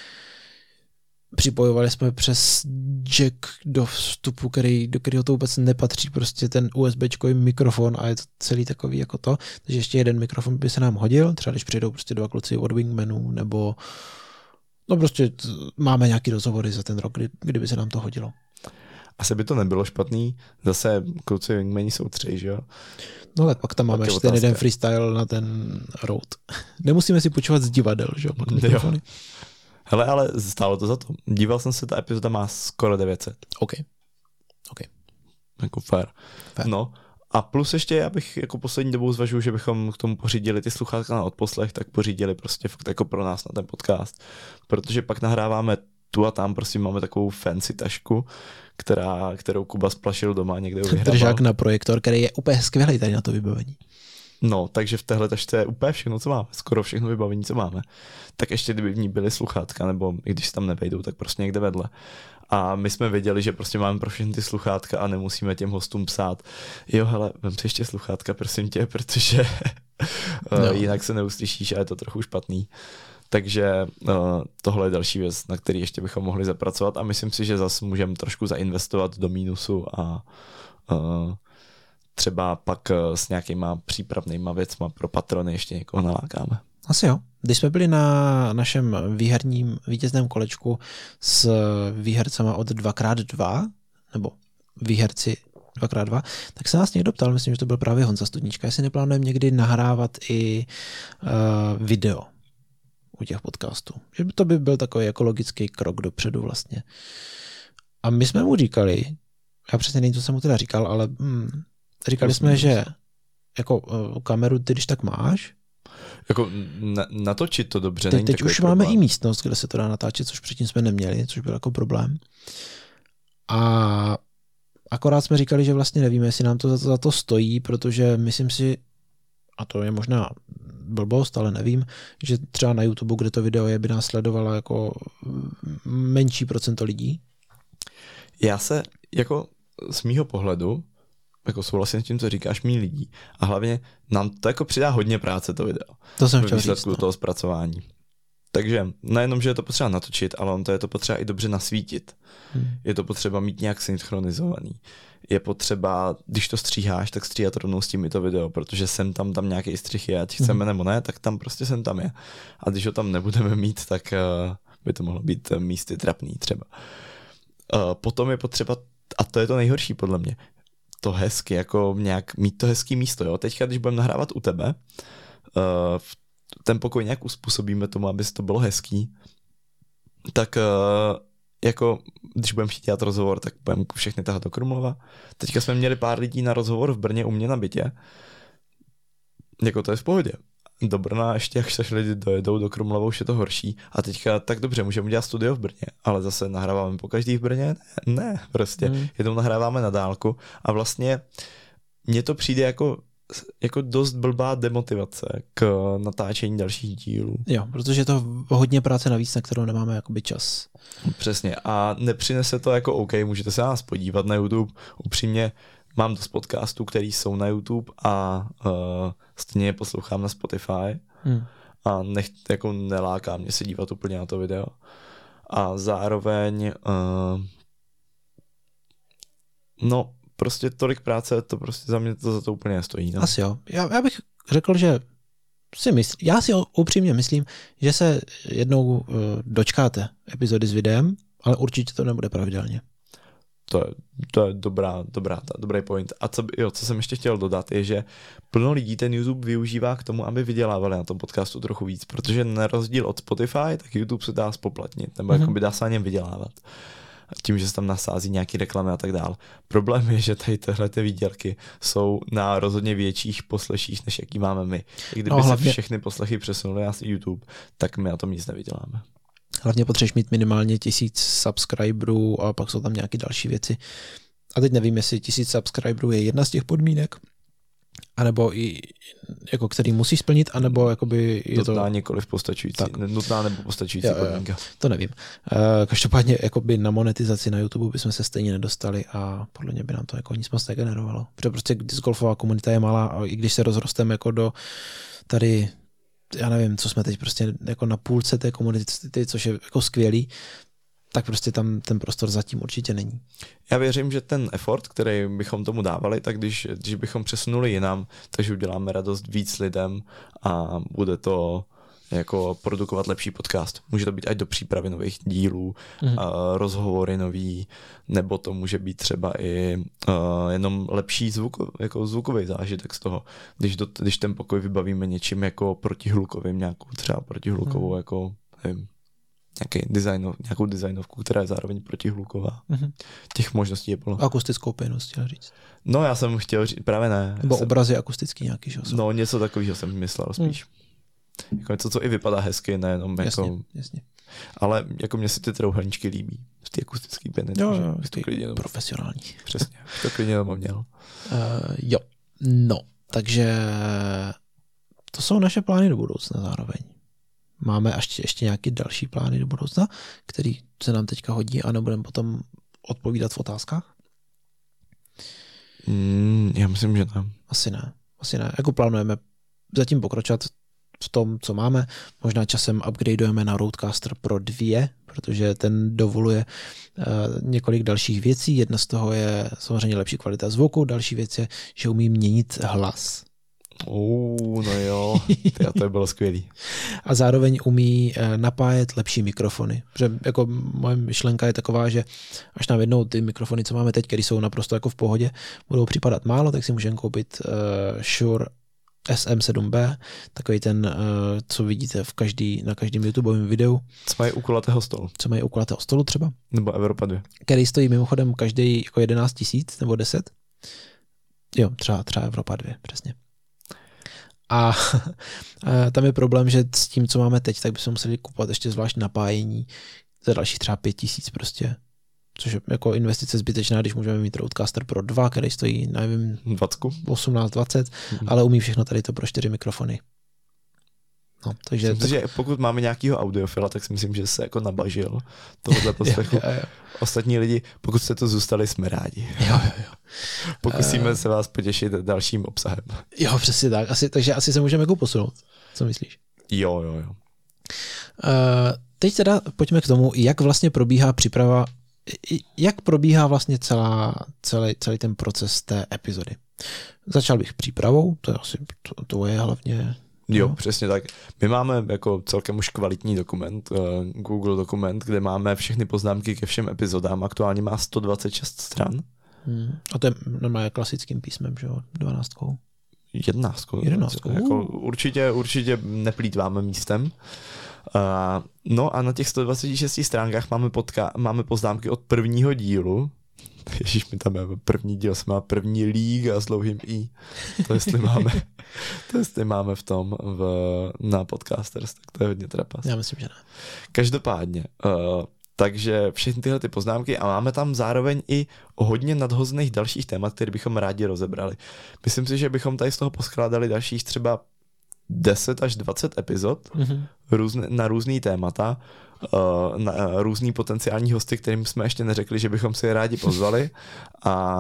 Speaker 1: připojovali jsme přes jack do vstupu, který, do kterého to vůbec nepatří, prostě ten USBčkový mikrofon a je to celý takový jako to, takže ještě jeden mikrofon by se nám hodil, třeba když přijdou prostě dva kluci od Wingmanu, nebo no prostě máme nějaký rozhovory za ten rok, kdy, kdyby se nám to hodilo.
Speaker 2: Asi by to nebylo špatný, zase kluci Wingmani jsou tři, že jo?
Speaker 1: No ale pak tam máme ještě ten jeden freestyle na ten Rode. Nemusíme si počívat z divadel, že jo? Pak mikrofony.
Speaker 2: Hele, ale stálo to za to. Díval jsem se, ta epizoda má skoro devět set.
Speaker 1: OK. OK.
Speaker 2: Jako fair. fair. No a plus ještě, já bych jako poslední dobou zvažuji, že bychom k tomu pořídili ty sluchátka na odposlech, tak pořídili prostě fakt jako pro nás na ten podcast. Protože pak nahráváme tu a tam prostě máme takovou fancy tašku, která, kterou Kuba splašil doma někde vyhrabal.
Speaker 1: Držák na projektor, který je úplně skvělý tady na to vybavení.
Speaker 2: No, takže v téhle tašce je úplně všechno, co máme. Skoro všechno vybavení, co máme. Tak ještě kdyby v ní byly sluchátka, nebo i když se tam nevejdou, tak prostě někde vedle. A my jsme věděli, že prostě máme pro všechny ty sluchátka a nemusíme těm hostům psát. Jo, hele, vem si ještě sluchátka, prosím tě, protože no. jinak se neuslyšíš a je to trochu špatný. Takže uh, tohle je další věc, na který ještě bychom mohli zapracovat a myslím si, že zase můžeme trošku zainvestovat do mínusu a uh, třeba pak uh, s nějakýma přípravnýma věcma pro patrony ještě někoho nalákáme.
Speaker 1: Asi jo. Když jsme byli na našem výherním vítězném kolečku s výhercema od dva krát dva, nebo výherci dva krát dva, tak se nás někdo ptal, myslím, že to byl právě Honza Studnička, jestli neplánujeme někdy nahrávat i uh, video u těch podcastů. Že to by byl takový ekologický krok dopředu vlastně. A my jsme mu říkali, já přesně nevím, co jsem mu teda říkal, ale hm, říkali jsme, že jako uh, kameru ty když tak máš,
Speaker 2: jako na, natočit to dobře.
Speaker 1: Teď, teď už problém. Máme i místnost, kde se to dá natáčet, což předtím jsme neměli, což byl jako problém. A akorát jsme říkali, že vlastně nevíme, jestli nám to za, to za to stojí, protože myslím si, a to je možná blbost, ale nevím, že třeba na YouTube, kde to video je, by nás sledovalo jako menší procento lidí.
Speaker 2: Já se jako z mýho pohledu jako souhlasím s tím, co říkáš, mý lidí. A hlavně nám to jako přidá hodně práce to video.
Speaker 1: To jsem chtěl říct.
Speaker 2: Toho zpracování. Takže nejenom, že je to potřeba natočit, ale on to je to potřeba i dobře nasvítit. Hmm. Je to potřeba mít nějak synchronizovaný. Je potřeba, když to stříháš, tak stříhat rovnou s tím i to video, protože sem tam tam nějaký střih je, ať chceme hmm. nebo ne, tak tam prostě sem tam je. A když ho tam nebudeme mít, tak uh, by to mohlo být místy trapný třeba. Uh, potom je potřeba, a to je to nejhorší podle mě, to hezky, jako nějak mít to hezký místo, jo. Teďka, když budeme nahrávat u tebe, uh, ten pokoj nějak uspůsobíme tomu, aby to bylo hezký, tak uh, jako, když budeme chtít dělat rozhovor, tak budeme všechny tahat do Krumlova. Teďka jsme měli pár lidí na rozhovor v Brně u mě na bytě. Jako to je v pohodě. Do Brna ještě, jak se lidi dojedou do Krumlova, už je to horší. A teďka tak dobře, můžeme dělat studio v Brně, ale zase nahráváme po každý v Brně? Ne, ne prostě. Hmm. Jenom nahráváme na dálku a vlastně mně to přijde jako, jako dost blbá demotivace k natáčení dalších dílů.
Speaker 1: Jo, protože je to hodně práce navíc, na kterou nemáme jakoby čas.
Speaker 2: Přesně. A nepřinese to jako OK, můžete se na nás podívat na YouTube. Upřímně mám dost podcastů, který jsou na YouTube a uh, stejně je poslouchám na Spotify hmm. a nech, jako neláká mě se dívat úplně na to video. A zároveň uh, no prostě tolik práce, to prostě za mě to za to úplně nestojí. No.
Speaker 1: Asi jo. Já, já bych řekl, že si mysl, já si upřímně myslím, že se jednou uh, dočkáte epizody s videem, ale určitě to nebude pravidelně.
Speaker 2: To je, to je dobrá, dobrá, dobrý point. A co, jo, co jsem ještě chtěl dodat, je, že plno lidí ten YouTube využívá k tomu, aby vydělávali na tom podcastu trochu víc, protože na rozdíl od Spotify, tak YouTube se dá spoplatnit, nebo mm-hmm. jako by dá se na něm vydělávat. Tím, že se tam nasází nějaký reklamy a tak dál. Problém je, že tady tyhle ty výdělky jsou na rozhodně větších posleších, než jaký máme my. I kdyby no, hlavně se všechny poslechy přesunuli na YouTube, tak my na tom nic nevyděláme.
Speaker 1: Hlavně potřebuješ mít minimálně tisíc subscriberů a pak jsou tam nějaké další věci. A teď nevím, jestli tisíc subscriberů je jedna z těch podmínek, anebo i jako který musí splnit, anebo jakoby je to...
Speaker 2: Nutná nikoliv postačující, tak. Nutná nebo postačující
Speaker 1: jo,
Speaker 2: podmínka.
Speaker 1: Jo, to nevím. Uh, každopádně jakoby na monetizaci na YouTube bychom se stejně nedostali a podle mě by nám to jako nic moc negenerovalo. Protože prostě discgolfová komunita je malá a i když se rozrosteme jako do tady, já nevím, co jsme teď prostě jako na půlce té komunity, což je jako skvělý, tak prostě tam ten prostor zatím určitě není.
Speaker 2: Já věřím, že ten effort, který bychom tomu dávali, tak když, když bychom přesunuli jinam, takže uděláme radost víc lidem a bude to jako produkovat lepší podcast. Může to být ať do přípravy nových dílů, mm. a rozhovory nový, nebo to může být třeba i uh, jenom lepší zvuk, jako zvukový zážitek z toho. Když, do, když ten pokoj vybavíme něčím jako protihlukovým, nějakou třeba protihlukovou, mm. jako nevím, nějaký designov, nějakou designovku, která je zároveň protihluková. Mm-hmm. Těch možností je plno.
Speaker 1: Akustickou pěnost, chtěl říct.
Speaker 2: No, já jsem chtěl říct, právě ne.
Speaker 1: Nebo
Speaker 2: jsem,
Speaker 1: obrazy akustický nějaký, že?
Speaker 2: No, něco takového jsem myslel spíš. Mm. Jako něco, co i vypadá hezky, nejenom
Speaker 1: jasně,
Speaker 2: jako...
Speaker 1: Jasně.
Speaker 2: Ale jako mně se ty trouhelníčky líbí. Z ty akustický benet.
Speaker 1: Jo, jo,
Speaker 2: to klidně
Speaker 1: profesionální.
Speaker 2: Přesně, to klidně doma měl. Uh,
Speaker 1: jo, no, takže to jsou naše plány do budoucna zároveň. Máme ještě, ještě nějaké další plány do budoucna, který se nám teďka hodí a nebudeme potom odpovídat v otázkách?
Speaker 2: Mm, já myslím, že ne.
Speaker 1: Asi ne. Asi ne. Jako plánujeme zatím pokračovat v tom, co máme. Možná časem upgradeujeme na Rodecaster Pro dva, protože ten dovoluje uh, několik dalších věcí. Jedna z toho je samozřejmě lepší kvalita zvuku, další věc je, že umí měnit hlas.
Speaker 2: Oh, no jo, Tyjo, to bylo skvělý.
Speaker 1: A zároveň umí napájet lepší mikrofony. Protože jako moje myšlenka je taková, že až nám jednou ty mikrofony, co máme teď, které jsou naprosto jako v pohodě, budou připadat málo, tak si můžeme koupit uh, Shure S M sedm B, takový ten, uh, co vidíte v každý, na každém YouTubeovém videu.
Speaker 2: Co mají u kulatého stolu.
Speaker 1: Co mají u kulatého stolu třeba.
Speaker 2: Nebo Evropa dva.
Speaker 1: Který stojí mimochodem každý jako jedenáct tisíc nebo deset. Jo, třeba, třeba Evropa dva, přesně. A tam je problém, že s tím, co máme teď, tak bychom museli kupovat ještě zvlášť napájení za další třeba pět tisíc prostě. Což je jako investice zbytečná, když můžeme mít Rodecaster Pro dva, který stojí, nevím, osmnáct dvacet, hmm. ale umí všechno tady to pro čtyři mikrofony. No, takže
Speaker 2: myslím, to... že pokud máme nějakýho audiofila, tak si myslím, že se jako nabažil tohohle poslechu. jo, jo, jo. Ostatní lidi, pokud jste to zůstali, jsme rádi.
Speaker 1: Jo, jo, jo.
Speaker 2: Pokusíme uh... se vás potěšit dalším obsahem.
Speaker 1: Jo, přesně tak. Asi, takže asi se můžeme jako posunout. Co myslíš?
Speaker 2: Jo, jo, jo.
Speaker 1: Uh, teď teda pojďme k tomu, jak vlastně probíhá příprava, jak probíhá vlastně celá, celý, celý ten proces té epizody. Začal bych přípravou, to je asi, to, to je hlavně...
Speaker 2: Jo, no. Přesně tak. My máme jako celkem už kvalitní dokument, uh, Google dokument, kde máme všechny poznámky ke všem epizodám. Aktuálně má sto dvacet šest stran.
Speaker 1: Hmm. A to je normálně klasickým písmem, že jo? Dvanáctkou.
Speaker 2: Jedenáctkou.
Speaker 1: Jedenáctkou.
Speaker 2: Jako určitě, určitě neplýtváme místem. Uh, no a na těch sto dvaceti šesti stránkách máme, podka- máme poznámky od prvního dílu. Ježíš, my tam máme první díl, jsme má první líg a s dlouhým i. To jestli máme, to jestli máme v tom v, na Podcasters, tak to je hodně trapas.
Speaker 1: Já myslím, že ne.
Speaker 2: Každopádně, uh, takže všechny tyhle ty poznámky a máme tam zároveň i hodně nadhozených dalších témat, které bychom rádi rozebrali. Myslím si, že bychom tady z toho poskládali dalších třeba deset až dvacet epizod mm-hmm. různe, na různý témata, uh, na uh, různý potenciální hosty, kterým jsme ještě neřekli, že bychom si je rádi pozvali a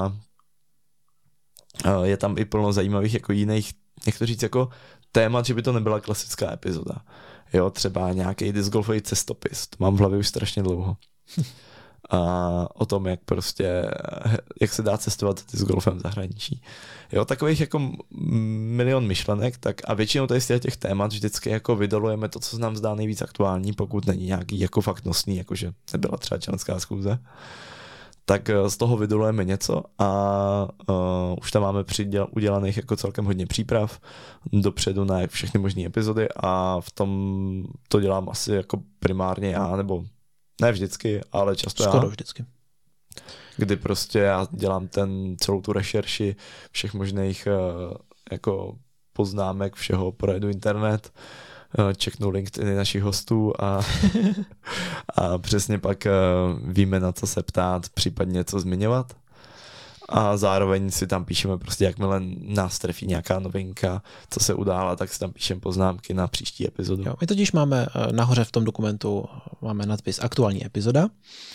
Speaker 2: uh, je tam i plno zajímavých jako jiných, jak to říct, jako témat, že by to nebyla klasická epizoda. Jo, třeba nějaký discgolfový cestopis, to mám v hlavě už strašně dlouho. A o tom, jak prostě, jak se dá cestovat s golfem v zahraničí. Jo, takových jako milion myšlenek, tak a většinou tady z těch témat vždycky jako vydolujeme to, co se nám zdá nejvíc aktuální, pokud není nějaký jako fakt nosný, jakože nebyla třeba členská schůze. Tak z toho vydolujeme něco a uh, už tam máme přiděl, udělaných jako celkem hodně příprav dopředu na všechny možné epizody a v tom to dělám asi jako primárně já, nebo ne vždycky, ale často
Speaker 1: Skoro já.
Speaker 2: Skoro
Speaker 1: vždycky.
Speaker 2: Kdy prostě já dělám ten, celou tu rešerši všech možných uh, jako poznámek, všeho, projedu internet, uh, čeknu LinkedIny našich hostů a, a přesně pak uh, víme, na co se ptát, případně co zmiňovat. A zároveň si tam píšeme prostě, jakmile nás trefí nějaká novinka, co se udála, tak si tam píšeme poznámky na příští epizodu.
Speaker 1: Jo, my totiž máme nahoře v tom dokumentu máme nadpis aktuální epizoda.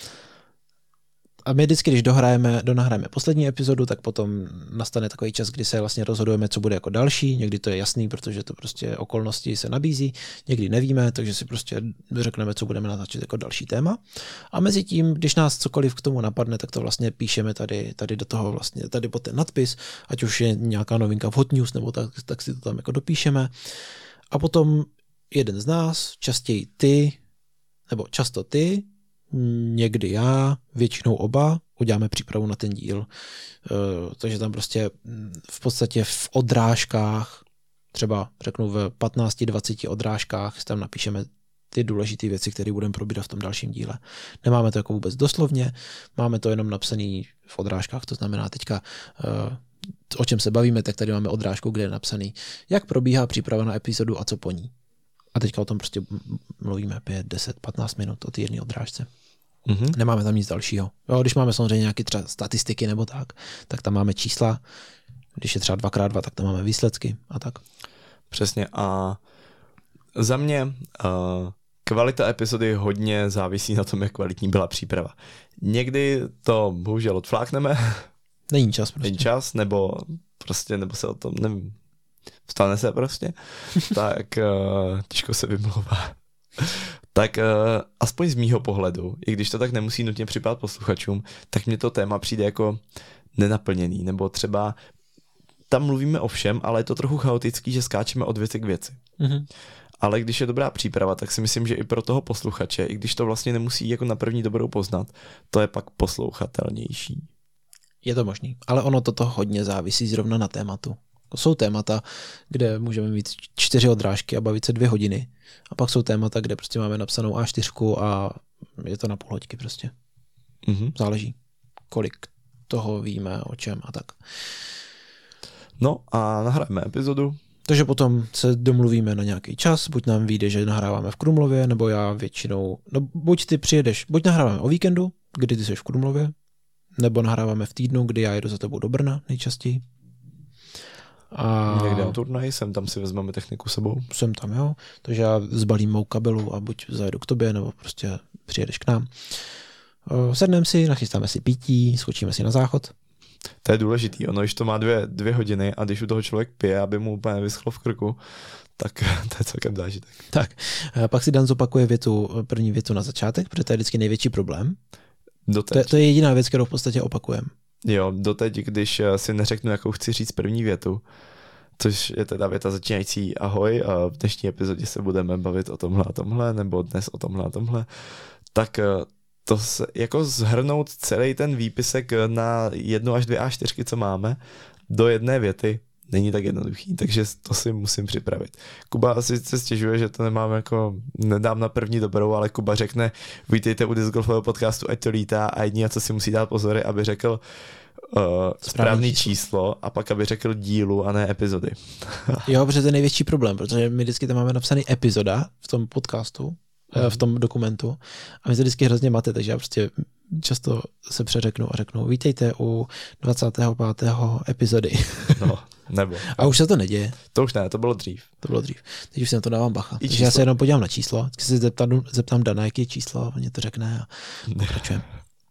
Speaker 1: A my vždycky, když dohrajeme, donahrajeme poslední epizodu, tak potom nastane takový čas, kdy se vlastně rozhodujeme, co bude jako další. Někdy to je jasný, protože to prostě okolnosti se nabízí, někdy nevíme, takže si prostě řekneme, co budeme natáčet jako další téma. A mezi tím, když nás cokoliv k tomu napadne, tak to vlastně píšeme tady, tady do toho vlastně, tady pod ten nadpis, ať už je nějaká novinka v Hot News, nebo tak, tak si to tam jako dopíšeme. A potom jeden z nás, častěji ty, nebo často ty, někdy já, většinou oba, uděláme přípravu na ten díl. Uh, takže tam prostě v podstatě v odrážkách, třeba řeknu v patnáct dvacet odrážkách, tam napíšeme ty důležité věci, které budeme probírat v tom dalším díle. Nemáme to jako vůbec doslovně, máme to jenom napsaný v odrážkách, to znamená teďka, uh, o čem se bavíme, tak tady máme odrážku, kde je napsaný, jak probíhá příprava na epizodu a co po ní. A teďka o tom prostě mluvíme pět, deset, patnáct minut o té jedné odrážce.
Speaker 2: Mm-hmm.
Speaker 1: Nemáme tam nic dalšího. Jo, když máme samozřejmě nějaké třeba statistiky nebo tak, tak tam máme čísla. Když je třeba dva krát dva, tak tam máme výsledky a tak.
Speaker 2: Přesně. A za mě uh, kvalita epizody hodně závisí na tom, jak kvalitní byla příprava. Někdy to bohužel odflákneme.
Speaker 1: Není čas prostě.
Speaker 2: Není čas, nebo prostě, nebo se o tom, nevím, vstane se prostě. Tak uh, těžko se vymlouvá. Tak uh, aspoň z mýho pohledu, i když to tak nemusí nutně připadat posluchačům, tak mně to téma přijde jako nenaplněný, nebo třeba tam mluvíme o všem, ale je to trochu chaotický, že skáčeme od věci k věci. Mm-hmm. Ale když je dobrá příprava, tak si myslím, že i pro toho posluchače, i když to vlastně nemusí jako na první dobrou poznat, to je pak poslouchatelnější.
Speaker 1: Je to možný, ale ono toto hodně závisí zrovna na tématu. Jsou témata, kde můžeme mít čtyři odrážky a bavit se dvě hodiny. A pak jsou témata, kde prostě máme napsanou á čtyři a je to na půl hoďky prostě. Mm-hmm. Záleží, kolik toho víme, o čem a tak.
Speaker 2: No a nahrajeme epizodu.
Speaker 1: Takže potom se domluvíme na nějaký čas, buď nám vyjde, že nahráváme v Krumlově, nebo já většinou, no buď ty přijedeš, buď nahráváme o víkendu, kdy ty jsi v Krumlově, nebo nahráváme v týdnu, kdy já jedu za tebou do Brna nejčastěji. A
Speaker 2: někde na turnaj, sem tam si vezmeme techniku sebou.
Speaker 1: Jsem tam, jo. Takže já zbalím mou kabelu a buď zajedu k tobě, nebo prostě přijedeš k nám. Sedneme si, nachystáme si pití, skočíme si na záchod.
Speaker 2: To je důležitý, ono, když to má dvě, dvě hodiny a když u toho člověk pije, aby mu úplně nevyschlo v krku, tak to je celkem zážitek.
Speaker 1: Tak, pak si Dan zopakuje větu, první větu na začátek, protože to je vždycky největší problém. To, to je jediná věc, kterou v podstatě opakujeme.
Speaker 2: Jo, doteď, když si neřeknu, jakou chci říct první větu, což je teda věta začínající ahoj a v dnešní epizodě se budeme bavit o tomhle a tomhle, nebo dnes o tomhle a tomhle, tak to se, jako zhrnout celý ten výpisek na jednu až dvě á čtyři, co máme, do jedné věty, není tak jednoduchý, takže to si musím připravit. Kuba asi se stěžuje, že to nemám jako, nedám na první dobrou, ale Kuba řekne, vítejte u Disc Golfového podcastu, ať to lítá a jedině, co si musí dát pozor, aby řekl uh, správný číslo. číslo a pak aby řekl dílu a ne epizody.
Speaker 1: Jo, protože to je největší problém, protože my vždycky tam máme napsaný epizoda v tom podcastu, mm. v tom dokumentu a my se vždycky hrozně máte, takže já prostě často se přeřeknu a řeknu, vítejte u dvacáté páté epizody.
Speaker 2: No, nebo.
Speaker 1: A už se to neděje.
Speaker 2: To už ne, to bylo dřív.
Speaker 1: To bylo dřív. Teď už si na to dávám bacha. Takže já se jenom podívám na číslo, vždycky se zeptám, zeptám Dana, jaký je číslo, a on mě to řekne a pokračujeme.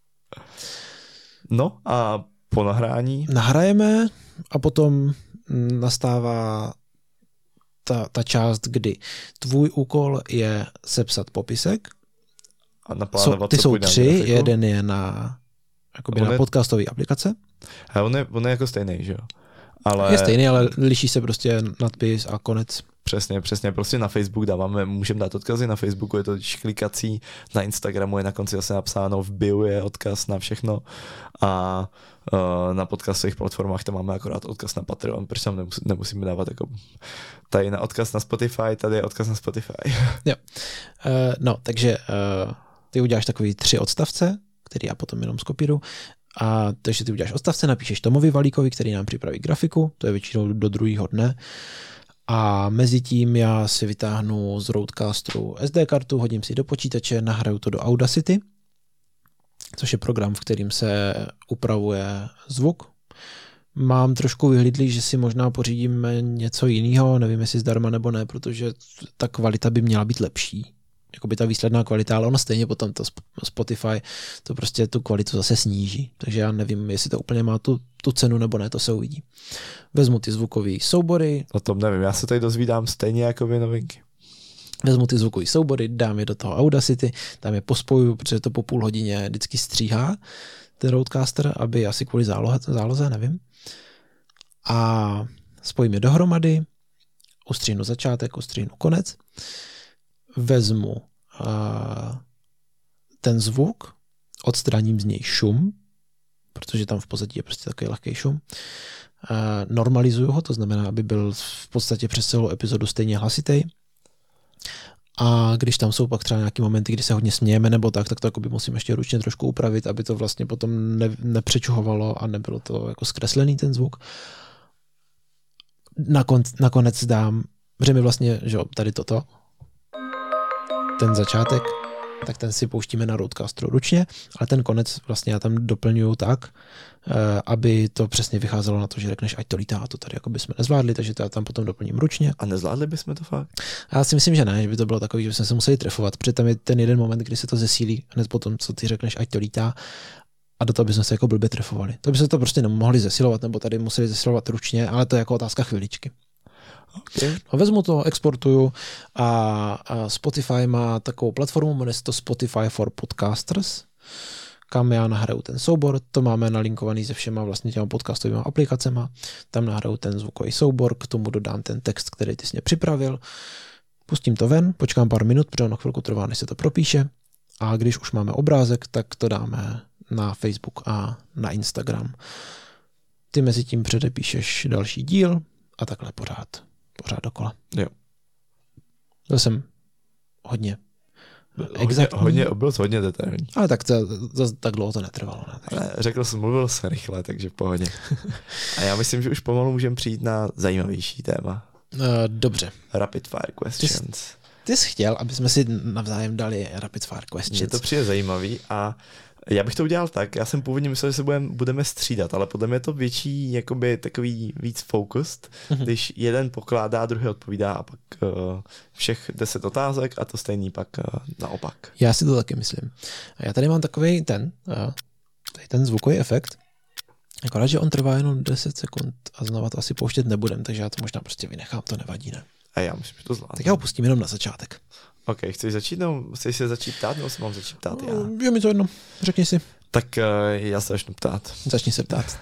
Speaker 2: No a po nahrání?
Speaker 1: Nahrajeme a potom nastává ta, ta část, kdy tvůj úkol je sepsat popisek.
Speaker 2: A naplánovat,
Speaker 1: ty
Speaker 2: co
Speaker 1: jsou tři, jeden je na, jakoby na je... podcastové aplikace.
Speaker 2: A on je, on je jako stejný, že jo? Ale...
Speaker 1: Je stejný, ale liší se prostě nadpis a konec.
Speaker 2: Přesně, přesně, prostě na Facebook dáváme, můžeme dát odkazy, na Facebooku je to klikací, na Instagramu je na konci zase napsáno, v bio je odkaz na všechno a uh, na podcastových platformách tam máme akorát odkaz na Patreon, protože tam nemusí, nemusíme dávat jako tady na odkaz na Spotify, tady je odkaz na Spotify.
Speaker 1: Jo, uh, no, takže uh, ty uděláš takový tři odstavce, který já potom jenom skopíru. A takže ty uděláš odstavce, napíšeš Tomovi Valíkovi, který nám připraví grafiku, to je většinou do druhého dne. A mezi tím já si vytáhnu z Rodecasteru es dé kartu, hodím si do počítače, nahraju to do Audacity, což je program, v kterým se upravuje zvuk. Mám trošku vyhlídlý, že si možná pořídíme něco jiného, nevím, jestli zdarma nebo ne, protože ta kvalita by měla být lepší. Jakoby ta výsledná kvalita, ale ono stejně potom to Spotify to prostě tu kvalitu zase sníží. Takže já nevím, jestli to úplně má tu, tu cenu nebo ne, to se uvidí. Vezmu ty zvukové soubory.
Speaker 2: O tom nevím, já se tady dozvídám stejně jako vy novinky.
Speaker 1: Vezmu ty zvukové soubory, dám je do toho Audacity, tam je pospojuju, protože to po půl hodině vždycky stříhá ten Rodecaster, aby asi kvůli záloze, záloze, nevím. A spojím je dohromady, ustřihnu začátek, ustřihnu konec. Vezmu uh, ten zvuk, odstraním z něj šum, protože tam v pozadí je prostě takový lehký šum. Uh, normalizuju ho, to znamená, aby byl v podstatě přes celou epizodu stejně hlasitý. A když tam jsou pak třeba nějaký momenty, kdy se hodně smějeme nebo tak, tak to jakoby musím ještě ručně trošku upravit, aby to vlastně potom ne, nepřečuhovalo a nebylo to jako zkreslený ten zvuk. Nakon, nakonec dám, protože mi vlastně, že tady toto, ten začátek, tak ten si pouštíme na Rodecasteru ručně, ale ten konec vlastně já tam doplňuju tak, aby to přesně vycházelo na to, že řekneš, ať to lítá, a to tady jako bychom nezvládli, takže to já tam potom doplním ručně.
Speaker 2: A nezvládli bychom to fakt?
Speaker 1: Já si myslím, že ne, že by to bylo takový, že jsme se museli trefovat, protože tam je ten jeden moment, kdy se to zesílí, hned potom, co ty řekneš, ať to lítá, a do toho bychom se jako blbě trefovali. To by se to prostě nemohli zesilovat, nebo tady museli zesilovat ručně, ale to je jako otázka chviličky.
Speaker 2: Okay.
Speaker 1: No, vezmu to, exportuju a, a Spotify má takovou platformu, jmenuje se to Spotify for Podcasters, kam já nahraju ten soubor, to máme nalinkovaný se všema vlastně těma podcastovými aplikacema, tam nahraju ten zvukový soubor, k tomu dodám ten text, který ty jsi mě připravil, pustím to ven, počkám pár minut, protože ono chvilku trvá, než se to propíše, a když už máme obrázek, tak to dáme na Facebook a na Instagram. Ty mezi tím předepíšeš další díl a takhle pořád, pořád dokola.
Speaker 2: Jo.
Speaker 1: To jsem hodně
Speaker 2: exaktní. Hodně, byl hodně detailní.
Speaker 1: Ale tak to, to, tak dlouho to netrvalo. Ne?
Speaker 2: Ale řekl jsem, mluvil jsem rychle, takže v pohodě. A já myslím, že už pomalu můžeme přijít na zajímavější téma.
Speaker 1: Uh, dobře.
Speaker 2: Rapid fire questions.
Speaker 1: Ty, ty jsi chtěl, aby jsme si navzájem dali rapid fire questions.
Speaker 2: Mně to přijde zajímavý a já bych to udělal tak, já jsem původně myslel, že se budeme, budeme střídat, ale podle mě je to větší, jakoby takový víc focused, mm-hmm. když jeden pokládá, druhý odpovídá a pak uh, všech deset otázek a to stejný pak uh, naopak.
Speaker 1: Já si to taky myslím. A já tady mám takový ten, uh, tady ten zvukový efekt, akorát, že on trvá jenom deset sekund a znova to asi pouštět nebudem, takže já to možná prostě vynechám, to nevadí, ne?
Speaker 2: A já myslím, že to zvládnu.
Speaker 1: Tak já ho pustím jenom na začátek.
Speaker 2: OK, chceš začít, no, chceš se začít ptát, nebo se mám začít ptát já?
Speaker 1: Je mi to jedno, řekni si.
Speaker 2: Tak uh, já se začnu ptát.
Speaker 1: Začni se ptát.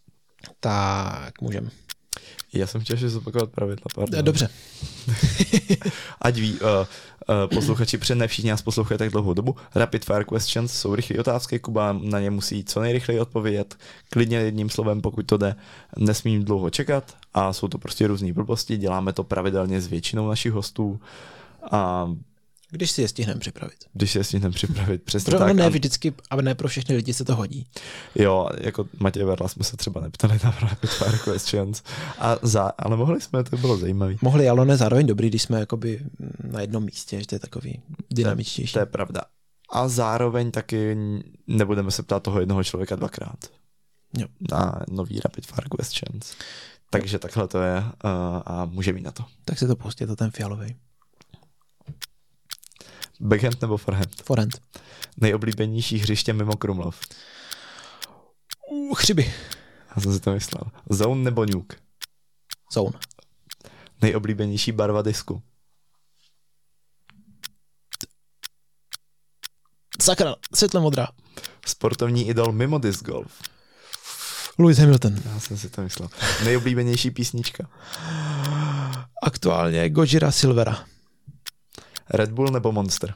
Speaker 1: Tak, můžem.
Speaker 2: Já jsem chtěl, že zopakovat pravidla, pardon.
Speaker 1: Dobře.
Speaker 2: Ať ví, uh, uh, posluchači, před ne všichni nás poslouchají tak dlouhou dobu. Rapid fire questions jsou rychlé otázky, Kuba na ně musí co nejrychleji odpovědět, klidně jedním slovem, pokud to jde, nesmím dlouho čekat a jsou to prostě různý blbosti, děláme to pravidelně s většinou našich hostů a
Speaker 1: když si je stihneme připravit.
Speaker 2: Když si je stihneme připravit, přesně
Speaker 1: pro,
Speaker 2: tak.
Speaker 1: No ne vždycky, ale ne pro všechny lidi se to hodí.
Speaker 2: Jo, jako Matěj Verla jsme se třeba neptali na rapid fire questions, a za, ale mohli jsme, to bylo zajímavý.
Speaker 1: Mohli, ale ne zároveň dobrý, když jsme jakoby na jednom místě, že to je takový dynamičtější.
Speaker 2: To je, to je pravda. A zároveň taky nebudeme se ptát toho jednoho člověka dvakrát.
Speaker 1: Jo.
Speaker 2: Na nový rapid fire questions. Takže jo. Takhle to je uh, a může mít na to.
Speaker 1: Tak si to pustě, to ten fialový.
Speaker 2: Backhand nebo forehand?
Speaker 1: Forehand.
Speaker 2: Nejoblíbenější hřiště mimo Krumlov?
Speaker 1: Uh, Chřiby.
Speaker 2: Já jsem si to myslel. Zone nebo nuke?
Speaker 1: Zone.
Speaker 2: Nejoblíbenější barva disku?
Speaker 1: Sakra, světle modrá.
Speaker 2: Sportovní idol mimo disc golf?
Speaker 1: Lewis Hamilton.
Speaker 2: Já jsem si to myslel. Nejoblíbenější písnička?
Speaker 1: Aktuálně Gojira Silvera.
Speaker 2: Red Bull nebo Monster?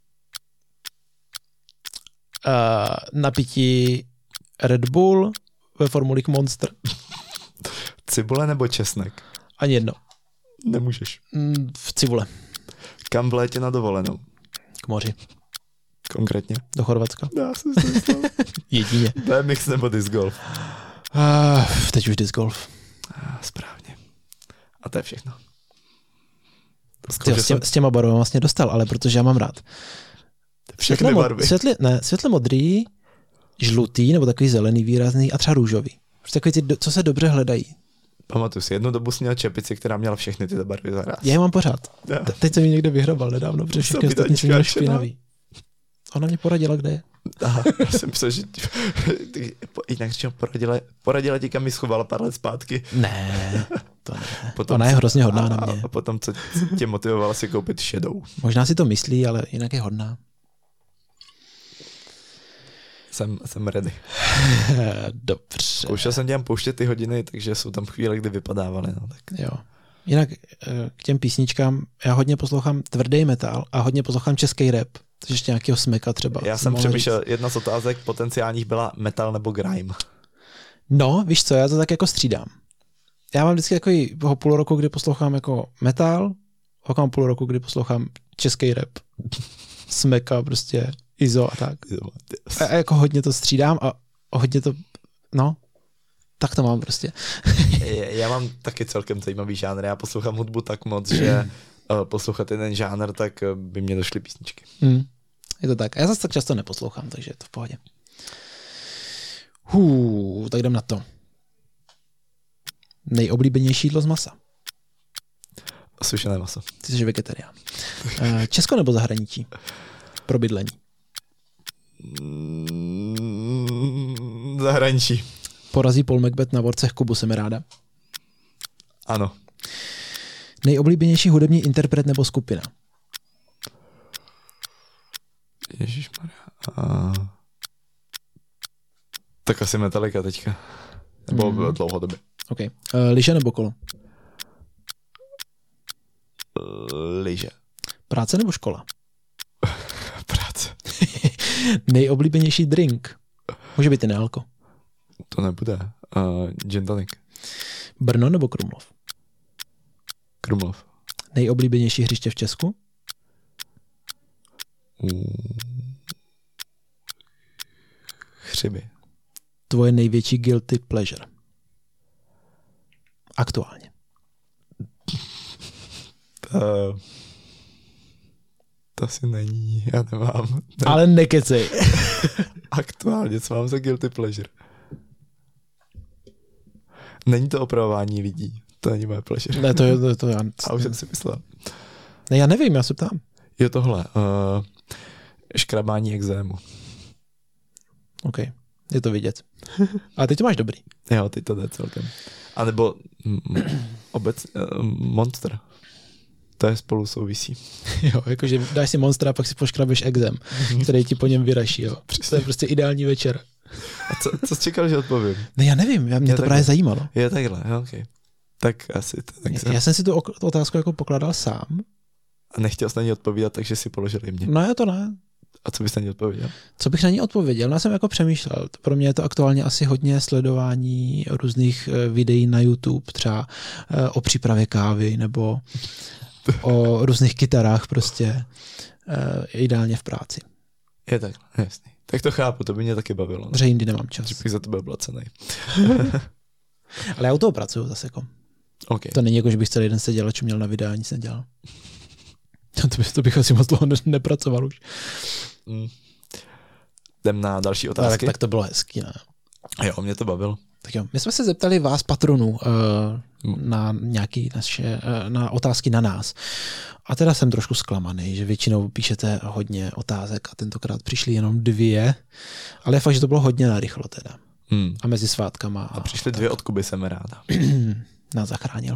Speaker 1: Uh, napití Red Bull ve formulích Monster.
Speaker 2: Cibule nebo česnek?
Speaker 1: Ani jedno.
Speaker 2: Nemůžeš.
Speaker 1: Mm, v cibule.
Speaker 2: Kam v létě na dovolenou?
Speaker 1: K moři.
Speaker 2: Konkrétně?
Speaker 1: Do Chorvatska.
Speaker 2: Já jsem si myslel.
Speaker 1: Jedině.
Speaker 2: B M X nebo disc golf?
Speaker 1: Uh, teď už disc golf.
Speaker 2: Uh, správně. A to je všechno.
Speaker 1: Tyjo, s, tě, s těma barvami vlastně dostal, ale protože já mám rád.
Speaker 2: Všechny barvy.
Speaker 1: Světle, ne, světle modrý, žlutý, nebo takový zelený výrazný a třeba růžový. Prostě takový ty, co se dobře hledají.
Speaker 2: Pamatuju si, jednu dobu jsi měl čepici, která měla všechny ty barvy zaraz.
Speaker 1: Já je mám pořád. Ja. Teď jsem ji někde vyhrabal nedávno, protože všechny ostatní jsem měl špinavý. Ona mě poradila, kde je.
Speaker 2: Aha, já jsem myslel, že ty, jinak říkám, poradila, poradila ti, kam ji schovala pár let zpátky.
Speaker 1: Ne, to ne.
Speaker 2: Potom,
Speaker 1: ona je hrozně hodná
Speaker 2: a,
Speaker 1: na mě.
Speaker 2: A potom, co tě motivovala si koupit Shadow.
Speaker 1: Možná si to myslí, ale jinak je hodná.
Speaker 2: Jsem, jsem ready.
Speaker 1: Dobře.
Speaker 2: Zkoušel jsem těm pouštět ty hodiny, takže jsou tam chvíle, kdy vypadávaly. No, tak.
Speaker 1: Jo. Jinak k těm písničkám, já hodně poslouchám tvrdý metal a hodně poslouchám český rap. Takže ještě nějakého smeka třeba.
Speaker 2: Já jsem přemýšlel, říct. Jedna z otázek potenciálních byla metal nebo grime.
Speaker 1: No, víš co, já to tak jako střídám. Já mám vždycky takový půl roku, kdy poslouchám jako metal, pak mám půl roku, kdy poslouchám český rap. Smeka prostě, Izo a tak. A, a jako hodně to střídám a hodně to, no, tak to mám prostě.
Speaker 2: Já mám taky celkem zajímavý žánr. Já poslouchám hudbu tak moc, že uh, poslouchat jeden žánr, tak uh, by mě došly písničky.
Speaker 1: Hmm. Je to tak. Já zase tak často neposlouchám, takže je to v pohodě. Hů, tak jdem na to. Nejoblíbenější jídlo z masa.
Speaker 2: Sušené maso.
Speaker 1: Ty jsi vegetarián. Česko nebo zahraničí? Pro bydlení.
Speaker 2: Mm, zahraničí.
Speaker 1: Porazí Paul Macbeth na borcech Kubu Semeráda?
Speaker 2: Ano.
Speaker 1: Nejoblíbenější hudební interpret nebo skupina?
Speaker 2: Ježišmarja. A... Tak asi Metallica teďka. Nebo mm. dlouhodobě.
Speaker 1: OK. Uh, lyže nebo kolo?
Speaker 2: Uh, lyže.
Speaker 1: Práce nebo škola?
Speaker 2: Práce.
Speaker 1: Nejoblíbenější drink? Může být i nealko.
Speaker 2: To nebude. Uh, gin tonic.
Speaker 1: Brno nebo Krumlov?
Speaker 2: Krumlov.
Speaker 1: Nejoblíbenější hřiště v Česku?
Speaker 2: Uh. Chřiby.
Speaker 1: Tvoje největší guilty pleasure? Aktuálně.
Speaker 2: To, to asi není, já nemám. Ne.
Speaker 1: Ale nekecej.
Speaker 2: Aktuálně, co mám za guilty pleasure? Není to opravování lidí, to není moje pleasure.
Speaker 1: Ne, to je to, to já...
Speaker 2: A už jsem si myslel.
Speaker 1: Ne, já nevím, já se ptám.
Speaker 2: Je tohle, uh, škrabání exému.
Speaker 1: OK, je to vidět. A teď to máš dobrý.
Speaker 2: Jo, teď to jde celkem. A nebo mm, obec, uh, Monster. To je spolu souvisí.
Speaker 1: Jo, jakože dáš si Monster a pak si poškrabeš exém, který ti po něm vyraší, jo. To je prostě ideální večer.
Speaker 2: A co, co jsi čekal, že odpovím?
Speaker 1: Ne, já nevím, já, mě
Speaker 2: je
Speaker 1: to
Speaker 2: takhle.
Speaker 1: právě zajímalo.
Speaker 2: Je takhle, jo, okay. Tak asi to. Tak jsem...
Speaker 1: Já jsem si tu otázku jako pokládal sám.
Speaker 2: A nechtěl jsi na ní odpovídat, takže si položili mě.
Speaker 1: No, to ne.
Speaker 2: A co bys na ní odpověděl?
Speaker 1: Co bych na ní odpověděl? Já jsem jako přemýšlel. Pro mě je to aktuálně asi hodně sledování různých videí na YouTube, třeba o přípravě kávy nebo o různých kytarách prostě, ideálně v práci.
Speaker 2: Je tak, jasný. Tak to chápu, to by mě taky bavilo.
Speaker 1: Že jindy nemám čas.
Speaker 2: Že bych za to byl placený.
Speaker 1: Ale já u toho pracuju zase jako.
Speaker 2: Okay.
Speaker 1: To není jako, že bych celý den seděl a čuměl na videa a nic nedělal. To, by, to bych asi moc dlouho ne, nepracoval už.
Speaker 2: Mm. Jdem na další otázky.
Speaker 1: Tak, tak to bylo hezký, ne?
Speaker 2: Jo, mě to bavilo.
Speaker 1: Tak jo, my jsme se zeptali vás, patronů, uh, na nějaké naše, uh, na otázky na nás. A teda jsem trošku zklamaný, že většinou píšete hodně otázek a tentokrát přišly jenom dvě, ale je fakt, že to bylo hodně narychlo teda.
Speaker 2: Hmm.
Speaker 1: A mezi svátkama.
Speaker 2: A, a přišly dvě od Kuby Semeráda.
Speaker 1: Nás zachránil.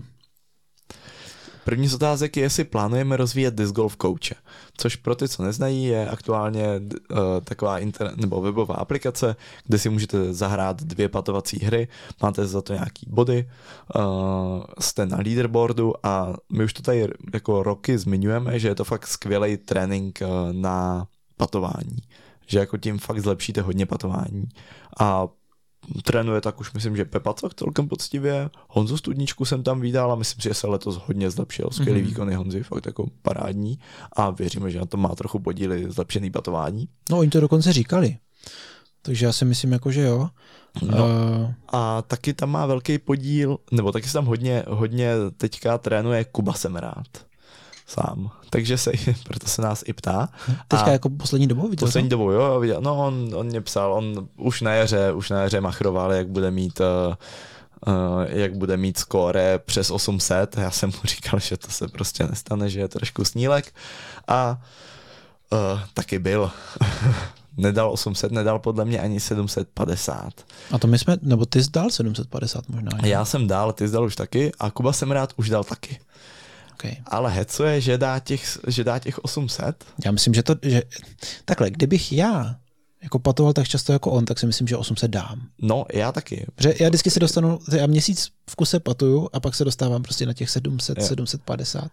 Speaker 2: První z otázek je, jestli plánujeme rozvíjet disc golf coache, což pro ty, co neznají, je aktuálně uh, taková internet nebo webová aplikace, kde si můžete zahrát dvě patovací hry, máte za to nějaký body, uh, jste na leaderboardu a my už to tady jako roky zmiňujeme, že je to fakt skvělý trénink uh, na patování, že jako tím fakt zlepšíte hodně patování a trénuje tak už myslím, že Pepa Cok celkem poctivě. Honzu Studničku jsem tam viděl a myslím si, že se letos hodně zlepšil. Skvělý mm-hmm. výkony Honzy, fakt jako parádní a věříme, že na tom má trochu podíly zlepšený patování.
Speaker 1: No oni to dokonce říkali. Takže já si myslím jako, že jo.
Speaker 2: No,
Speaker 1: uh...
Speaker 2: a taky tam má velký podíl, nebo taky se tam hodně, hodně teďka trénuje Kuba Semerád sám. Takže se, proto se nás i ptá.
Speaker 1: Teďka a jako poslední dobou viděl?
Speaker 2: Poslední dobou, jo, viděl. No on, on mě psal, on už na jaře, už na jaře machroval, jak bude mít uh, uh, jak bude mít skóre přes osm set. Já jsem mu říkal, že to se prostě nestane, že je trošku snílek. A uh, taky byl. Nedal osm set, nedal podle mě ani sedm set padesát.
Speaker 1: A to my jsme, nebo ty jsi dal sedm set padesát možná. Ne?
Speaker 2: Já jsem dal, ty jsi dal už taky a Kuba Semerád už dal taky.
Speaker 1: Okay.
Speaker 2: Ale hecuje, že dá těch, že dá těch osm set.
Speaker 1: Já myslím, že to, že takhle, kdybych já jako patoval tak často jako on, tak si myslím, že osm set dám.
Speaker 2: No, já taky.
Speaker 1: Protože já vždycky se dostanu, já měsíc v kuse patuju a pak se dostávám prostě na těch sedm set, je. sedm set padesát.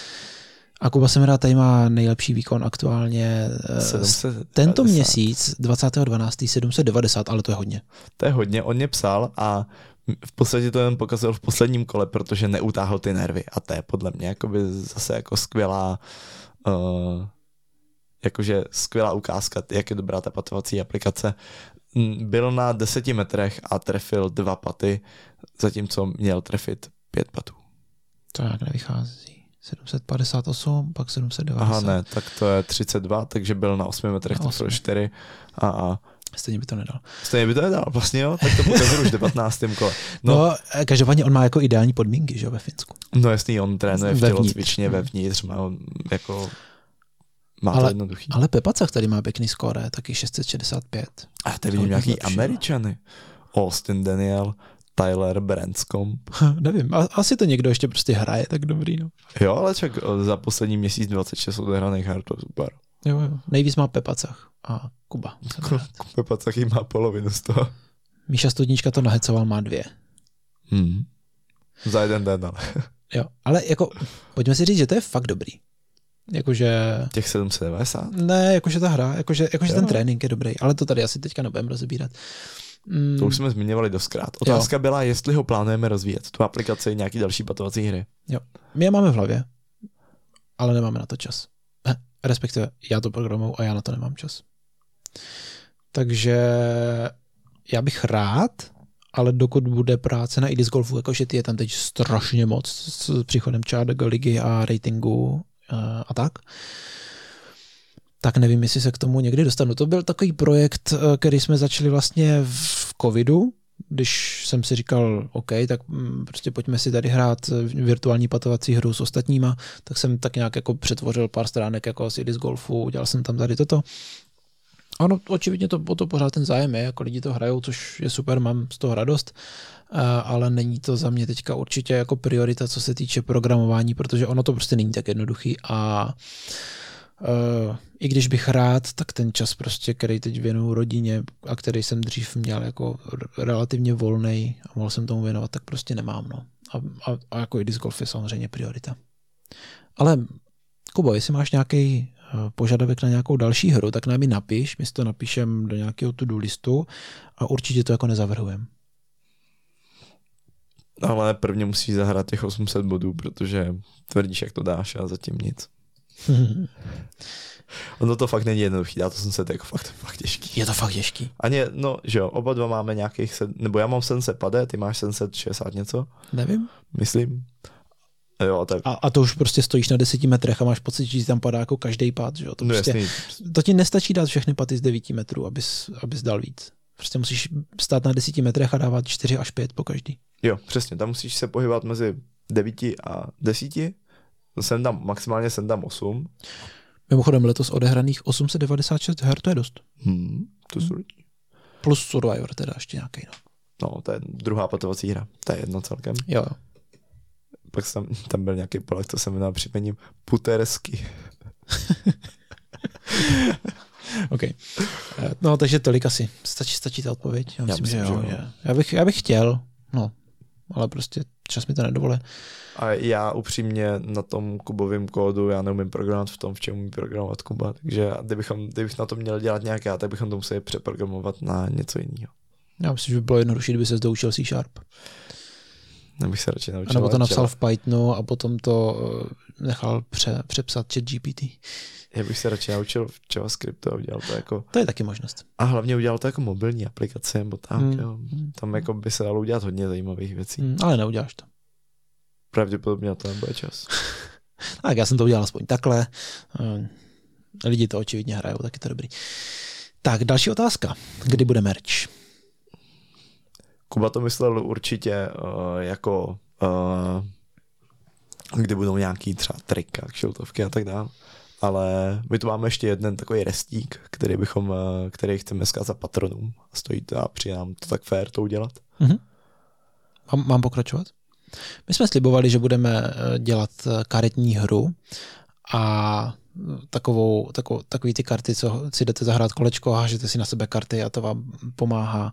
Speaker 1: A Kuba Semerád tady má nejlepší výkon aktuálně. sedm set padesát. Tento měsíc dvacátého dvanáctého sedm set devadesát, ale to je hodně. To
Speaker 2: je hodně, on mě psal a v podstatě to jen pokazal v posledním kole, protože neutáhl ty nervy a to je podle mě jakoby zase jako skvělá uh, jakože skvělá ukázka, jak je dobrá ta patovací aplikace. Byl na deseti metrech a trefil dva paty, zatímco měl trefit pět patů.
Speaker 1: To jak nevychází. sedm set padesát osm, pak sedm set devadesát.
Speaker 2: Aha, ne, tak to je třicet dva, takže byl na osmi metrech, to bylo čtyři a, a
Speaker 1: Stejně by to nedal.
Speaker 2: Stejně by to nedal, vlastně jo, tak to pokazil už v devatenáctém kole. No,
Speaker 1: no, každopádně on má jako ideální podmínky, že jo, ve Finsku.
Speaker 2: No jasný, on trénuje v tělocvičně vevnitř, má on jako, má
Speaker 1: ale,
Speaker 2: to jednoduchý.
Speaker 1: Ale Pepacach tady má pěkný skóre, taky šest set šedesát pět.
Speaker 2: A tady vidím nějaký lepší, Američany. Austin Daniel, Tyler Branscombe.
Speaker 1: Nevím, asi to někdo ještě prostě hraje tak dobrý, no.
Speaker 2: Jo, ale čak za poslední měsíc dvacet šest odehraných her, to super.
Speaker 1: Jo, jo. Nejvíc má Pepacach a Kuba.
Speaker 2: Pepacach jí má polovinu z toho.
Speaker 1: Míša Studnička to nahecoval, má dvě.
Speaker 2: Hmm. Za jeden den, ale.
Speaker 1: Jo, ale jako, pojďme si říct, že to je fakt dobrý. Jakože...
Speaker 2: Těch sedm set devadesát?
Speaker 1: Ne, jakože ta hra, jakože, jakože ten trénink je dobrý, ale to tady asi teďka nebudeme rozebírat.
Speaker 2: Mm. To už jsme zmiňovali doskrát. Otázka jo. byla, jestli ho plánujeme rozvíjet, tu aplikaci, nějaký další patovací hry.
Speaker 1: Jo, my je máme v hlavě, ale nemáme na to čas. Respektive já to programuju a já na to nemám čas. Takže já bych rád, ale dokud bude práce na iDisc Golfu, jakože ty je tam teď strašně moc s příchodem čárdek ligy a ratingu a tak, tak nevím, jestli se k tomu někdy dostanu. To byl takový projekt, který jsme začali vlastně v covidu, když jsem si říkal, OK, tak prostě pojďme si tady hrát virtuální patovací hru s ostatníma, tak jsem tak nějak jako přetvořil pár stránek jako z iDisc Golfu, udělal jsem tam tady toto. Ano, očividně to, o to pořád ten zájem je, jako lidi to hrajou, což je super, mám z toho radost, ale není to za mě teďka určitě jako priorita, co se týče programování, protože ono to prostě není tak jednoduchý a Uh, i když bych rád, tak ten čas prostě, který teď věnuju rodině a který jsem dřív měl jako relativně volnej a mohl jsem tomu věnovat, tak prostě nemám. No. A, a, a jako iDisc Golf je samozřejmě priorita. Ale Kubo, jestli máš nějaký uh, požadavek na nějakou další hru, tak nám ji napiš, my si to napíšem do nějakého to-do listu a určitě to jako nezavrhujeme.
Speaker 2: Ale prvně musíš zahrát těch osm set bodů, protože tvrdíš, jak to dáš a zatím nic. Ono to fakt není jednoduchý, dá to jsem se jako fakt, fakt těžký.
Speaker 1: Je to fakt těžký.
Speaker 2: Ani, no, že jo, oba dva máme nějakých, sed, nebo já mám sedm set padé, ty máš sedm set šedesát něco?
Speaker 1: Nevím.
Speaker 2: Myslím. Jo, tak.
Speaker 1: A, a to už prostě stojíš na deseti metrech a máš pocit, že ti tam padá jako každý pád, že jo? To,
Speaker 2: no
Speaker 1: prostě, to ti nestačí dát všechny paty z devíti metrů, abys, abys dal víc. Prostě musíš stát na deseti metrech a dávat čtyři až pět po každý.
Speaker 2: Jo, přesně, tam musíš se pohybovat mezi devíti a desíti. Jsem tam, maximálně jsem tam osm.
Speaker 1: Mimochodem letos odehraných osm set devadesát šest her, to je dost.
Speaker 2: Hmm, to jsou hmm.
Speaker 1: Plus Survivor teda ještě nějaký. No.
Speaker 2: no, to je druhá patovací hra, to je jedno celkem.
Speaker 1: Jo.
Speaker 2: Pak tam, tam byl nějaký Polak, to se jmenuje připomením Putersky.
Speaker 1: OK. No, takže tolik asi. Stačí, stačí ta odpověď? Já myslím, já myslím že, že jo. Já bych, já bych chtěl, no, ale prostě čas mi to nedovolí.
Speaker 2: A já upřímně na tom Kubovém kódu, já neumím programovat v tom, v čem umí programovat Kuba, takže kdybychom, kdybych na to měl dělat nějaké, tak bychom to museli přeprogramovat na něco jiného.
Speaker 1: Já myslím, že by bylo jednodušší, kdyby se doučil C Sharp.
Speaker 2: Nebych se radši naučil.
Speaker 1: A nebo to napsal v Pythonu a potom to nechal pře, přepsat ChatGPT.
Speaker 2: Já bych se radši naučil v JavaScriptu a udělal to jako...
Speaker 1: To je taky možnost.
Speaker 2: A hlavně udělal to jako mobilní aplikace, nebo tak, hmm. jo. Tam jako by se dalo udělat hodně zajímavých věcí.
Speaker 1: Hmm, ale neuděláš to.
Speaker 2: Pravděpodobně na to nebude čas.
Speaker 1: Tak já jsem to udělal aspoň takhle. Lidi to očividně hrajou, tak je to dobrý. Tak, další otázka. Kdy bude merch?
Speaker 2: Kuba to myslel určitě uh, jako uh, kdy budou nějaký třeba trika, kšiltovky a tak dále. Ale my tu máme ještě jeden takový restík, který bychom, uh, který chceme zkázat patronům. Stojí to a přijde nám to tak fér to udělat.
Speaker 1: Mm-hmm. Mám, mám pokračovat? My jsme slibovali, že budeme dělat karetní hru a takovou, takovou, takový ty karty, co si jdete zahrát kolečko a hážete si na sebe karty a to vám pomáhá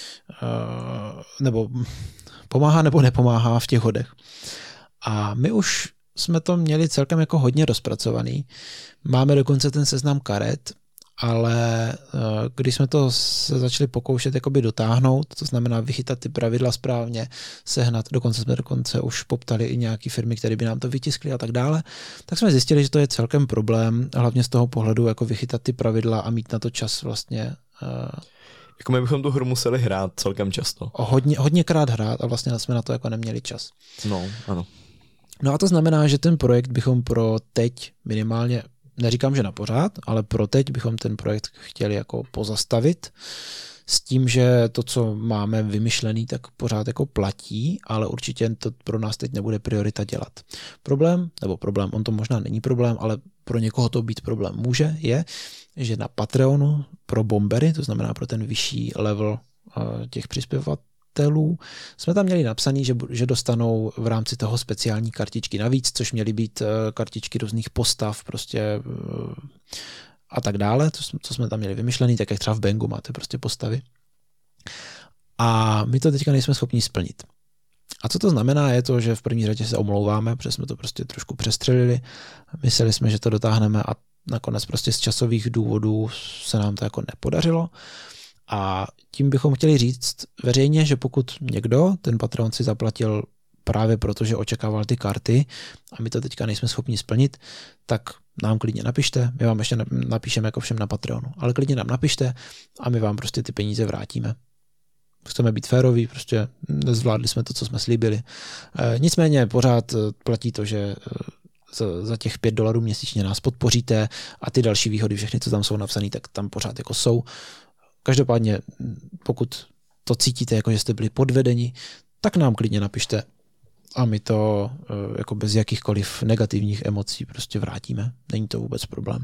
Speaker 1: nebo pomáhá nebo nepomáhá v těch hodech. A my už jsme to měli celkem jako hodně rozpracovaný. Máme dokonce ten seznam karet, ale když jsme to se začali pokoušet jakoby dotáhnout, to znamená vychytat ty pravidla správně, sehnat, dokonce jsme dokonce už poptali i nějaký firmy, které by nám to vytiskly a tak dále, tak jsme zjistili, že to je celkem problém, hlavně z toho pohledu jako vychytat ty pravidla a mít na to čas vlastně.
Speaker 2: Jako my bychom tu hru museli hrát celkem často.
Speaker 1: Hodně, hodněkrát hrát a vlastně jsme na to jako neměli čas.
Speaker 2: No, ano.
Speaker 1: No a to znamená, že ten projekt bychom pro teď minimálně, neříkám, že na pořád, ale pro teď bychom ten projekt chtěli jako pozastavit s tím, že to, co máme vymyšlený, tak pořád jako platí, ale určitě to pro nás teď nebude priorita dělat. Problém, nebo problém, on to možná není problém, ale pro někoho to být problém může, je, že na Patreonu pro bombery, to znamená pro ten vyšší level těch přispěvatelů, jsme tam měli napsaný, že, že dostanou v rámci toho speciální kartičky navíc, což měly být kartičky různých postav, prostě a tak dále, to, co jsme tam měli vymyšlený, tak jak třeba v Bangu máte prostě postavy. A my to teďka nejsme schopni splnit. A co to znamená, je to, že v první řadě se omlouváme, protože jsme to prostě trošku přestřelili. Mysleli jsme, že to dotáhneme a nakonec prostě z časových důvodů se nám to jako nepodařilo. A tím bychom chtěli říct veřejně, že pokud někdo ten Patreon si zaplatil právě proto, že očekával ty karty a my to teďka nejsme schopni splnit, tak nám klidně napište, my vám ještě napíšeme jako všem na Patreonu, ale klidně nám napište a my vám prostě ty peníze vrátíme. Chceme být féroví, prostě nezvládli jsme to, co jsme slíbili. E, nicméně pořád platí to, že za, za těch pět dolarů měsíčně nás podpoříte a ty další výhody, všechny, co tam jsou napsané, tak tam pořád jako jsou. Každopádně, pokud to cítíte, jako že jste byli podvedeni, tak nám klidně napište a my to jako bez jakýchkoliv negativních emocí prostě vrátíme. Není to vůbec problém.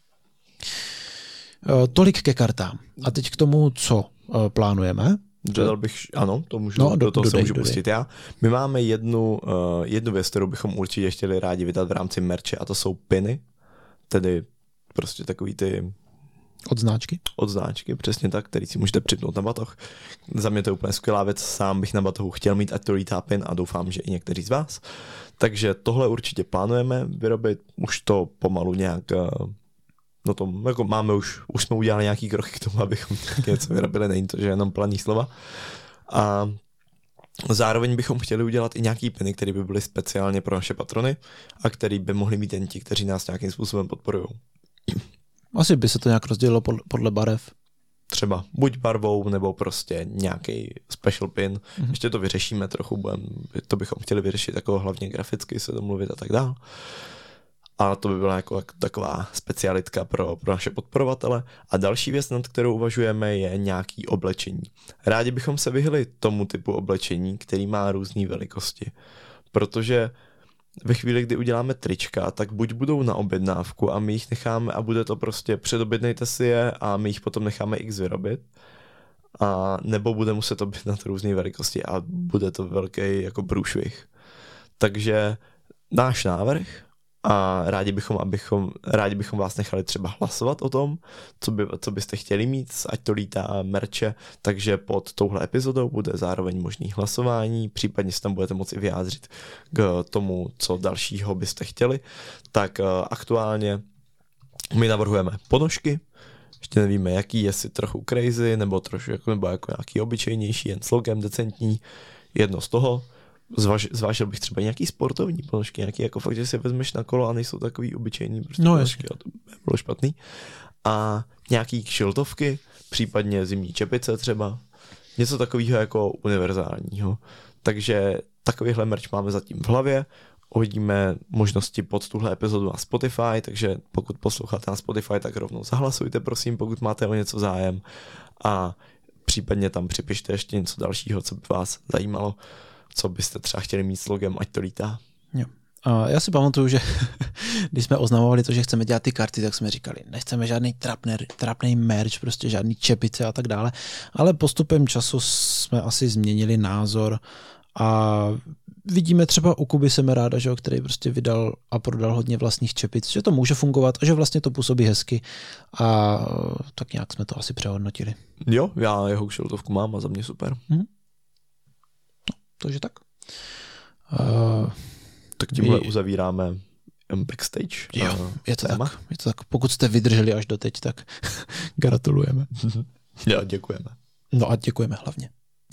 Speaker 1: Tolik ke kartám. A teď k tomu, co plánujeme.
Speaker 2: Dodal bych, ano, to můžu,
Speaker 1: no,
Speaker 2: do, do toho
Speaker 1: dodej,
Speaker 2: se můžu
Speaker 1: dodej.
Speaker 2: pustit já. My máme jednu, uh, jednu věc, kterou bychom určitě chtěli rádi vydat v rámci merče, a to jsou piny, tedy prostě takový ty
Speaker 1: odznáčky.
Speaker 2: Odznáčky, přesně tak, který si můžete připnout na batoh. Za mě to je úplně skvělá věc, sám bych na batohu chtěl mít, ať to lítá pin a doufám, že i někteří z vás. Takže tohle určitě plánujeme vyrobit, už to pomalu nějak, no to jako máme už, už jsme udělali nějaký kroky k tomu, abychom něco vyrobili, není to, že jenom planý slova. A zároveň bychom chtěli udělat i nějaký piny, které by byly speciálně pro naše patrony a který by mohli mít jen ti, kteří nás nějakým způsobem podporují.
Speaker 1: Asi by se to nějak rozdělilo podle barev.
Speaker 2: Třeba buď barvou, nebo prostě nějaký special pin. Mm-hmm. Ještě to vyřešíme trochu, budem, to bychom chtěli vyřešit jako hlavně graficky, se domluvit a tak dále. A to by byla jako taková specialitka pro, pro naše podporovatele. A další věc, nad kterou uvažujeme, je nějaký oblečení. Rádi bychom se vyhli tomu typu oblečení, který má různé velikosti. Protože ve chvíli, kdy uděláme trička, tak buď budou na objednávku a my jich necháme a bude to prostě předobjednejte si je a my jich potom necháme x vyrobit. A nebo bude muset objednat různé velikosti a bude to velký jako průšvih. Takže náš návrh a rádi bychom, abychom, rádi bychom vás nechali třeba hlasovat o tom, co, by, co byste chtěli mít, ať to lítá merče, takže pod touhle epizodou bude zároveň možný hlasování, případně se tam budete moci vyjádřit k tomu, co dalšího byste chtěli. Tak uh, aktuálně my navrhujeme ponožky, ještě nevíme jaký, jestli trochu crazy, nebo trošku jako, nebo jako nějaký obyčejnější, jen s logem decentní, jedno z toho. Zvaž, zvážil bych třeba nějaký sportovní ponožky, nějaký jako fakt, že si vezmeš na kolo a nejsou takový obyčejný prostě
Speaker 1: no,
Speaker 2: ponožky, a to by bylo špatný. A nějaký kšiltovky, případně zimní čepice třeba, něco takového jako univerzálního. Takže takovýhle merch máme zatím v hlavě, uvidíme možnosti pod tuhle epizodu na Spotify, takže pokud posloucháte na Spotify, tak rovnou zahlasujte, prosím, pokud máte o něco zájem a případně tam připište ještě něco dalšího, co by vás zajímalo, co byste třeba chtěli mít s logem, ať to lítá.
Speaker 1: Jo. A já si pamatuju, že když jsme oznamovali to, že chceme dělat ty karty, tak jsme říkali, nechceme žádný trapný, trapný merch, prostě žádný čepice a tak dále, ale postupem času jsme asi změnili názor a vidíme třeba u Kuby Semeráda, že, který prostě vydal a prodal hodně vlastních čepic, že to může fungovat a že vlastně to působí hezky a tak nějak jsme to asi přehodnotili.
Speaker 2: Jo, já jeho kšiltovku mám a za mě super.
Speaker 1: Hmm. Takže tak. Uh,
Speaker 2: tak tímhle my... uzavíráme backstage.
Speaker 1: Jo, je to téma. tak. Je to tak. Pokud jste vydrželi až doteď, tak gratulujeme.
Speaker 2: Jo, děkujeme.
Speaker 1: No a děkujeme hlavně.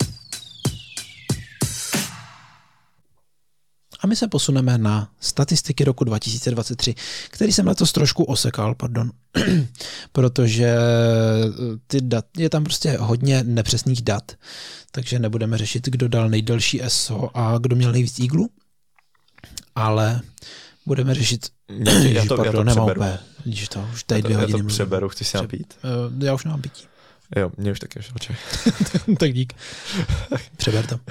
Speaker 1: A my se posuneme na statistiky roku dva tisíce dvacet tři, který jsem letos trošku osekal, pardon, protože ty dat, je tam prostě hodně nepřesných dat, takže nebudeme řešit, kdo dal nejdelší E S O a kdo měl nejvíc eaglů, ale budeme řešit...
Speaker 2: Ježiš, já to, pardon, já to
Speaker 1: nemám
Speaker 2: přeberu.
Speaker 1: úplně, když to už tady dvě
Speaker 2: já to,
Speaker 1: hodiny
Speaker 2: já to přeberu, chci si napít?
Speaker 1: Uh, já už nemám pití.
Speaker 2: Jo, mě už taky šel čaj.
Speaker 1: Tak dík. Přeber to.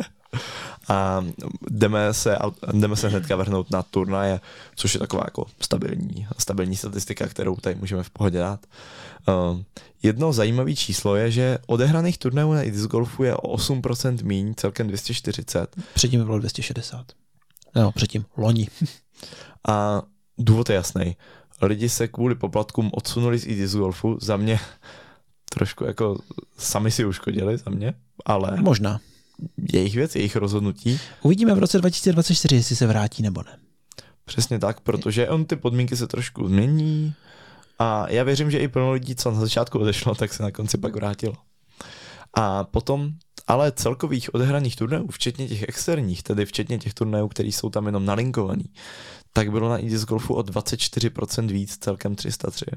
Speaker 2: A jdeme se, jdeme se hnedka vrhnout na turnaje, což je taková jako stabilní, stabilní statistika, kterou tady můžeme v pohodě dát. Uh, jedno zajímavé číslo je, že odehraných turnajů na disc golfu je o osm procent míň, celkem dvě stě čtyřicet.
Speaker 1: Předtím bylo dvě stě šedesát. No, předtím, loni.
Speaker 2: A důvod je jasný. Lidi se kvůli poplatkům odsunuli z disc golfu, za mě trošku jako sami si uškodili, za mě, ale...
Speaker 1: Možná.
Speaker 2: Jejich věc, jejich rozhodnutí.
Speaker 1: Uvidíme v roce dva tisíce dvacet čtyři, jestli se vrátí nebo ne.
Speaker 2: Přesně tak, protože on ty podmínky se trošku změní a já věřím, že i plno lidí, co na začátku odešlo, tak se na konci pak vrátilo. A potom, ale celkových odehraných turnajů, včetně těch externích, tedy včetně těch turnajů, které jsou tam jenom nalinkovaný, tak bylo na disc golfu o dvacet čtyři procent víc, celkem tři sta tři.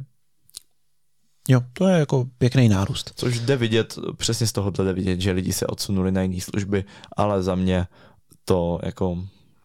Speaker 1: Jo, to je jako pěkný nárůst.
Speaker 2: Což jde vidět, přesně z tohohle jde vidět, že lidi se odsunuli na jiné služby, ale za mě to jako,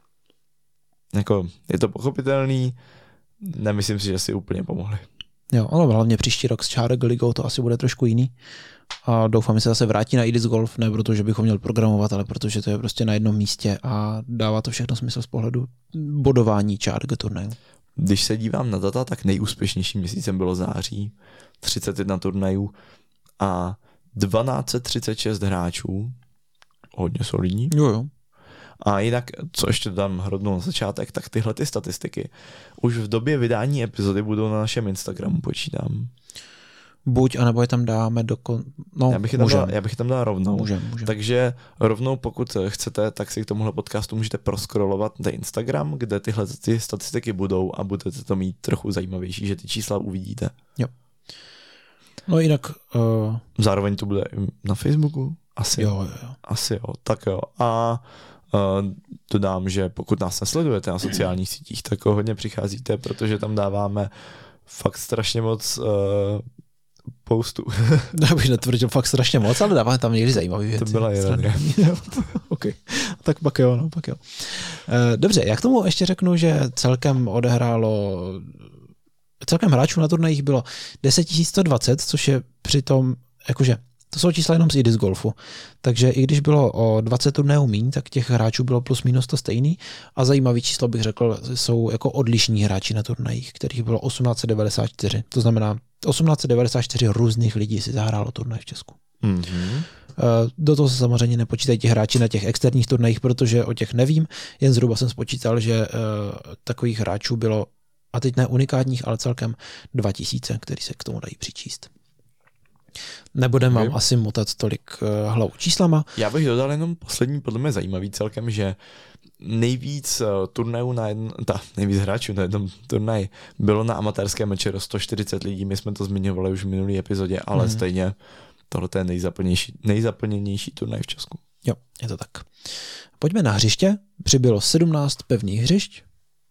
Speaker 2: jako je to pochopitelný, nemyslím si, že si úplně pomohli.
Speaker 1: Jo, ale hlavně příští rok s Čárek ligou to asi bude trošku jiný a doufám, že se zase vrátí na disc golf, ne protože bychom měli programovat, ale protože to je prostě na jednom místě a dává to všechno smysl z pohledu bodování Čárek turnajů.
Speaker 2: Když se dívám na data, tak nejúspěšnějším měsícem bylo září, třicet jedna turnajů a dvanáct set třicet šest hráčů, hodně solidní.
Speaker 1: Jo, jo.
Speaker 2: A jinak, co ještě dám hroznou na začátek, tak tyhle ty statistiky už v době vydání epizody budou na našem Instagramu, počítám.
Speaker 1: Buď, anebo je tam dáme do kon... No,
Speaker 2: já bych je tam dal, já bych je tam dal rovnou.
Speaker 1: Můžem, můžem.
Speaker 2: Takže rovnou, pokud chcete, tak si k tomuhle podcastu můžete proskrolovat na Instagram, kde tyhle ty statistiky budou a budete to mít trochu zajímavější, že ty čísla uvidíte.
Speaker 1: Jo. No jinak... Uh...
Speaker 2: Zároveň to bude i na Facebooku? Asi
Speaker 1: jo, jo, jo.
Speaker 2: Asi jo, tak jo. A uh, dodám, že pokud nás nesledujete na sociálních sítích, tak hodně přicházíte, protože tam dáváme fakt strašně moc uh, postů.
Speaker 1: Já bych netvrdil fakt strašně moc, ale dáváme tam někdy zajímavý věci.
Speaker 2: To byla jedna.
Speaker 1: Okay. Tak pak jo, no, pak jo. Uh, dobře, já k tomu ještě řeknu, že celkem odehrálo celkem hráčů na turnajích bylo deset tisíc sto dvacet, což je přitom, jakože, to jsou čísla jenom z disc golfu. Takže i když bylo o dvacet turnajů míň, tak těch hráčů bylo plus minus to stejný. A zajímavý číslo bych řekl, jsou jako odlišní hráči na turnajích, kterých bylo osmnáct set devadesát čtyři. To znamená, osmnáct set devadesát čtyři různých lidí si zahrálo turnaj v Česku.
Speaker 2: Mm-hmm.
Speaker 1: Do toho se samozřejmě nepočítají ti hráči na těch externích turnajích, protože o těch nevím. Jen zhruba jsem spočítal, že uh, takových hráčů bylo, a teď ne unikátních, ale celkem dva tisíce, který se k tomu dají přičíst. Nebudem vám asi motat tolik uh, hlavu číslama.
Speaker 2: Já bych dodal jenom poslední, podle mě zajímavý celkem, že nejvíc uh, turnajů na jedn, ta, nejvíc hráčů na jednom turnaji bylo na amatérské meče sto čtyřicet lidí, my jsme to zmiňovali už v minulý epizodě, ale hmm. stejně tohle je nejzaplněnější, nejzaplněnější turnaj v Česku.
Speaker 1: Jo, je to tak. Pojďme na hřiště. Přibylo sedmnáct pevných hřišť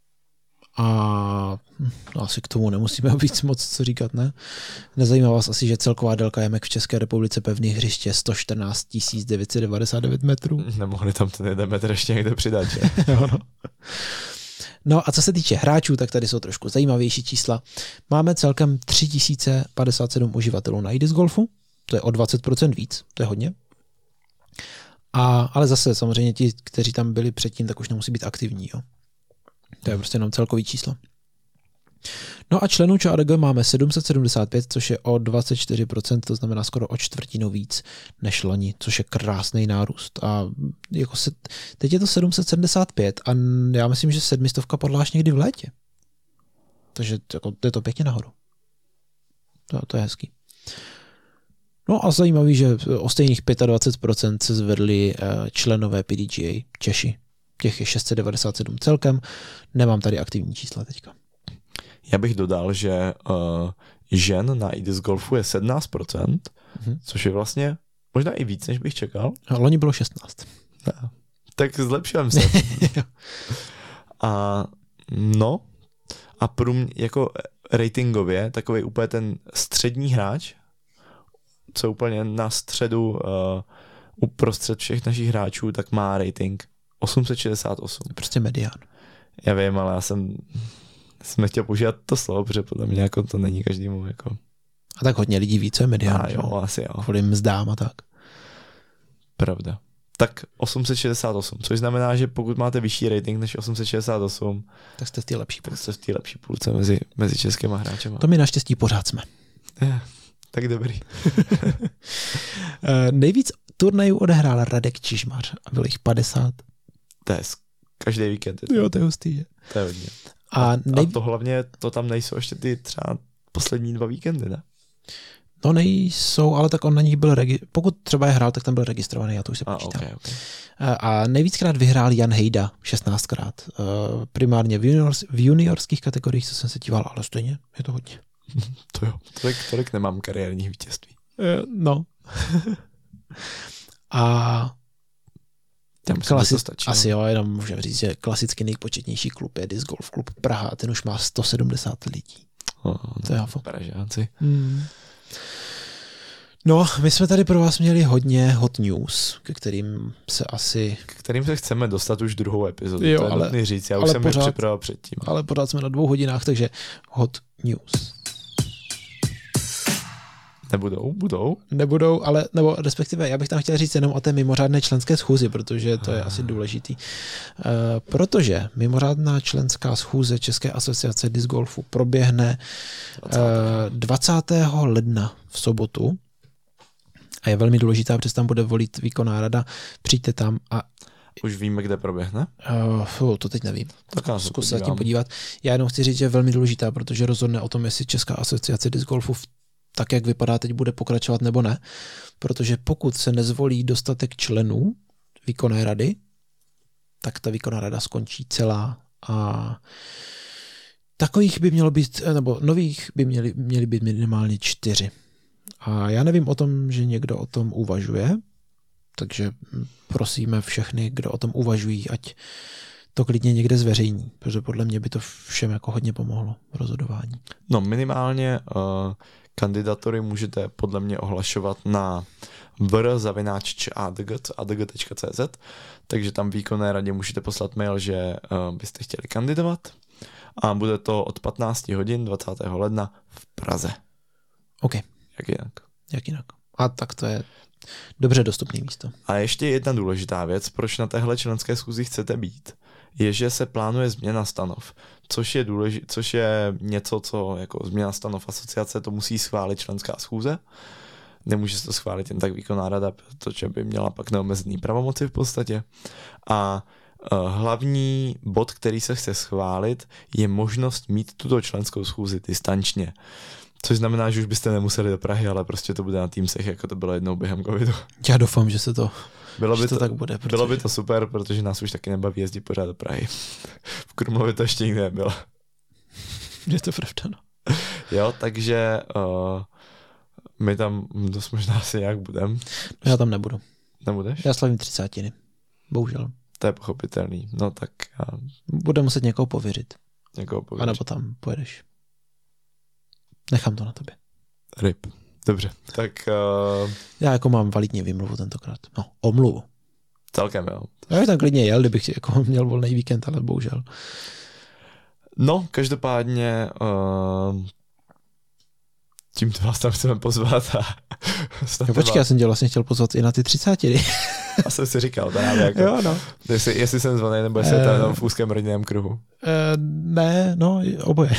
Speaker 1: a no, asi k tomu nemusíme víc moc co říkat, ne? Nezajímá vás asi, že celková délka jamek v České republice pevných hřiště je sto čtrnáct tisíc devět set devadesát devět metrů.
Speaker 2: Nemohli tam ten jeden metr ještě někde přidat, že?
Speaker 1: Jo, no. No a co se týče hráčů, tak tady jsou trošku zajímavější čísla. Máme celkem tři tisíce padesát sedm uživatelů na disc golfu, to je o dvacet procent víc, to je hodně. A, ale zase samozřejmě ti, kteří tam byli předtím, tak už nemusí být aktivní, jo. To je prostě jenom celkový číslo. No a členů ČADG máme sedm set sedmdesát pět, což je o dvacet čtyři procent, to znamená skoro o čtvrtinu víc než loni, což je krásný nárůst. A jako se, teď je to sedm set sedmdesát pět a já myslím, že sedmistovka padla až někdy v létě. Takže jako, je to pěkně nahoru. To, to je hezký. No a zajímavý, že o stejných dvacet pět procent se zvedli členové P D G A, Češi. Těch je šest set devadesát sedm celkem. Nemám tady aktivní čísla teďka.
Speaker 2: Já bych dodal, že uh, žen na disc golfu je sedmnáct procent, mm-hmm. což je vlastně možná i víc, než bych čekal.
Speaker 1: A loni bylo šestnáct.
Speaker 2: Ne. Tak zlepšujem se. A no, a prům, jako ratingově, takový úplně ten střední hráč, co úplně na středu, uh, uprostřed všech našich hráčů, tak má rating osm set šedesát osm.
Speaker 1: Prostě medián.
Speaker 2: Já vím, ale já jsem, jsem nechtěl používat to slovo, protože podle mě jako to není každému jako...
Speaker 1: A tak hodně lidí ví, co je medián.
Speaker 2: A jo, asi jo.
Speaker 1: Kvůli mzdám a tak.
Speaker 2: Pravda. Tak osm set šedesát osm, což znamená, že pokud máte vyšší rating než osm set šedesát osm,
Speaker 1: tak jste v té lepší
Speaker 2: půlce. Jste v té lepší půlce mezi, mezi českýma hráčema.
Speaker 1: To my naštěstí pořád jsme.
Speaker 2: Je, tak dobrý.
Speaker 1: Nejvíc turnajů odehrál Radek Čižmař a bylo jich padesát.
Speaker 2: To je každý víkend. Je to.
Speaker 1: Jo, to je hustý, že?
Speaker 2: To je hodně.
Speaker 1: A,
Speaker 2: a,
Speaker 1: nej...
Speaker 2: a to hlavně, to tam nejsou ještě ty třeba poslední dva víkendy, ne?
Speaker 1: No nejsou, ale tak on na nich byl, regi- pokud třeba je hrál, tak tam byl registrovaný, a to už se počítá.
Speaker 2: Okay, okay.
Speaker 1: A nejvíckrát vyhrál Jan Hejda, šestnáctkrát. Primárně v, juniors, v juniorských kategoriích, co jsem se díval, ale stejně je to hodně.
Speaker 2: To jo, tolik, tolik nemám kariérních vítězství.
Speaker 1: No. A klasi- asi jo, jenom můžeme říct, že klasicky nejpočetnější klub je Disc Golf Klub Praha a ten už má sto sedmdesát lidí.
Speaker 2: Oh,
Speaker 1: to je hafo.
Speaker 2: Pražáci.
Speaker 1: Hmm. No, my jsme tady pro vás měli hodně hot news, ke kterým se asi...
Speaker 2: Ke kterým se chceme dostat už druhou epizodu,
Speaker 1: jo,
Speaker 2: to je
Speaker 1: ale,
Speaker 2: nutný říct, já už jsem je připravil předtím.
Speaker 1: Ale pořád jsme na dvou hodinách, takže hot news.
Speaker 2: Nebudou? Budou?
Speaker 1: Nebudou, ale, nebo respektive, já bych tam chtěl říct jenom o té mimořádné členské schůzi, protože to je asi důležitý. Uh, protože mimořádná členská schůze České asociace disc golfu proběhne uh, dvacátého ledna v sobotu a je velmi důležitá, protože tam bude volit výkonná rada. Přijďte tam a
Speaker 2: už víme, kde proběhne?
Speaker 1: Uh, to teď nevím.
Speaker 2: Tak
Speaker 1: zkus se tím podívat. Já jenom chci říct, že je velmi důležitá, protože rozhodne o tom, jestli Česká asociace disc golfu tak, jak vypadá teď, bude pokračovat nebo ne. Protože pokud se nezvolí dostatek členů výkonné rady, tak ta výkonná rada skončí celá a takových by mělo být, nebo nových by měli, měli být minimálně čtyři. A já nevím o tom, že někdo o tom uvažuje, takže prosíme všechny, kdo o tom uvažují, ať to klidně někde zveřejní, protože podle mě by to všem jako hodně pomohlo v rozhodování.
Speaker 2: No minimálně uh, kandidatury můžete podle mě ohlašovat na vr zavináč adg tečka cz, takže tam výkonné radě můžete poslat mail, že uh, byste chtěli kandidovat a bude to od patnácti hodin dvacátého ledna v Praze.
Speaker 1: OK.
Speaker 2: Jak jinak?
Speaker 1: Jak jinak. A tak to je dobře dostupné místo.
Speaker 2: A ještě jedna důležitá věc, proč na téhle členské schůzi chcete být, je, že se plánuje změna stanov, což je důležité, což je něco, co jako změna stanov asociace, to musí schválit členská schůze. Nemůže se to schválit jen tak výkonná rada, protože by měla pak neomezený pravomoci v podstatě. A uh, hlavní bod, který se chce schválit, je možnost mít tuto členskou schůzi distančně. Což znamená, že už byste nemuseli do Prahy, ale prostě to bude na Teamsech, jako to bylo jednou během covidu.
Speaker 1: Já doufám, že se to,
Speaker 2: bylo by
Speaker 1: to,
Speaker 2: to
Speaker 1: tak bude. Protože...
Speaker 2: Bylo by to super, protože nás už taky nebaví jezdit pořád do Prahy. V Krumlově to ještě nikdy nebylo.
Speaker 1: Je to pravda, no.
Speaker 2: Jo, takže uh, my tam dost možná asi nějak budem.
Speaker 1: Já tam nebudu.
Speaker 2: Nebudeš?
Speaker 1: Já slavím třicátiny. Bohužel.
Speaker 2: To je pochopitelný. No tak... Já...
Speaker 1: Bude muset někoho pověřit.
Speaker 2: Někoho pověřit.
Speaker 1: A nebo tam pojedeš. Nechám to na tobě.
Speaker 2: Ryb. Dobře. Tak... Uh...
Speaker 1: Já jako mám validní výmluvu tentokrát. No, omluvu.
Speaker 2: Celkem, jo.
Speaker 1: Já bych tam klidně jel, kdybych jako měl volný víkend, ale bohužel.
Speaker 2: No, každopádně uh... tímto vás tam chceme pozvat a...
Speaker 1: No, počkej, já jsem tě vlastně chtěl pozvat i na ty třicátiny.
Speaker 2: A jsem si říkal, právě jako...
Speaker 1: Jo, no.
Speaker 2: Jestli, jestli jsem zvaný, nebo jestli je to jenom v úzkém rodinném kruhu. Uh,
Speaker 1: ne, no, oboje.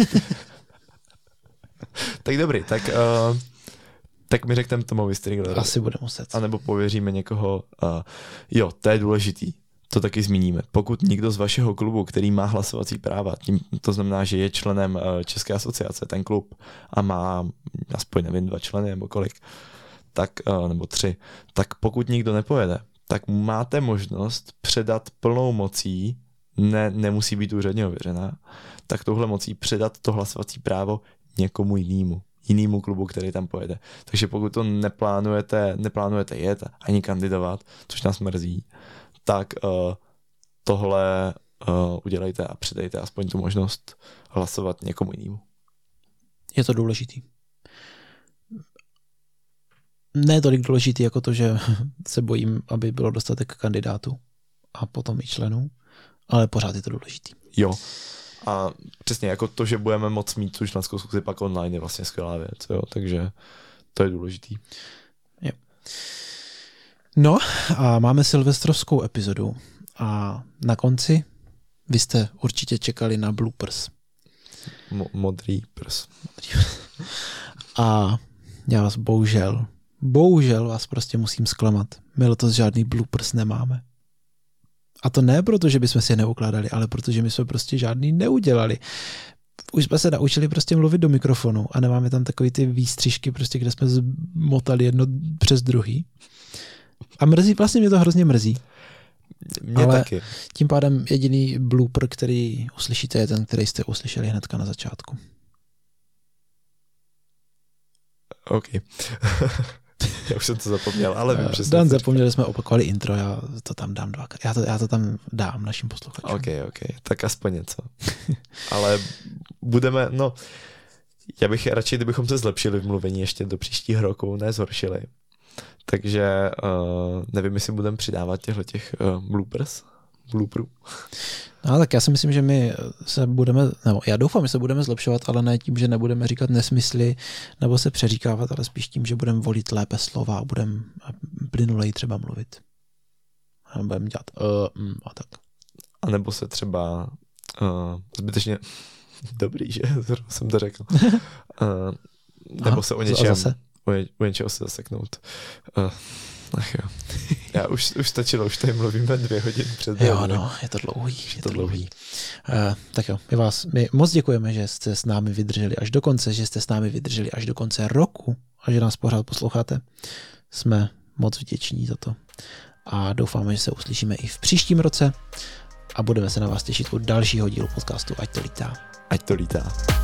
Speaker 2: Tak dobrý, tak, uh, tak mi řekneme Tomovi Striglerovi.
Speaker 1: Asi bude muset.
Speaker 2: A nebo pověříme někoho. Uh, jo, to je důležitý. To taky zmíníme. Pokud někdo z vašeho klubu, který má hlasovací práva, tím, to znamená, že je členem uh, České asociace, ten klub, a má aspoň, nevím, dva členy nebo kolik, tak, uh, nebo tři, tak pokud nikdo nepojede, tak máte možnost předat plnou mocí, ne, nemusí být úředně ověřená, tak touhle mocí předat to hlasovací právo někomu jinému, jinému klubu, který tam pojede. Takže pokud to neplánujete, neplánujete jet ani kandidovat, což nás mrzí, tak uh, tohle uh, udělejte a předejte aspoň tu možnost hlasovat někomu jinému.
Speaker 1: Je to důležitý. Ne tolik důležitý jako to, že se bojím, aby bylo dostatek kandidátů a potom i členů, ale pořád je to důležitý.
Speaker 2: jo. A přesně jako to, že budeme moc mít tu členskou schůzi pak online je vlastně skvělá věc, jo, takže to je důležitý.
Speaker 1: Jo. No a máme silvestrovskou epizodu a na konci vy jste určitě čekali na bloopers.
Speaker 2: Mo- modrý prs.
Speaker 1: A já vás bohužel, bohužel vás prostě musím zklamat. My letos žádný bloopers nemáme. A to ne proto, že bychom si je neukládali, ale protože my jsme prostě žádný neudělali. Už jsme se naučili prostě mluvit do mikrofonu a nemáme tam takový ty výstřižky, prostě, kde jsme zmotali jedno přes druhý. A mrzí, vlastně mě to hrozně mrzí.
Speaker 2: Mě
Speaker 1: ale
Speaker 2: taky.
Speaker 1: Tím pádem jediný blooper, který uslyšíte, je ten, který jste uslyšeli hnedka na začátku.
Speaker 2: OK. Já už jsem to zapomněl, ale vím přesně.
Speaker 1: Dan zapomněl, že jsme opakovali intro, já to tam dám dvakrát. Já to, já to tam dám našim posluchačům.
Speaker 2: OK, OK, tak aspoň něco. Ale budeme, no, já bych radši, kdybychom se zlepšili v mluvení ještě do příštího roku, ne zhoršili. Takže uh, nevím, jestli budeme přidávat těchto těch uh, bloopers, blooperů.
Speaker 1: No tak já si myslím, že my se budeme, nebo já doufám, že se budeme zlepšovat, ale ne tím, že nebudeme říkat nesmysly nebo se přeříkávat, ale spíš tím, že budeme volit lépe slova a budeme plynulej třeba mluvit. A budeme dělat uh, mm, a tak.
Speaker 2: A nebo se třeba uh, zbytečně dobrý, že? Zrovna jsem to řekl. Uh, nebo Aha, se o něčem, o, ně, o něčeho se zaseknout. Uh, ach jo. Já už, už stačilo, už tady mluvíme dvě hodiny před dvě
Speaker 1: Jo,
Speaker 2: hodiny.
Speaker 1: no, je to dlouhý. Je, je to dlouhý. dlouhý. Uh, tak jo, my vás, my moc děkujeme, že jste s námi vydrželi až do konce, že jste s námi vydrželi až do konce roku a že nás pořád posloucháte. Jsme moc vděční za to. A doufáme, že se uslyšíme i v příštím roce a budeme se na vás těšit u dalšího dílu podcastu Ať to lítá.
Speaker 2: Ať to lítá.